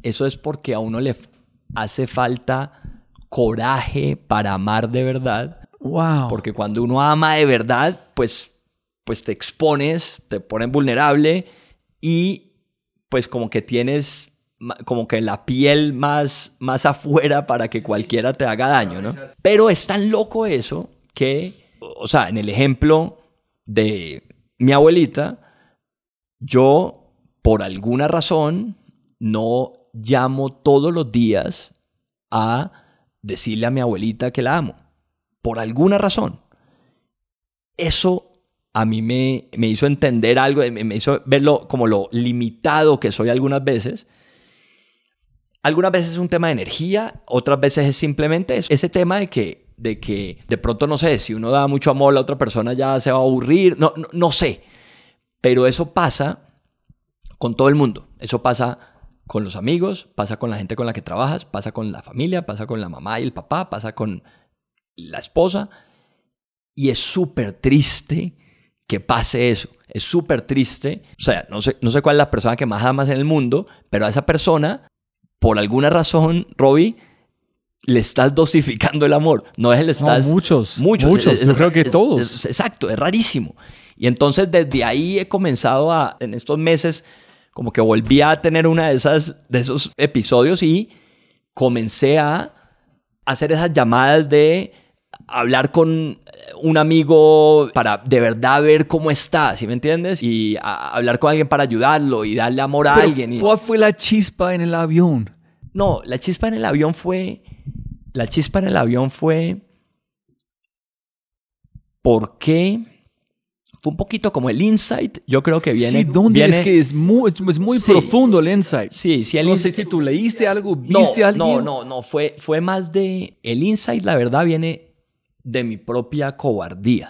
eso es porque a uno le hace falta coraje para amar de verdad. Wow. Porque cuando uno ama de verdad, pues, pues te expones, te pones vulnerable y pues como que tienes como que la piel más, más afuera para que cualquiera te haga daño, ¿no? Pero es tan loco eso que, o sea, en el ejemplo de mi abuelita, yo por alguna razón no llamo todos los días a decirle a mi abuelita que la amo. Por alguna razón. Eso a mí me, me hizo entender algo, me, me hizo verlo como lo limitado que soy algunas veces. Algunas veces es un tema de energía, otras veces es simplemente eso. Ese tema de que, de que de pronto, no sé, si uno da mucho amor, la otra persona ya se va a aburrir, no, no, no sé. Pero eso pasa con todo el mundo. Eso pasa con los amigos, pasa con la gente con la que trabajas, pasa con la familia, pasa con la mamá y el papá, pasa con la esposa. Y es súper triste que pase eso. Es súper triste. O sea, no sé, no sé cuál es la persona que más amas en el mundo, pero a esa persona, por alguna razón, Robbie, le estás dosificando el amor. No es el estás... No, muchos. Muchos. Muchos. Es, es, Yo creo que es, todos. Es, es, exacto, es rarísimo. Y entonces desde ahí he comenzado a, en estos meses, como que volví a tener una de esas, de esos episodios y comencé a hacer esas llamadas de hablar con un amigo para de verdad ver cómo está, ¿sí me entiendes? Y a, hablar con alguien para ayudarlo y darle amor a Pero, alguien. Y... ¿cuál fue la chispa en el avión? No, la chispa en el avión fue... La chispa en el avión fue... ¿Por qué? Fue un poquito como el insight. Yo creo que viene... Sí, ¿dónde viene, es que es muy, es muy sí, profundo el insight? Sí, sí. El no insight, sé si tú leíste algo, no, viste a alguien. No, no, no. Fue, fue más de... El insight, la verdad, viene de mi propia cobardía.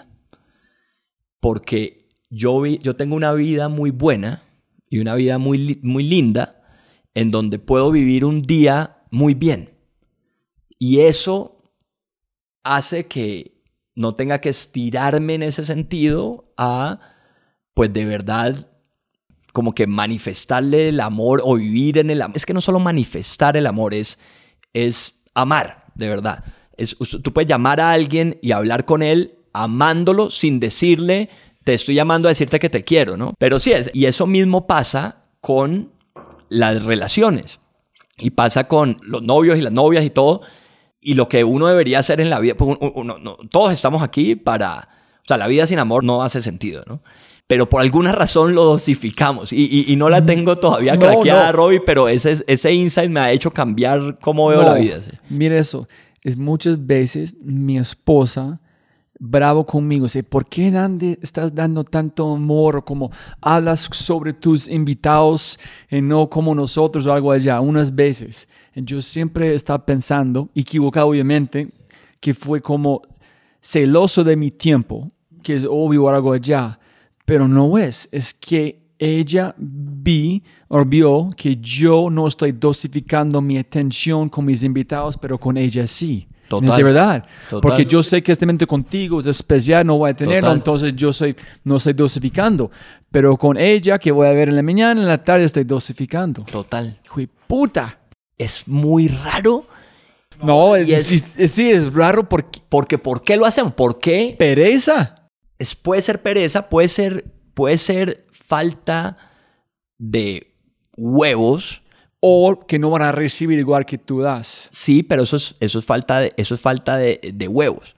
Porque yo, vi, yo tengo una vida muy buena y una vida muy, muy linda en donde puedo vivir un día muy bien. Y eso hace que no tenga que estirarme en ese sentido a, pues de verdad, como que manifestarle el amor o vivir en el amor. Es que no solo manifestar el amor, es, es amar, de verdad. Es, tú puedes llamar a alguien y hablar con él amándolo sin decirle, te estoy llamando a decirte que te quiero, ¿no? Pero sí es. Y eso mismo pasa con las relaciones. Y pasa con los novios y las novias y todo. Y lo que uno debería hacer en la vida, pues uno, uno, no, todos estamos aquí para... O sea, la vida sin amor no hace sentido, ¿no? Pero por alguna razón lo dosificamos. Y, y, y no la tengo todavía no, craqueada, no. Robbie, pero ese, ese insight me ha hecho cambiar cómo veo no, la vida. ¿Sí? Mira eso. Es muchas veces mi esposa bravo conmigo. Dice, ¿por qué dande, estás dando tanto amor? O como hablas sobre tus invitados y no como nosotros o algo allá. Unas veces. Yo siempre estaba pensando, equivocado obviamente, que fue como celoso de mi tiempo, que es obvio o algo allá. Pero no es. Es que ella vi o vio que yo no estoy dosificando mi atención con mis invitados, pero con ella sí. Total. Es de verdad. Total. Porque yo sé que este momento contigo es especial, no voy a tenerlo, Total. entonces yo soy, no estoy dosificando. Pero con ella, que voy a ver en la mañana, en la tarde, estoy dosificando. Total. Hijo de puta. Es muy raro. No, Y es, es- es- sí, es raro porque Porque ¿por qué lo hacemos? ¿Por qué? pereza. Es, puede ser pereza, puede ser, puede ser falta de huevos. O que no van a recibir igual que tú das. Sí, pero eso es, eso es falta de, eso es falta de, de huevos.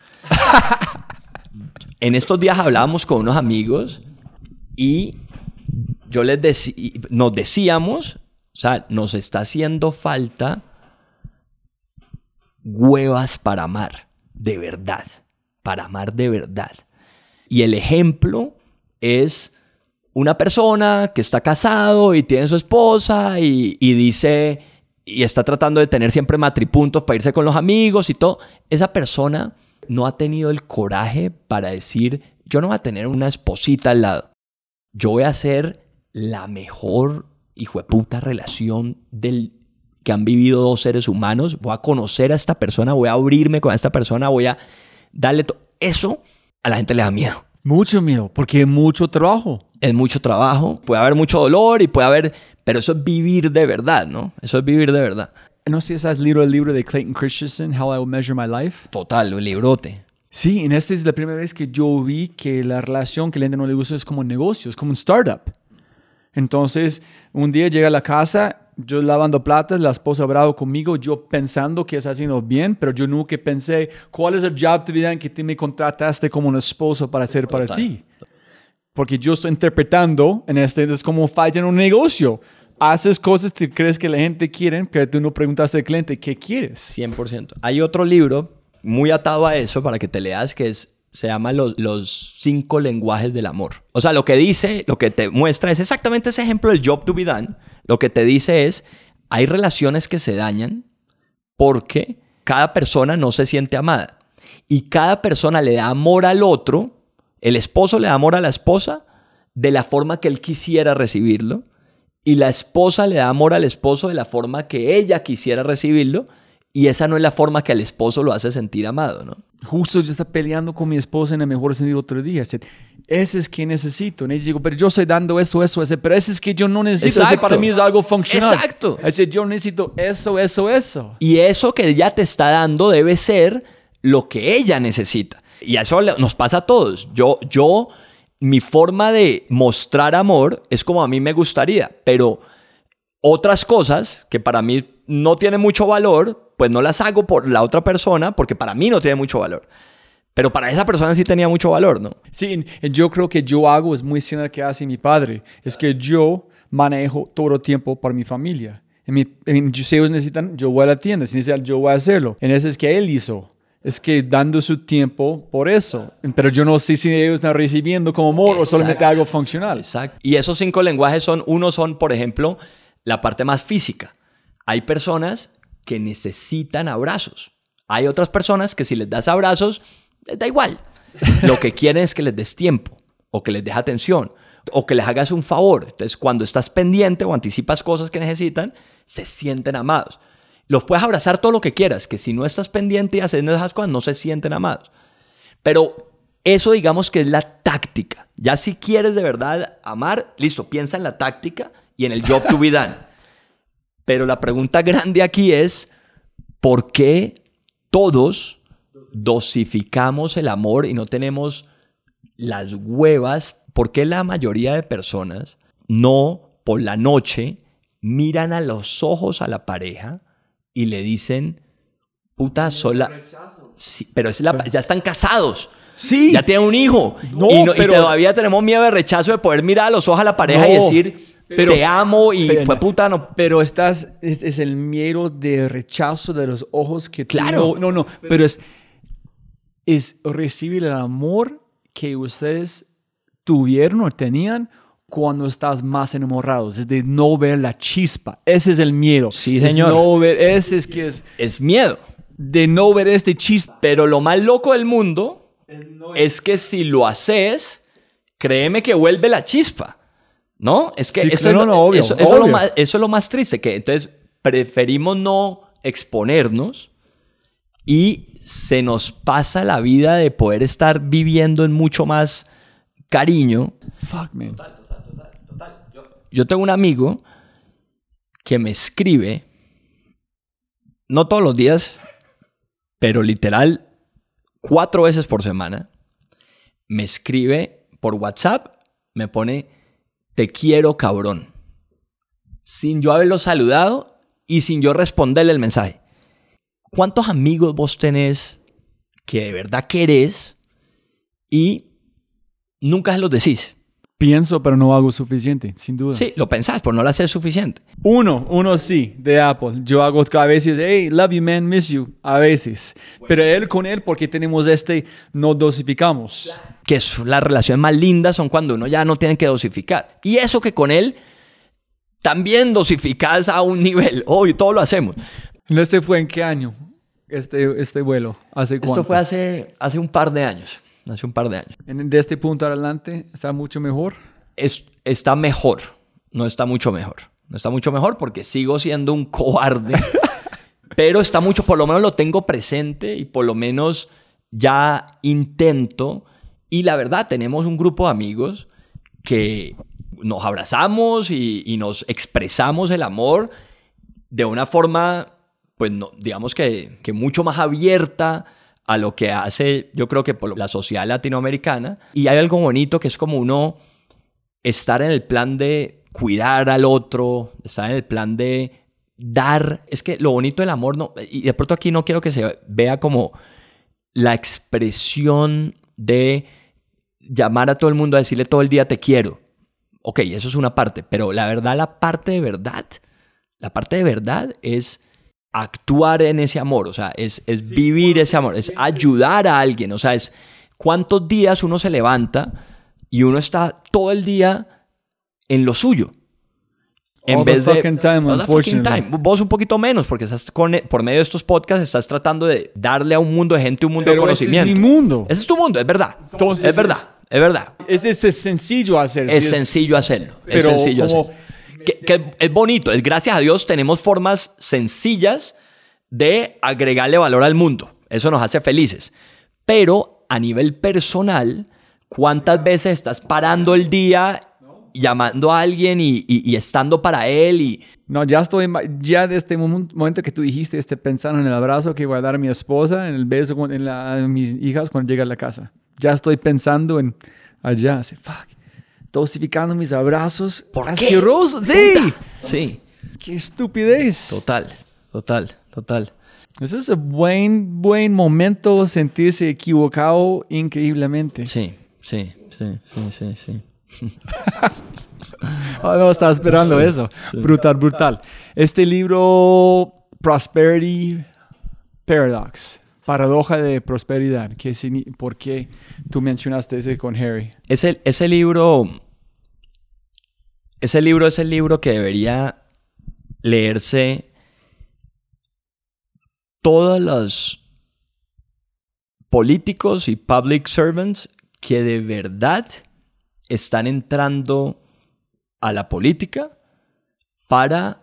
En estos días hablábamos con unos amigos y yo les decí- nos decíamos, o sea, nos está haciendo falta huevas para amar, de verdad, para amar de verdad. Y el ejemplo es una persona que está casado y tiene su esposa y, y dice, y está tratando de tener siempre matripuntos para irse con los amigos y todo. Esa persona no ha tenido el coraje para decir, yo no voy a tener una esposita al lado. Yo voy a hacer la mejor hijueputa relación del, que han vivido dos seres humanos. Voy a conocer a esta persona, voy a abrirme con esta persona, voy a darle todo. Eso a la gente le da miedo. Mucho miedo, porque es mucho trabajo. es mucho trabajo, puede haber mucho dolor y puede haber... Pero eso es vivir de verdad, ¿no? Eso es vivir de verdad. No sé si has leído el libro de Clayton Christensen, How I Will Measure My Life. Total, un librote. Sí, en esta es la primera vez que yo vi que la relación que a la gente no le gusta es como un negocio, es como un startup. Entonces, un día llega a la casa, yo lavando platos, la esposa bravo conmigo, yo pensando que está haciendo bien, pero yo nunca pensé, ¿cuál es el job de vida en que tú me contrataste como un esposo para hacer para ti? Porque yo estoy interpretando en este, es como falla en un negocio. Haces cosas que crees que la gente quiere, pero tú no preguntaste al cliente, ¿qué quieres? cien por ciento. Hay otro libro muy atado a eso para que te leas que es, se llama los, los cinco lenguajes del amor. O sea, lo que dice, lo que te muestra es exactamente ese ejemplo del job to be done. Lo que te dice es, hay relaciones que se dañan porque cada persona no se siente amada. Y cada persona le da amor al otro, el esposo le da amor a la esposa de la forma que él quisiera recibirlo. Y la esposa le da amor al esposo de la forma que ella quisiera recibirlo. Y esa no es la forma que al esposo lo hace sentir amado, ¿no? Justo yo estaba peleando con mi esposa en el mejor sentido otro día. Ese es que necesito. Y digo, pero yo estoy dando eso, eso, ese. Pero ese es que yo no necesito. Ese para mí es algo funcional. Exacto. Ese yo necesito eso, eso, eso. Y eso que ella te está dando debe ser lo que ella necesita. Y eso nos pasa a todos. Yo... yo Mi forma de mostrar amor es como a mí me gustaría, pero otras cosas que para mí no tienen mucho valor, pues no las hago por la otra persona porque para mí no tiene mucho valor. Pero para esa persona sí tenía mucho valor, ¿no? Sí, yo creo que yo hago es muy similar a lo que hace mi padre. Es que yo manejo todo el tiempo para mi familia. En mi, en, si ellos necesitan, yo voy a la tienda. Si necesitan, yo voy a hacerlo. En ese es que él hizo. Es que dando su tiempo por eso. Pero yo no sé si ellos están recibiendo como amor Exacto. o solamente algo funcional. Exacto. Y esos cinco lenguajes son, uno son, por ejemplo, la parte más física. Hay personas que necesitan abrazos. Hay otras personas que si les das abrazos, les da igual. Lo que quieren es que les des tiempo, o que les des atención, o que les hagas un favor. Entonces, cuando estás pendiente o anticipas cosas que necesitan, se sienten amados. Los puedes abrazar todo lo que quieras, que si no estás pendiente y haciendo esas cosas, no se sienten amados. Pero eso digamos que es la táctica. Ya si quieres de verdad amar, listo, piensa en la táctica y en el job to be done. Pero la pregunta grande aquí es, ¿por qué todos dosificamos el amor y no tenemos las huevas? ¿Por qué la mayoría de personas no por la noche miran a los ojos a la pareja y le dicen, puta, sola... Sí, pero es la... ya están casados. Sí. Ya tienen un hijo. No, y, no pero... y todavía tenemos miedo de rechazo de poder mirar a los ojos a la pareja no, y decir, pero, te amo y pero, pues puta, no... Pero estás... Es, es el miedo de rechazo de los ojos que... Claro. No, no, no. Pero es... Es recibir el amor que ustedes tuvieron o tenían cuando estás más enamorados, es de no ver la chispa. Ese es el miedo. Sí, señor. Es no ver, ese es que es... Es miedo. De no ver este chispa. Pero lo más loco del mundo es, no es... es que si lo haces, créeme que vuelve la chispa. ¿No? Es que sí, eso, no, es, no, obvio, eso, obvio. Eso, es lo más, eso es lo más triste, que entonces preferimos no exponernos y se nos pasa la vida de poder estar viviendo en mucho más cariño. Fuck, man. Total, total, total, total. Yo, yo tengo un amigo que me escribe, no todos los días, pero literal cuatro veces por semana. Me escribe por WhatsApp, me pone, te quiero, cabrón. Sin yo haberlo saludado y sin yo responderle el mensaje. ¿Cuántos amigos vos tenés que de verdad querés y nunca se los decís? Pienso, pero no hago suficiente, sin duda. Sí, lo pensás, pero no lo haces suficiente. Uno, uno sí, de Apple. Yo hago a veces, hey, love you, man, miss you, a veces. Bueno. Pero él con él, porque tenemos este, no dosificamos. Que es las relaciones más lindas son cuando uno ya no tiene que dosificar. Y eso que con él también dosificás a un nivel. Obvio, todo lo hacemos. ¿Este fue en qué año? Este, este vuelo, ¿hace cuánto? Esto fue hace, hace un par de años. Hace un par de años. ¿De este punto adelante está mucho mejor? Es, está mejor. No está mucho mejor. No está mucho mejor porque sigo siendo un cobarde. Pero está mucho, por lo menos lo tengo presente y por lo menos ya intento. Y la verdad, tenemos un grupo de amigos que nos abrazamos y, y nos expresamos el amor de una forma, pues no, digamos que, que mucho más abierta a lo que hace, yo creo que por la sociedad latinoamericana. Y hay algo bonito que es como uno estar en el plan de cuidar al otro, estar en el plan de dar. Es que lo bonito del amor, no, y de pronto aquí no quiero que se vea como la expresión de llamar a todo el mundo a decirle todo el día te quiero. Ok, eso es una parte, pero la verdad, la parte de verdad, la parte de verdad es actuar en ese amor, o sea, es, es sí, vivir ese amor, es ayudar a alguien, o sea, es cuántos días uno se levanta y uno está todo el día en lo suyo. En All vez the de fucking time, all the fucking unfortunately. time. Vos un poquito menos, porque estás con, por medio de estos podcasts estás tratando de darle a un mundo de gente un mundo Pero de ese conocimiento. es mi mundo. Ese es tu mundo, es verdad. Entonces es verdad, es- es verdad. Es, es sencillo hacer. Es sí, sencillo hacerlo. Es Pero sencillo como- hacerlo. Que, que es bonito. Es gracias a Dios tenemos formas sencillas de agregarle valor al mundo. Eso nos hace felices. Pero a nivel personal, ¿cuántas veces estás parando el día, llamando a alguien y, y, y estando para él? Y No, ya estoy, ya desde este mom- momento que tú dijiste, estoy pensando en el abrazo que voy a dar a mi esposa, en el beso con, en la, a mis hijas cuando llegue a la casa. Ya estoy pensando en allá, así, fuck, dosificando mis abrazos. ¿Por qué? Asqueroso, sí. sí, Qué estupidez. total, total, total. Ese es un buen, buen momento sentirse equivocado increíblemente. Sí, sí, sí, sí, sí, sí. Oh, no, estaba esperando eso. Brutal, brutal. Este libro, Prosperity Paradox, paradoja de prosperidad. ¿Qué signi- ¿Por qué tú mencionaste ese con Harry? Ese, ese libro, ese libro es el libro que debería leerse todos los políticos y public servants que de verdad están entrando a la política para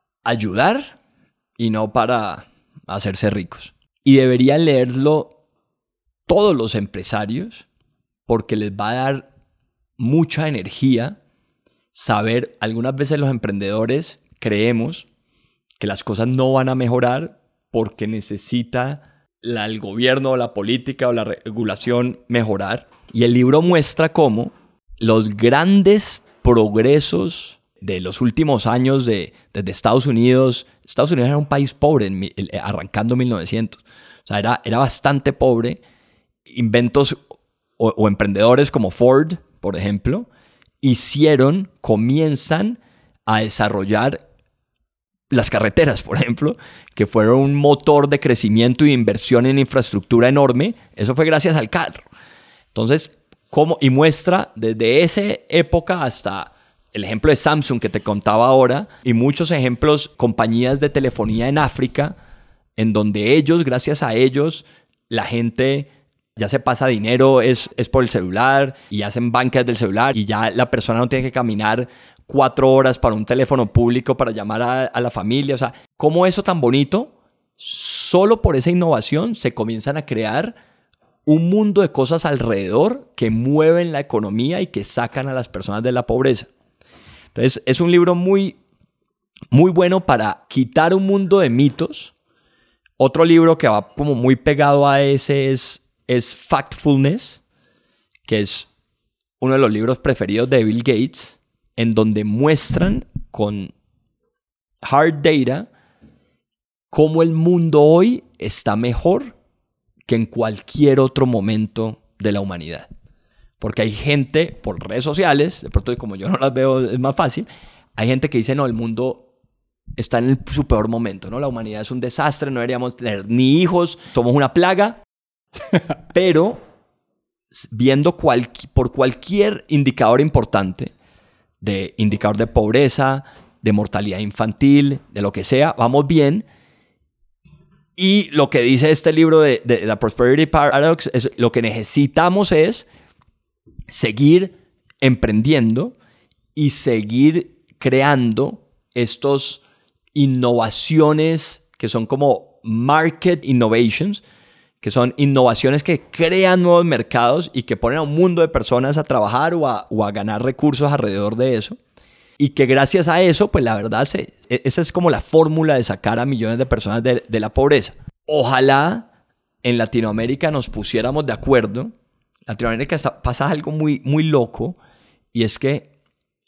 ayudar y no para hacerse ricos. Y deberían leerlo todos los empresarios porque les va a dar mucha energía saber. Algunas veces los emprendedores creemos que las cosas no van a mejorar porque necesita la, el gobierno o la política o la regulación mejorar. Y el libro muestra cómo los grandes progresos de los últimos años de, desde Estados Unidos. Estados Unidos era un país pobre en, el, arrancando mil novecientos. O sea, era, era bastante pobre. Inventos o, o emprendedores como Ford, por ejemplo, hicieron, comienzan a desarrollar las carreteras, por ejemplo, que fueron un motor de crecimiento y inversión en infraestructura enorme. Eso fue gracias al carro. Entonces, ¿cómo? Y muestra desde esa época hasta el ejemplo de Samsung que te contaba ahora y muchos ejemplos, compañías de telefonía en África, en donde ellos, gracias a ellos, la gente ya se pasa dinero, es, es por el celular y hacen bancas del celular y ya la persona no tiene que caminar cuatro horas para un teléfono público para llamar a, a la familia. O sea, ¿cómo eso tan bonito? Solo por esa innovación se comienzan a crear un mundo de cosas alrededor que mueven la economía y que sacan a las personas de la pobreza. Entonces, es un libro muy, muy bueno para quitar un mundo de mitos. Otro libro que va como muy pegado a ese es, es Factfulness, que es uno de los libros preferidos de Bill Gates, en donde muestran con hard data cómo el mundo hoy está mejor que en cualquier otro momento de la humanidad. Porque hay gente por redes sociales, de pronto como yo no las veo es más fácil, hay gente que dice, no, el mundo está en el, su peor momento, ¿no? La humanidad es un desastre, no deberíamos tener ni hijos, somos una plaga. Pero viendo cual, por cualquier indicador importante, de indicador de pobreza, de mortalidad infantil, de lo que sea, vamos bien. Y lo que dice este libro de, de, de The Prosperity Paradox es lo que necesitamos es seguir emprendiendo y seguir creando estos innovaciones que son como market innovations, que son innovaciones que crean nuevos mercados y que ponen a un mundo de personas a trabajar o a, o a ganar recursos alrededor de eso. Y que gracias a eso, pues la verdad, se, esa es como la fórmula de sacar a millones de personas de, de la pobreza. Ojalá en Latinoamérica nos pusiéramos de acuerdo. En Latinoamérica está, pasa algo muy, muy loco, y es que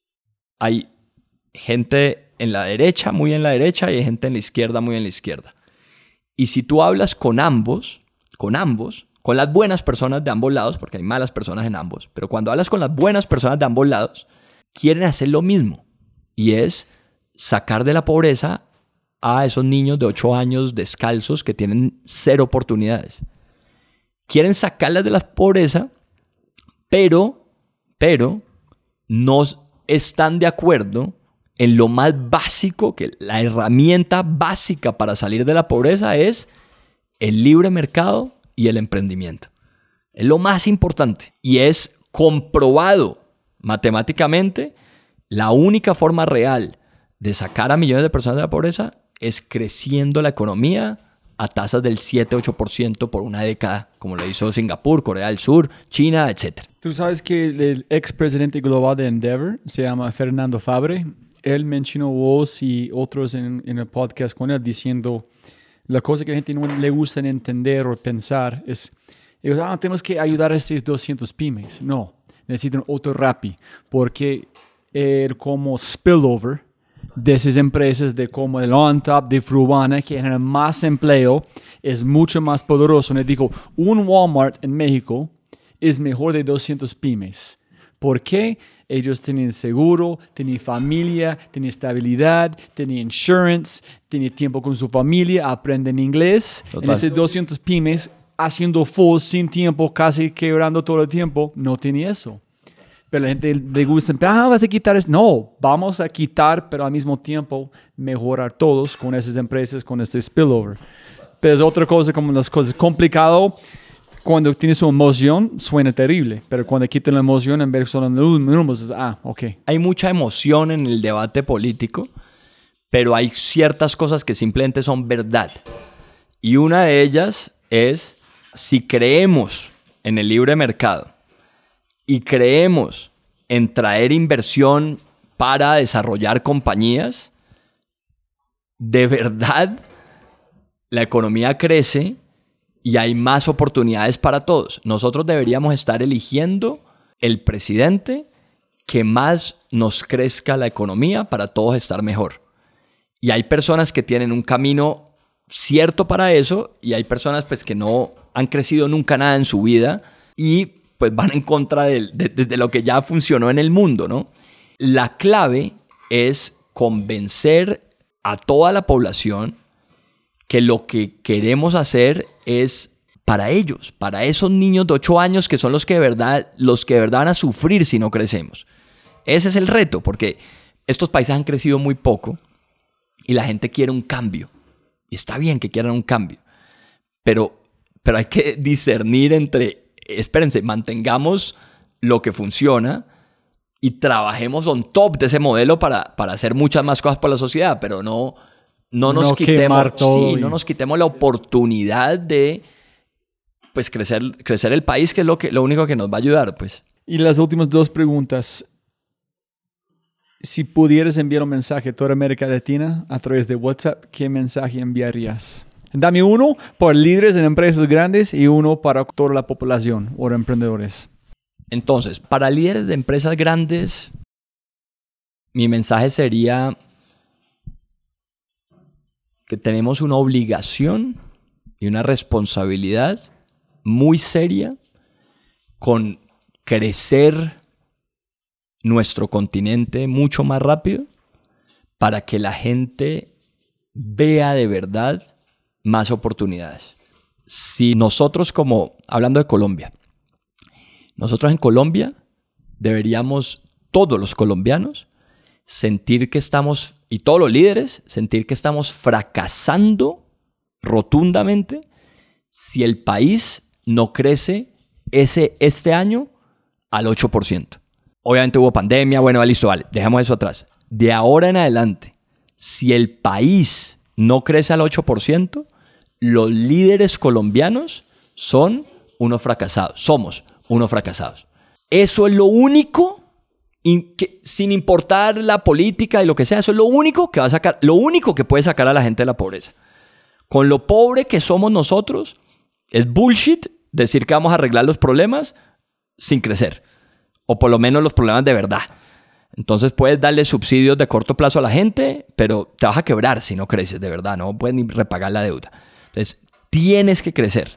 hay gente en la derecha, muy en la derecha, y hay gente en la izquierda, muy en la izquierda. Y si tú hablas con ambos, con ambos, con las buenas personas de ambos lados, porque hay malas personas en ambos, pero cuando hablas con las buenas personas de ambos lados, quieren hacer lo mismo, y es sacar de la pobreza a esos niños de ocho años descalzos que tienen cero oportunidades. Quieren sacarlas de la pobreza, pero, pero no están de acuerdo en lo más básico, que la herramienta básica para salir de la pobreza es el libre mercado y el emprendimiento. Es lo más importante y es comprobado matemáticamente. La única forma real de sacar a millones de personas de la pobreza es creciendo la economía a tasas del siete a ocho por ciento por una década, como lo hizo Singapur, Corea del Sur, China, etcétera. Tú sabes que el expresidente global de Endeavor se llama Fernando Fabre. Él mencionó vos y otros en, en el podcast con él diciendo la cosa que a la gente no le gusta entender o pensar es, ellos, ah, tenemos que ayudar a estos doscientos pymes. No, necesitan otro Rappi, porque el como spillover de esas empresas de como el on-top de Frubana, que generan más empleo, es mucho más poderoso. Les digo, un Walmart en México es mejor de doscientos pymes. ¿Por qué? Ellos tienen seguro, tienen familia, tienen estabilidad, tienen insurance, tienen tiempo con su familia, aprenden inglés. Total. En esos doscientos pymes, haciendo full, sin tiempo, casi quebrando todo el tiempo, no tiene eso. Pero la gente le gusta, ah, vas a quitar eso. No, vamos a quitar, pero al mismo tiempo mejorar todos con esas empresas, con este spillover. Pero es otra cosa, como las cosas complicadas. Cuando tienes una emoción, suena terrible. Pero cuando quitan la emoción, en vez de solo números, es, ah, ok. Hay mucha emoción en el debate político, pero hay ciertas cosas que simplemente son verdad. Y una de ellas es, si creemos en el libre mercado y creemos en traer inversión para desarrollar compañías, de verdad la economía crece y hay más oportunidades para todos. Nosotros deberíamos estar eligiendo el presidente que más nos crezca la economía para todos estar mejor. Y hay personas que tienen un camino cierto para eso y hay personas pues, que no han crecido nunca nada en su vida y pues van en contra de, de, de lo que ya funcionó en el mundo, ¿no? La clave es convencer a toda la población que lo que queremos hacer es para ellos, para esos niños de ocho años que son los que de verdad, los que de verdad van a sufrir si no crecemos. Ese es el reto, porque estos países han crecido muy poco y la gente quiere un cambio. Y está bien que quieran un cambio, pero, pero hay que discernir entre, espérense, mantengamos lo que funciona y trabajemos on top de ese modelo para, para hacer muchas más cosas por la sociedad, pero no... No nos, no quitemos, sí, y... no nos quitemos la oportunidad de pues, crecer, crecer el país, que es lo, que, lo único que nos va a ayudar. Pues. Y las últimas dos preguntas. Si pudieras enviar un mensaje a toda América Latina a través de WhatsApp, ¿qué mensaje enviarías? Dame uno para líderes en empresas grandes y uno para toda la población o emprendedores. Entonces, para líderes de empresas grandes, mi mensaje sería que tenemos una obligación y una responsabilidad muy seria con crecer nuestro continente mucho más rápido para que la gente vea de verdad más oportunidades. Si nosotros, como hablando de Colombia, nosotros en Colombia deberíamos, todos los colombianos, sentir que estamos, y todos los líderes, sentir que estamos fracasando rotundamente si el país no crece ese, este año al ocho por ciento. Obviamente hubo pandemia, bueno, listo, vale, dejemos eso atrás. De ahora en adelante, si el país no crece al ocho por ciento, los líderes colombianos son unos fracasados. Somos unos fracasados. Eso es lo único, que, sin importar la política y lo que sea, eso es lo único que va a sacar, lo único que puede sacar a la gente de la pobreza. Con lo pobre que somos nosotros, es bullshit decir que vamos a arreglar los problemas sin crecer. O por lo menos los problemas de verdad. Entonces puedes darle subsidios de corto plazo a la gente, pero te vas a quebrar si no creces de verdad. No puedes ni repagar la deuda. Entonces tienes que crecer.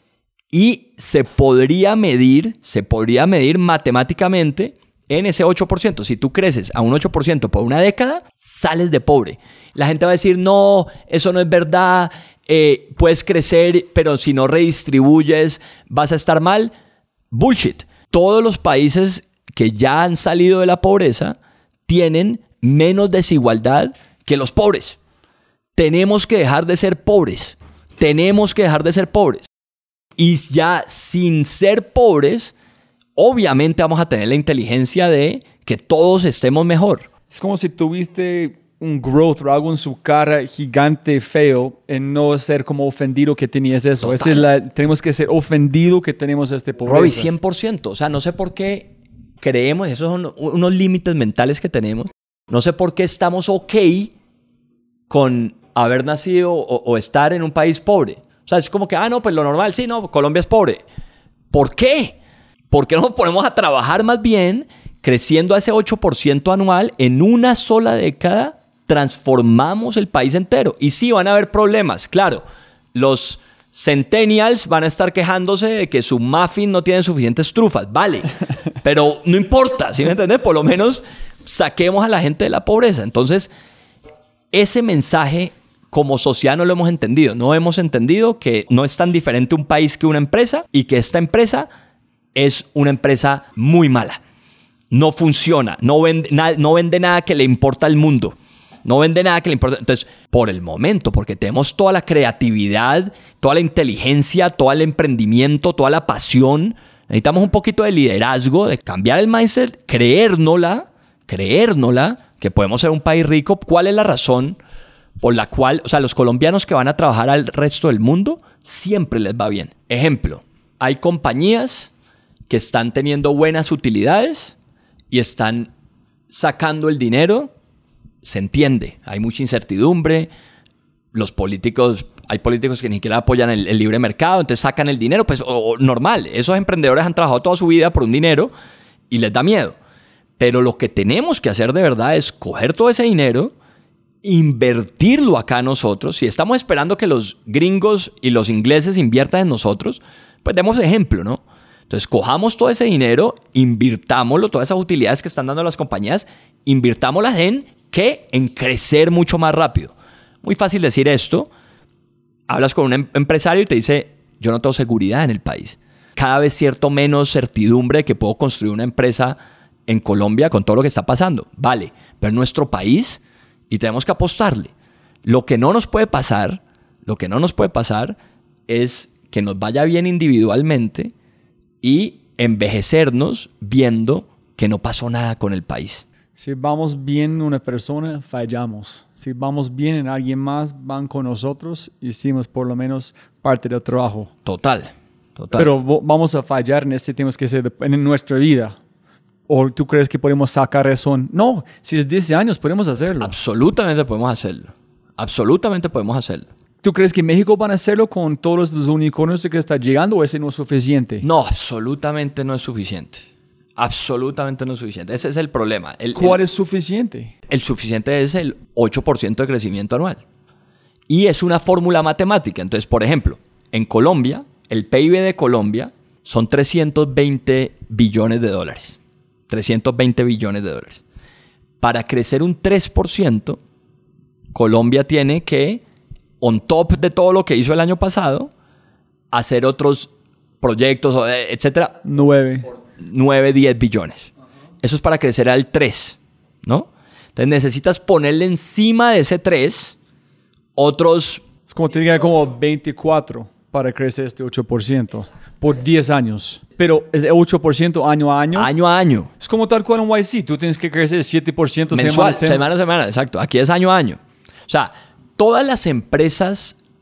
Y se podría medir, se podría medir matemáticamente en ese ocho por ciento. Si tú creces a un ocho por ciento por una década, sales de pobre. La gente va a decir, no, eso no es verdad. Eh, puedes crecer, pero si no redistribuyes, vas a estar mal. Bullshit. Todos los países que ya han salido de la pobreza tienen menos desigualdad que los pobres. Tenemos que dejar de ser pobres. Tenemos que dejar de ser pobres. Y ya sin ser pobres, obviamente vamos a tener la inteligencia de que todos estemos mejor. Es como si tuviste un growth o algo en su cara gigante, feo, en no ser como ofendido que tenías eso. Esa es la, tenemos que ser ofendido que tenemos este pobreza. Robbie, cien por ciento. O sea, no sé por qué creemos, esos son unos límites mentales que tenemos. No sé por qué estamos ok con haber nacido o, o estar en un país pobre. O sea, es como que, ah, no, pues lo normal, sí, no, Colombia es pobre. ¿Por qué? ¿Por qué no nos ponemos a trabajar más bien creciendo a ese ocho por ciento anual en una sola década? Transformamos el país entero. Y sí, van a haber problemas. Claro, los centennials van a estar quejándose de que su muffin no tiene suficientes trufas. Vale, pero no importa, ¿sí me entiendes? Por lo menos saquemos a la gente de la pobreza. Entonces, ese mensaje como sociedad no lo hemos entendido. No hemos entendido que no es tan diferente un país que una empresa y que esta empresa es una empresa muy mala. No funciona, no vende, na- no vende nada que le importa al mundo. No vende nada que le importa. Entonces, por el momento, porque tenemos toda la creatividad, toda la inteligencia, todo el emprendimiento, toda la pasión, necesitamos un poquito de liderazgo, de cambiar el mindset, creérnosla, creérnosla, que podemos ser un país rico. ¿Cuál es la razón por la cual, o sea, los colombianos que van a trabajar al resto del mundo, siempre les va bien? Ejemplo, hay compañías que están teniendo buenas utilidades y están sacando el dinero. Se entiende, hay mucha incertidumbre, los políticos, hay políticos que ni siquiera apoyan el, el libre mercado, entonces sacan el dinero, pues o, o, normal, esos emprendedores han trabajado toda su vida por un dinero y les da miedo. Pero lo que tenemos que hacer de verdad es coger todo ese dinero, invertirlo acá nosotros. Si estamos esperando que los gringos y los ingleses inviertan en nosotros, pues demos ejemplo, ¿no? Entonces, cojamos todo ese dinero, invirtámoslo, todas esas utilidades que están dando las compañías, invirtámoslas en ¿qué? En crecer mucho más rápido. Muy fácil decir esto. Hablas con un em- empresario y te dice, yo no tengo seguridad en el país. Cada vez cierto menos certidumbre de que puedo construir una empresa en Colombia con todo lo que está pasando. Vale, pero en nuestro país y tenemos que apostarle. Lo que no nos puede pasar, lo que no nos puede pasar es que nos vaya bien individualmente y envejecernos viendo que no pasó nada con el país. Si vamos bien en una persona, fallamos. Si vamos bien en alguien más, van con nosotros, hicimos por lo menos parte del trabajo. Total, total. Pero vo- vamos a fallar en este, tenemos que ser en nuestra vida. ¿O tú crees que podemos sacar eso? No, si es diez años podemos hacerlo. Absolutamente podemos hacerlo. Absolutamente podemos hacerlo. ¿Tú crees que México van a hacerlo con todos los unicornios que están llegando o ese no es suficiente? No, absolutamente no es suficiente. Absolutamente no es suficiente. Ese es el problema. El, ¿Cuál el, es suficiente? El suficiente es el ocho por ciento de crecimiento anual. Y es una fórmula matemática. Entonces, por ejemplo, en Colombia, el P I B de Colombia son trescientos veinte billones de dólares. trescientos veinte billones de dólares. Para crecer un tres por ciento, Colombia tiene que, on top de todo lo que hizo el año pasado, hacer otros proyectos, etcétera. Nueve. nueve, diez billones. Eso es para crecer al tres, ¿no? Entonces necesitas ponerle encima de ese tres otros... Es como te diga como veinticuatro para crecer este ocho por ciento por diez años. Pero es ocho por ciento año a año. Año a año. Es como tal cual en Y C. Tú tienes que crecer siete por ciento mensual, semana a semana. semana a semana, exacto. Aquí es año a año. O sea, todas las empresas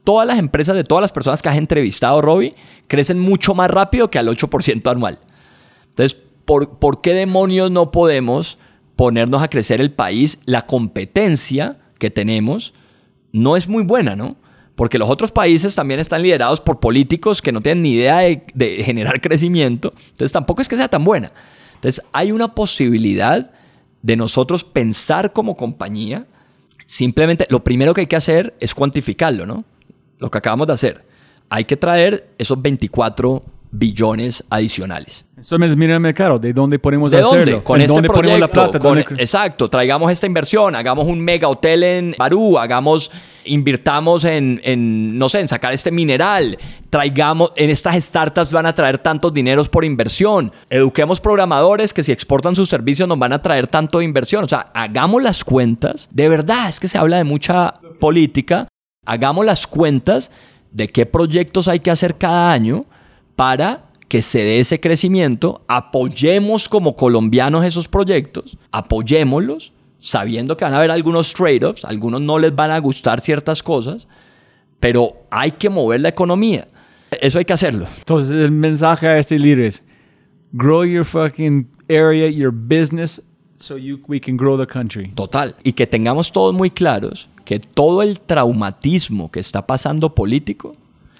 todas las empresas de todas las personas que has entrevistado, Robbie, crecen mucho más rápido que al ocho por ciento anual. Entonces, ¿por, ¿por qué demonios no podemos ponernos a crecer el país? La competencia que tenemos no es muy buena, ¿no? Porque los otros países también están liderados por políticos que no tienen ni idea de, de generar crecimiento. Entonces, tampoco es que sea tan buena. Entonces, hay una posibilidad de nosotros pensar como compañía. Simplemente, lo primero que hay que hacer es cuantificarlo, ¿no? Lo que acabamos de hacer. Hay que traer esos veinticuatro billones adicionales. Eso me mira el mercado. ¿De dónde podemos ¿De hacerlo? dónde? Con ¿En este dónde proyecto, ponemos la plata? con- ¿Dónde- exacto. Traigamos esta inversión. Hagamos un mega hotel en Barú. Hagamos, invirtamos en, en, no sé, en sacar este mineral. Traigamos, en estas startups van a traer tantos dineros por inversión. Eduquemos programadores que si exportan sus servicios nos van a traer tanto de inversión. O sea, hagamos las cuentas. De verdad, es que se habla de mucha política. Hagamos las cuentas de qué proyectos hay que hacer cada año para que se dé ese crecimiento. Apoyemos como colombianos esos proyectos, apoyémoslos, sabiendo que van a haber algunos trade-offs, algunos no les van a gustar ciertas cosas, pero hay que mover la economía. Eso hay que hacerlo. Entonces, el mensaje a este líder es: grow your fucking area, your business, so you, we can grow the country. Total. Y que tengamos todos muy claros que todo el traumatismo que está pasando político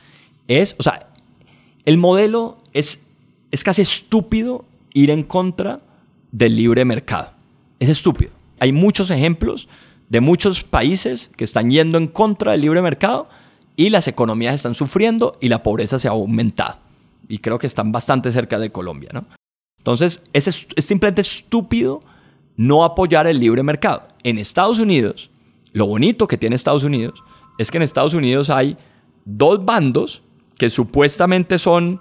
es, o sea, el modelo es, es casi estúpido ir en contra del libre mercado. Es estúpido. Hay muchos ejemplos de muchos países que están yendo en contra del libre mercado y las economías están sufriendo y la pobreza se ha aumentado. Y creo que están bastante cerca de Colombia, ¿no? Entonces, es, est- es simplemente estúpido no apoyar el libre mercado. En Estados Unidos, lo bonito que tiene Estados Unidos es que en Estados Unidos hay dos bandos que supuestamente son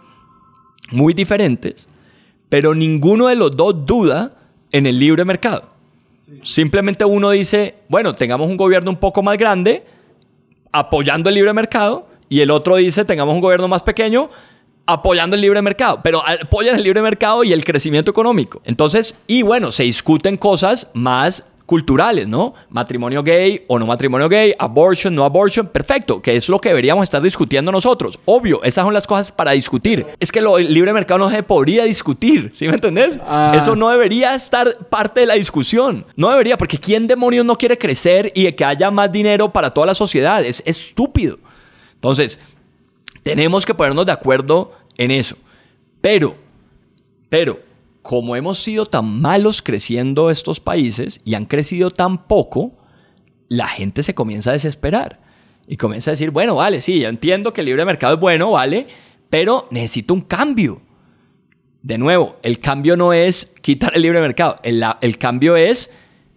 muy diferentes, pero ninguno de los dos duda en el libre mercado. Simplemente uno dice, bueno, tengamos un gobierno un poco más grande apoyando el libre mercado, y el otro dice, tengamos un gobierno más pequeño apoyando el libre mercado, pero apoyan el libre mercado y el crecimiento económico. Entonces, y bueno, se discuten cosas más culturales, ¿no? Matrimonio gay o no matrimonio gay, abortion, no abortion, perfecto, que es lo que deberíamos estar discutiendo nosotros. Obvio, esas son las cosas para discutir. Es que lo, el libre mercado no se podría discutir, ¿sí me entendés? Ah. Eso no debería estar parte de la discusión. No debería, porque ¿quién demonios no quiere crecer y que haya más dinero para toda la sociedad? Es estúpido. Entonces, tenemos que ponernos de acuerdo en eso. Pero, pero, como hemos sido tan malos creciendo estos países y han crecido tan poco, la gente se comienza a desesperar y comienza a decir, bueno, vale, sí, yo entiendo que el libre mercado es bueno, vale, pero necesito un cambio. De nuevo, el cambio no es quitar el libre mercado, el, el cambio es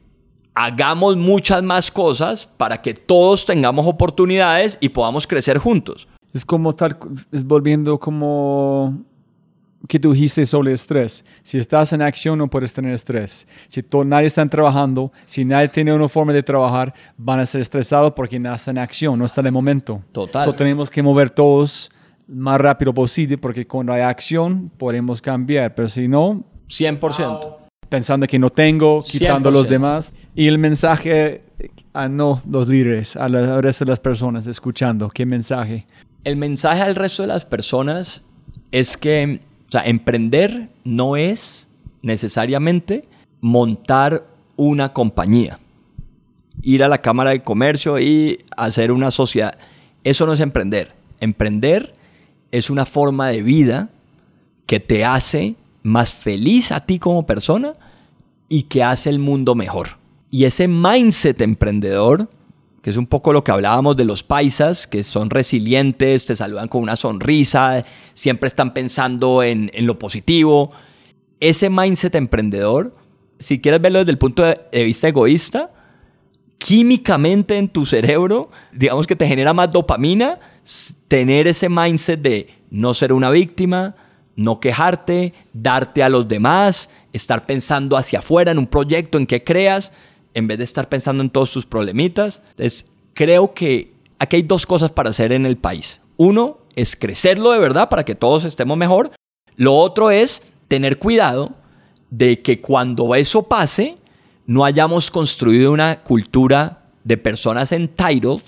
hagamos muchas más cosas para que todos tengamos oportunidades y podamos crecer juntos. Es como tal, es volviendo como que tú dijiste sobre el estrés. Si estás en acción, no puedes tener estrés. Si todo, nadie está trabajando, si nadie tiene una forma de trabajar, van a ser estresados porque nadie está en acción, no está en el momento. Total. So, tenemos que mover todos más rápido posible, porque cuando hay acción podemos cambiar, pero si no, cien por ciento. pensando que no tengo, quitando cien por ciento. los demás. Y el mensaje a no los líderes, a la- al resto de las personas escuchando, ¿qué mensaje? El mensaje al resto de las personas es que, o sea, emprender no es necesariamente montar una compañía, ir a la Cámara de Comercio y hacer una sociedad. Eso no es emprender. Emprender es una forma de vida que te hace más feliz a ti como persona y que hace el mundo mejor. Y ese mindset emprendedor, que es un poco lo que hablábamos de los paisas, que son resilientes, te saludan con una sonrisa, siempre están pensando en, en lo positivo. Ese mindset emprendedor, si quieres verlo desde el punto de, de vista egoísta, químicamente en tu cerebro, digamos que te genera más dopamina, s- tener ese mindset de no ser una víctima, no quejarte, darte a los demás, estar pensando hacia afuera en un proyecto en que creas, en vez de estar pensando en todos tus problemitas. Entonces, creo que aquí hay dos cosas para hacer en el país. Uno es crecerlo de verdad para que todos estemos mejor. Lo otro es tener cuidado de que cuando eso pase, no hayamos construido una cultura de personas entitled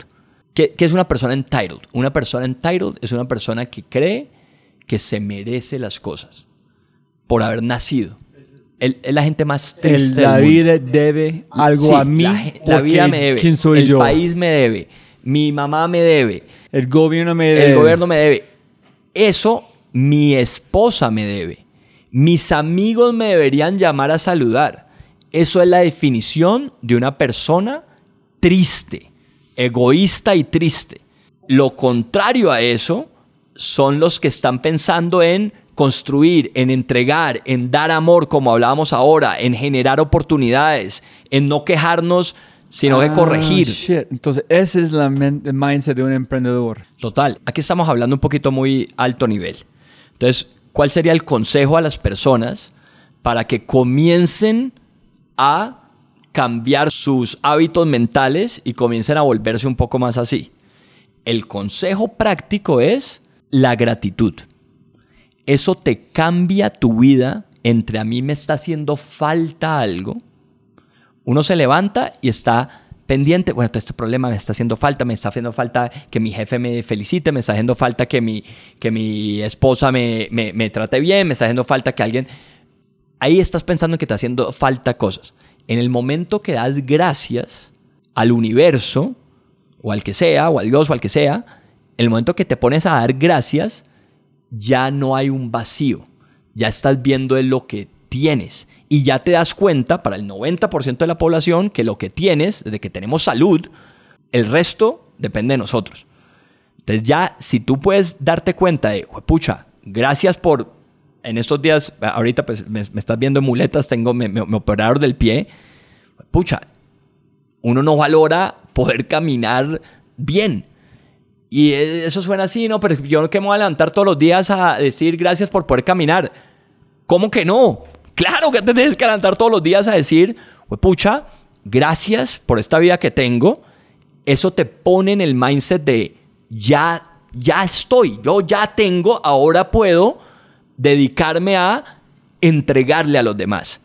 ¿Qué, ¿Qué es una persona entitled? Una persona entitled es una persona que cree que se merece las cosas por haber nacido. Él es la gente más triste El, la del mundo. vida debe algo Sí, a mí. La, la vida me debe. ¿Quién soy el yo? El país me debe. Mi mamá me debe. El gobierno me debe. El gobierno me debe. Eso mi esposa me debe. Mis amigos me deberían llamar a saludar. Eso es la definición de una persona triste, egoísta y triste. Lo contrario a eso son los que están pensando en construir, en entregar, en dar amor, como hablábamos ahora, en generar oportunidades, en no quejarnos, sino que Ah, corregir. Shit. Entonces, ese es la men- el mindset de un emprendedor. Total. Aquí estamos hablando un poquito muy alto nivel. Entonces, ¿cuál sería el consejo a las personas para que comiencen a cambiar sus hábitos mentales y comiencen a volverse un poco más así? El consejo práctico es la gratitud. Eso te cambia tu vida entre a mí me está haciendo falta algo. Uno se levanta y está pendiente. Bueno, todo este problema me está haciendo falta. Me está haciendo falta que mi jefe me felicite. Me está haciendo falta que mi, que mi esposa me, me, me trate bien. Me está haciendo falta que alguien... Ahí estás pensando que te está haciendo falta cosas. En el momento que das gracias al universo, o al que sea, o a Dios, o al que sea, en el momento que te pones a dar gracias, ya no hay un vacío. Ya estás viendo de lo que tienes. Y ya te das cuenta, para el noventa por ciento de la población, que lo que tienes, desde que tenemos salud, el resto depende de nosotros. Entonces ya, si tú puedes darte cuenta de, pucha, gracias por, en estos días, ahorita pues me, me estás viendo en muletas, tengo, me, me, me operaron del pie, pucha, uno no valora poder caminar bien. Y eso suena así, ¿no? Pero yo que me voy a levantar todos los días a decir gracias por poder caminar. ¿Cómo que no? Claro que te tienes que levantar todos los días a decir, pucha, gracias por esta vida que tengo. Eso te pone en el mindset de ya, ya estoy, yo ya tengo, ahora puedo dedicarme a entregarle a los demás.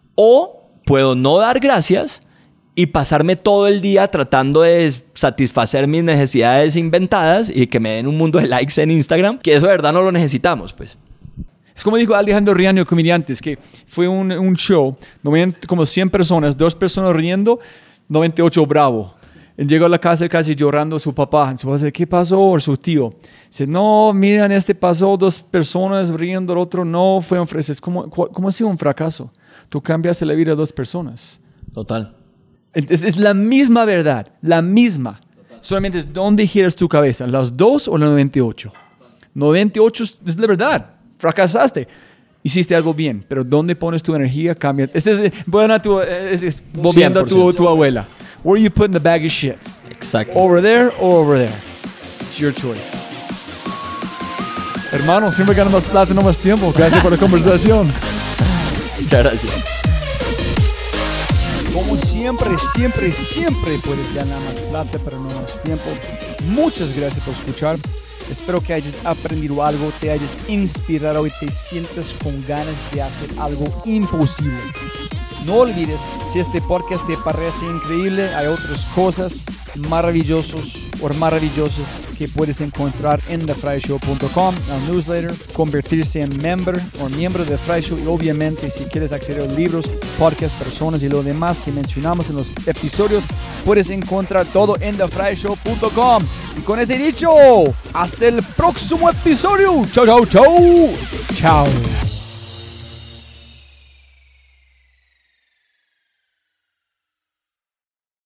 O puedo no dar gracias y pasarme todo el día tratando de satisfacer mis necesidades inventadas y que me den un mundo de likes en Instagram, que eso de verdad no lo necesitamos, pues. Es como dijo Alejandro Riaño, comediantes, que fue un, un show, noventa, como cien personas, dos personas riendo, noventa y ocho bravo. Él llegó a la casa casi llorando a su papá. Su papá dice, ¿qué pasó? O su tío. Dice, no, miren, este pasó, dos personas riendo, el otro no, fue un fracaso. ¿Cómo, ¿Cómo ha sido un fracaso? Tú cambiaste la vida de dos personas. Total. Es, es la misma verdad, la misma. Total. Solamente es dónde giras tu cabeza, las dos o la noventa y ocho. noventa y ocho es la verdad. Fracasaste. Hiciste algo bien, pero ¿dónde pones tu energía? Cambia. Este es, bueno, tu, es, es volviendo a tu, tu abuela. Where are you putting the bag of shit? Exacto. Over there or over there. It's your choice. Hermano, siempre ganas más plata, no más tiempo. Gracias por la conversación. Muchas gracias. Como siempre, siempre, siempre puedes ganar más plata, pero no más tiempo. Muchas gracias por escuchar. Espero que hayas aprendido algo, te hayas inspirado y te sientas con ganas de hacer algo imposible. No olvides, si este podcast te parece increíble, hay otras cosas maravillosas o maravillosas que puedes encontrar en the fry show punto com, el newsletter, convertirse en member o miembro de Fry Show y obviamente si quieres acceder a libros, podcasts, personas y lo demás que mencionamos en los episodios, puedes encontrar todo en the fry show punto com. Y con ese dicho, hasta el próximo episodio. Chao, chao, chao. Chao.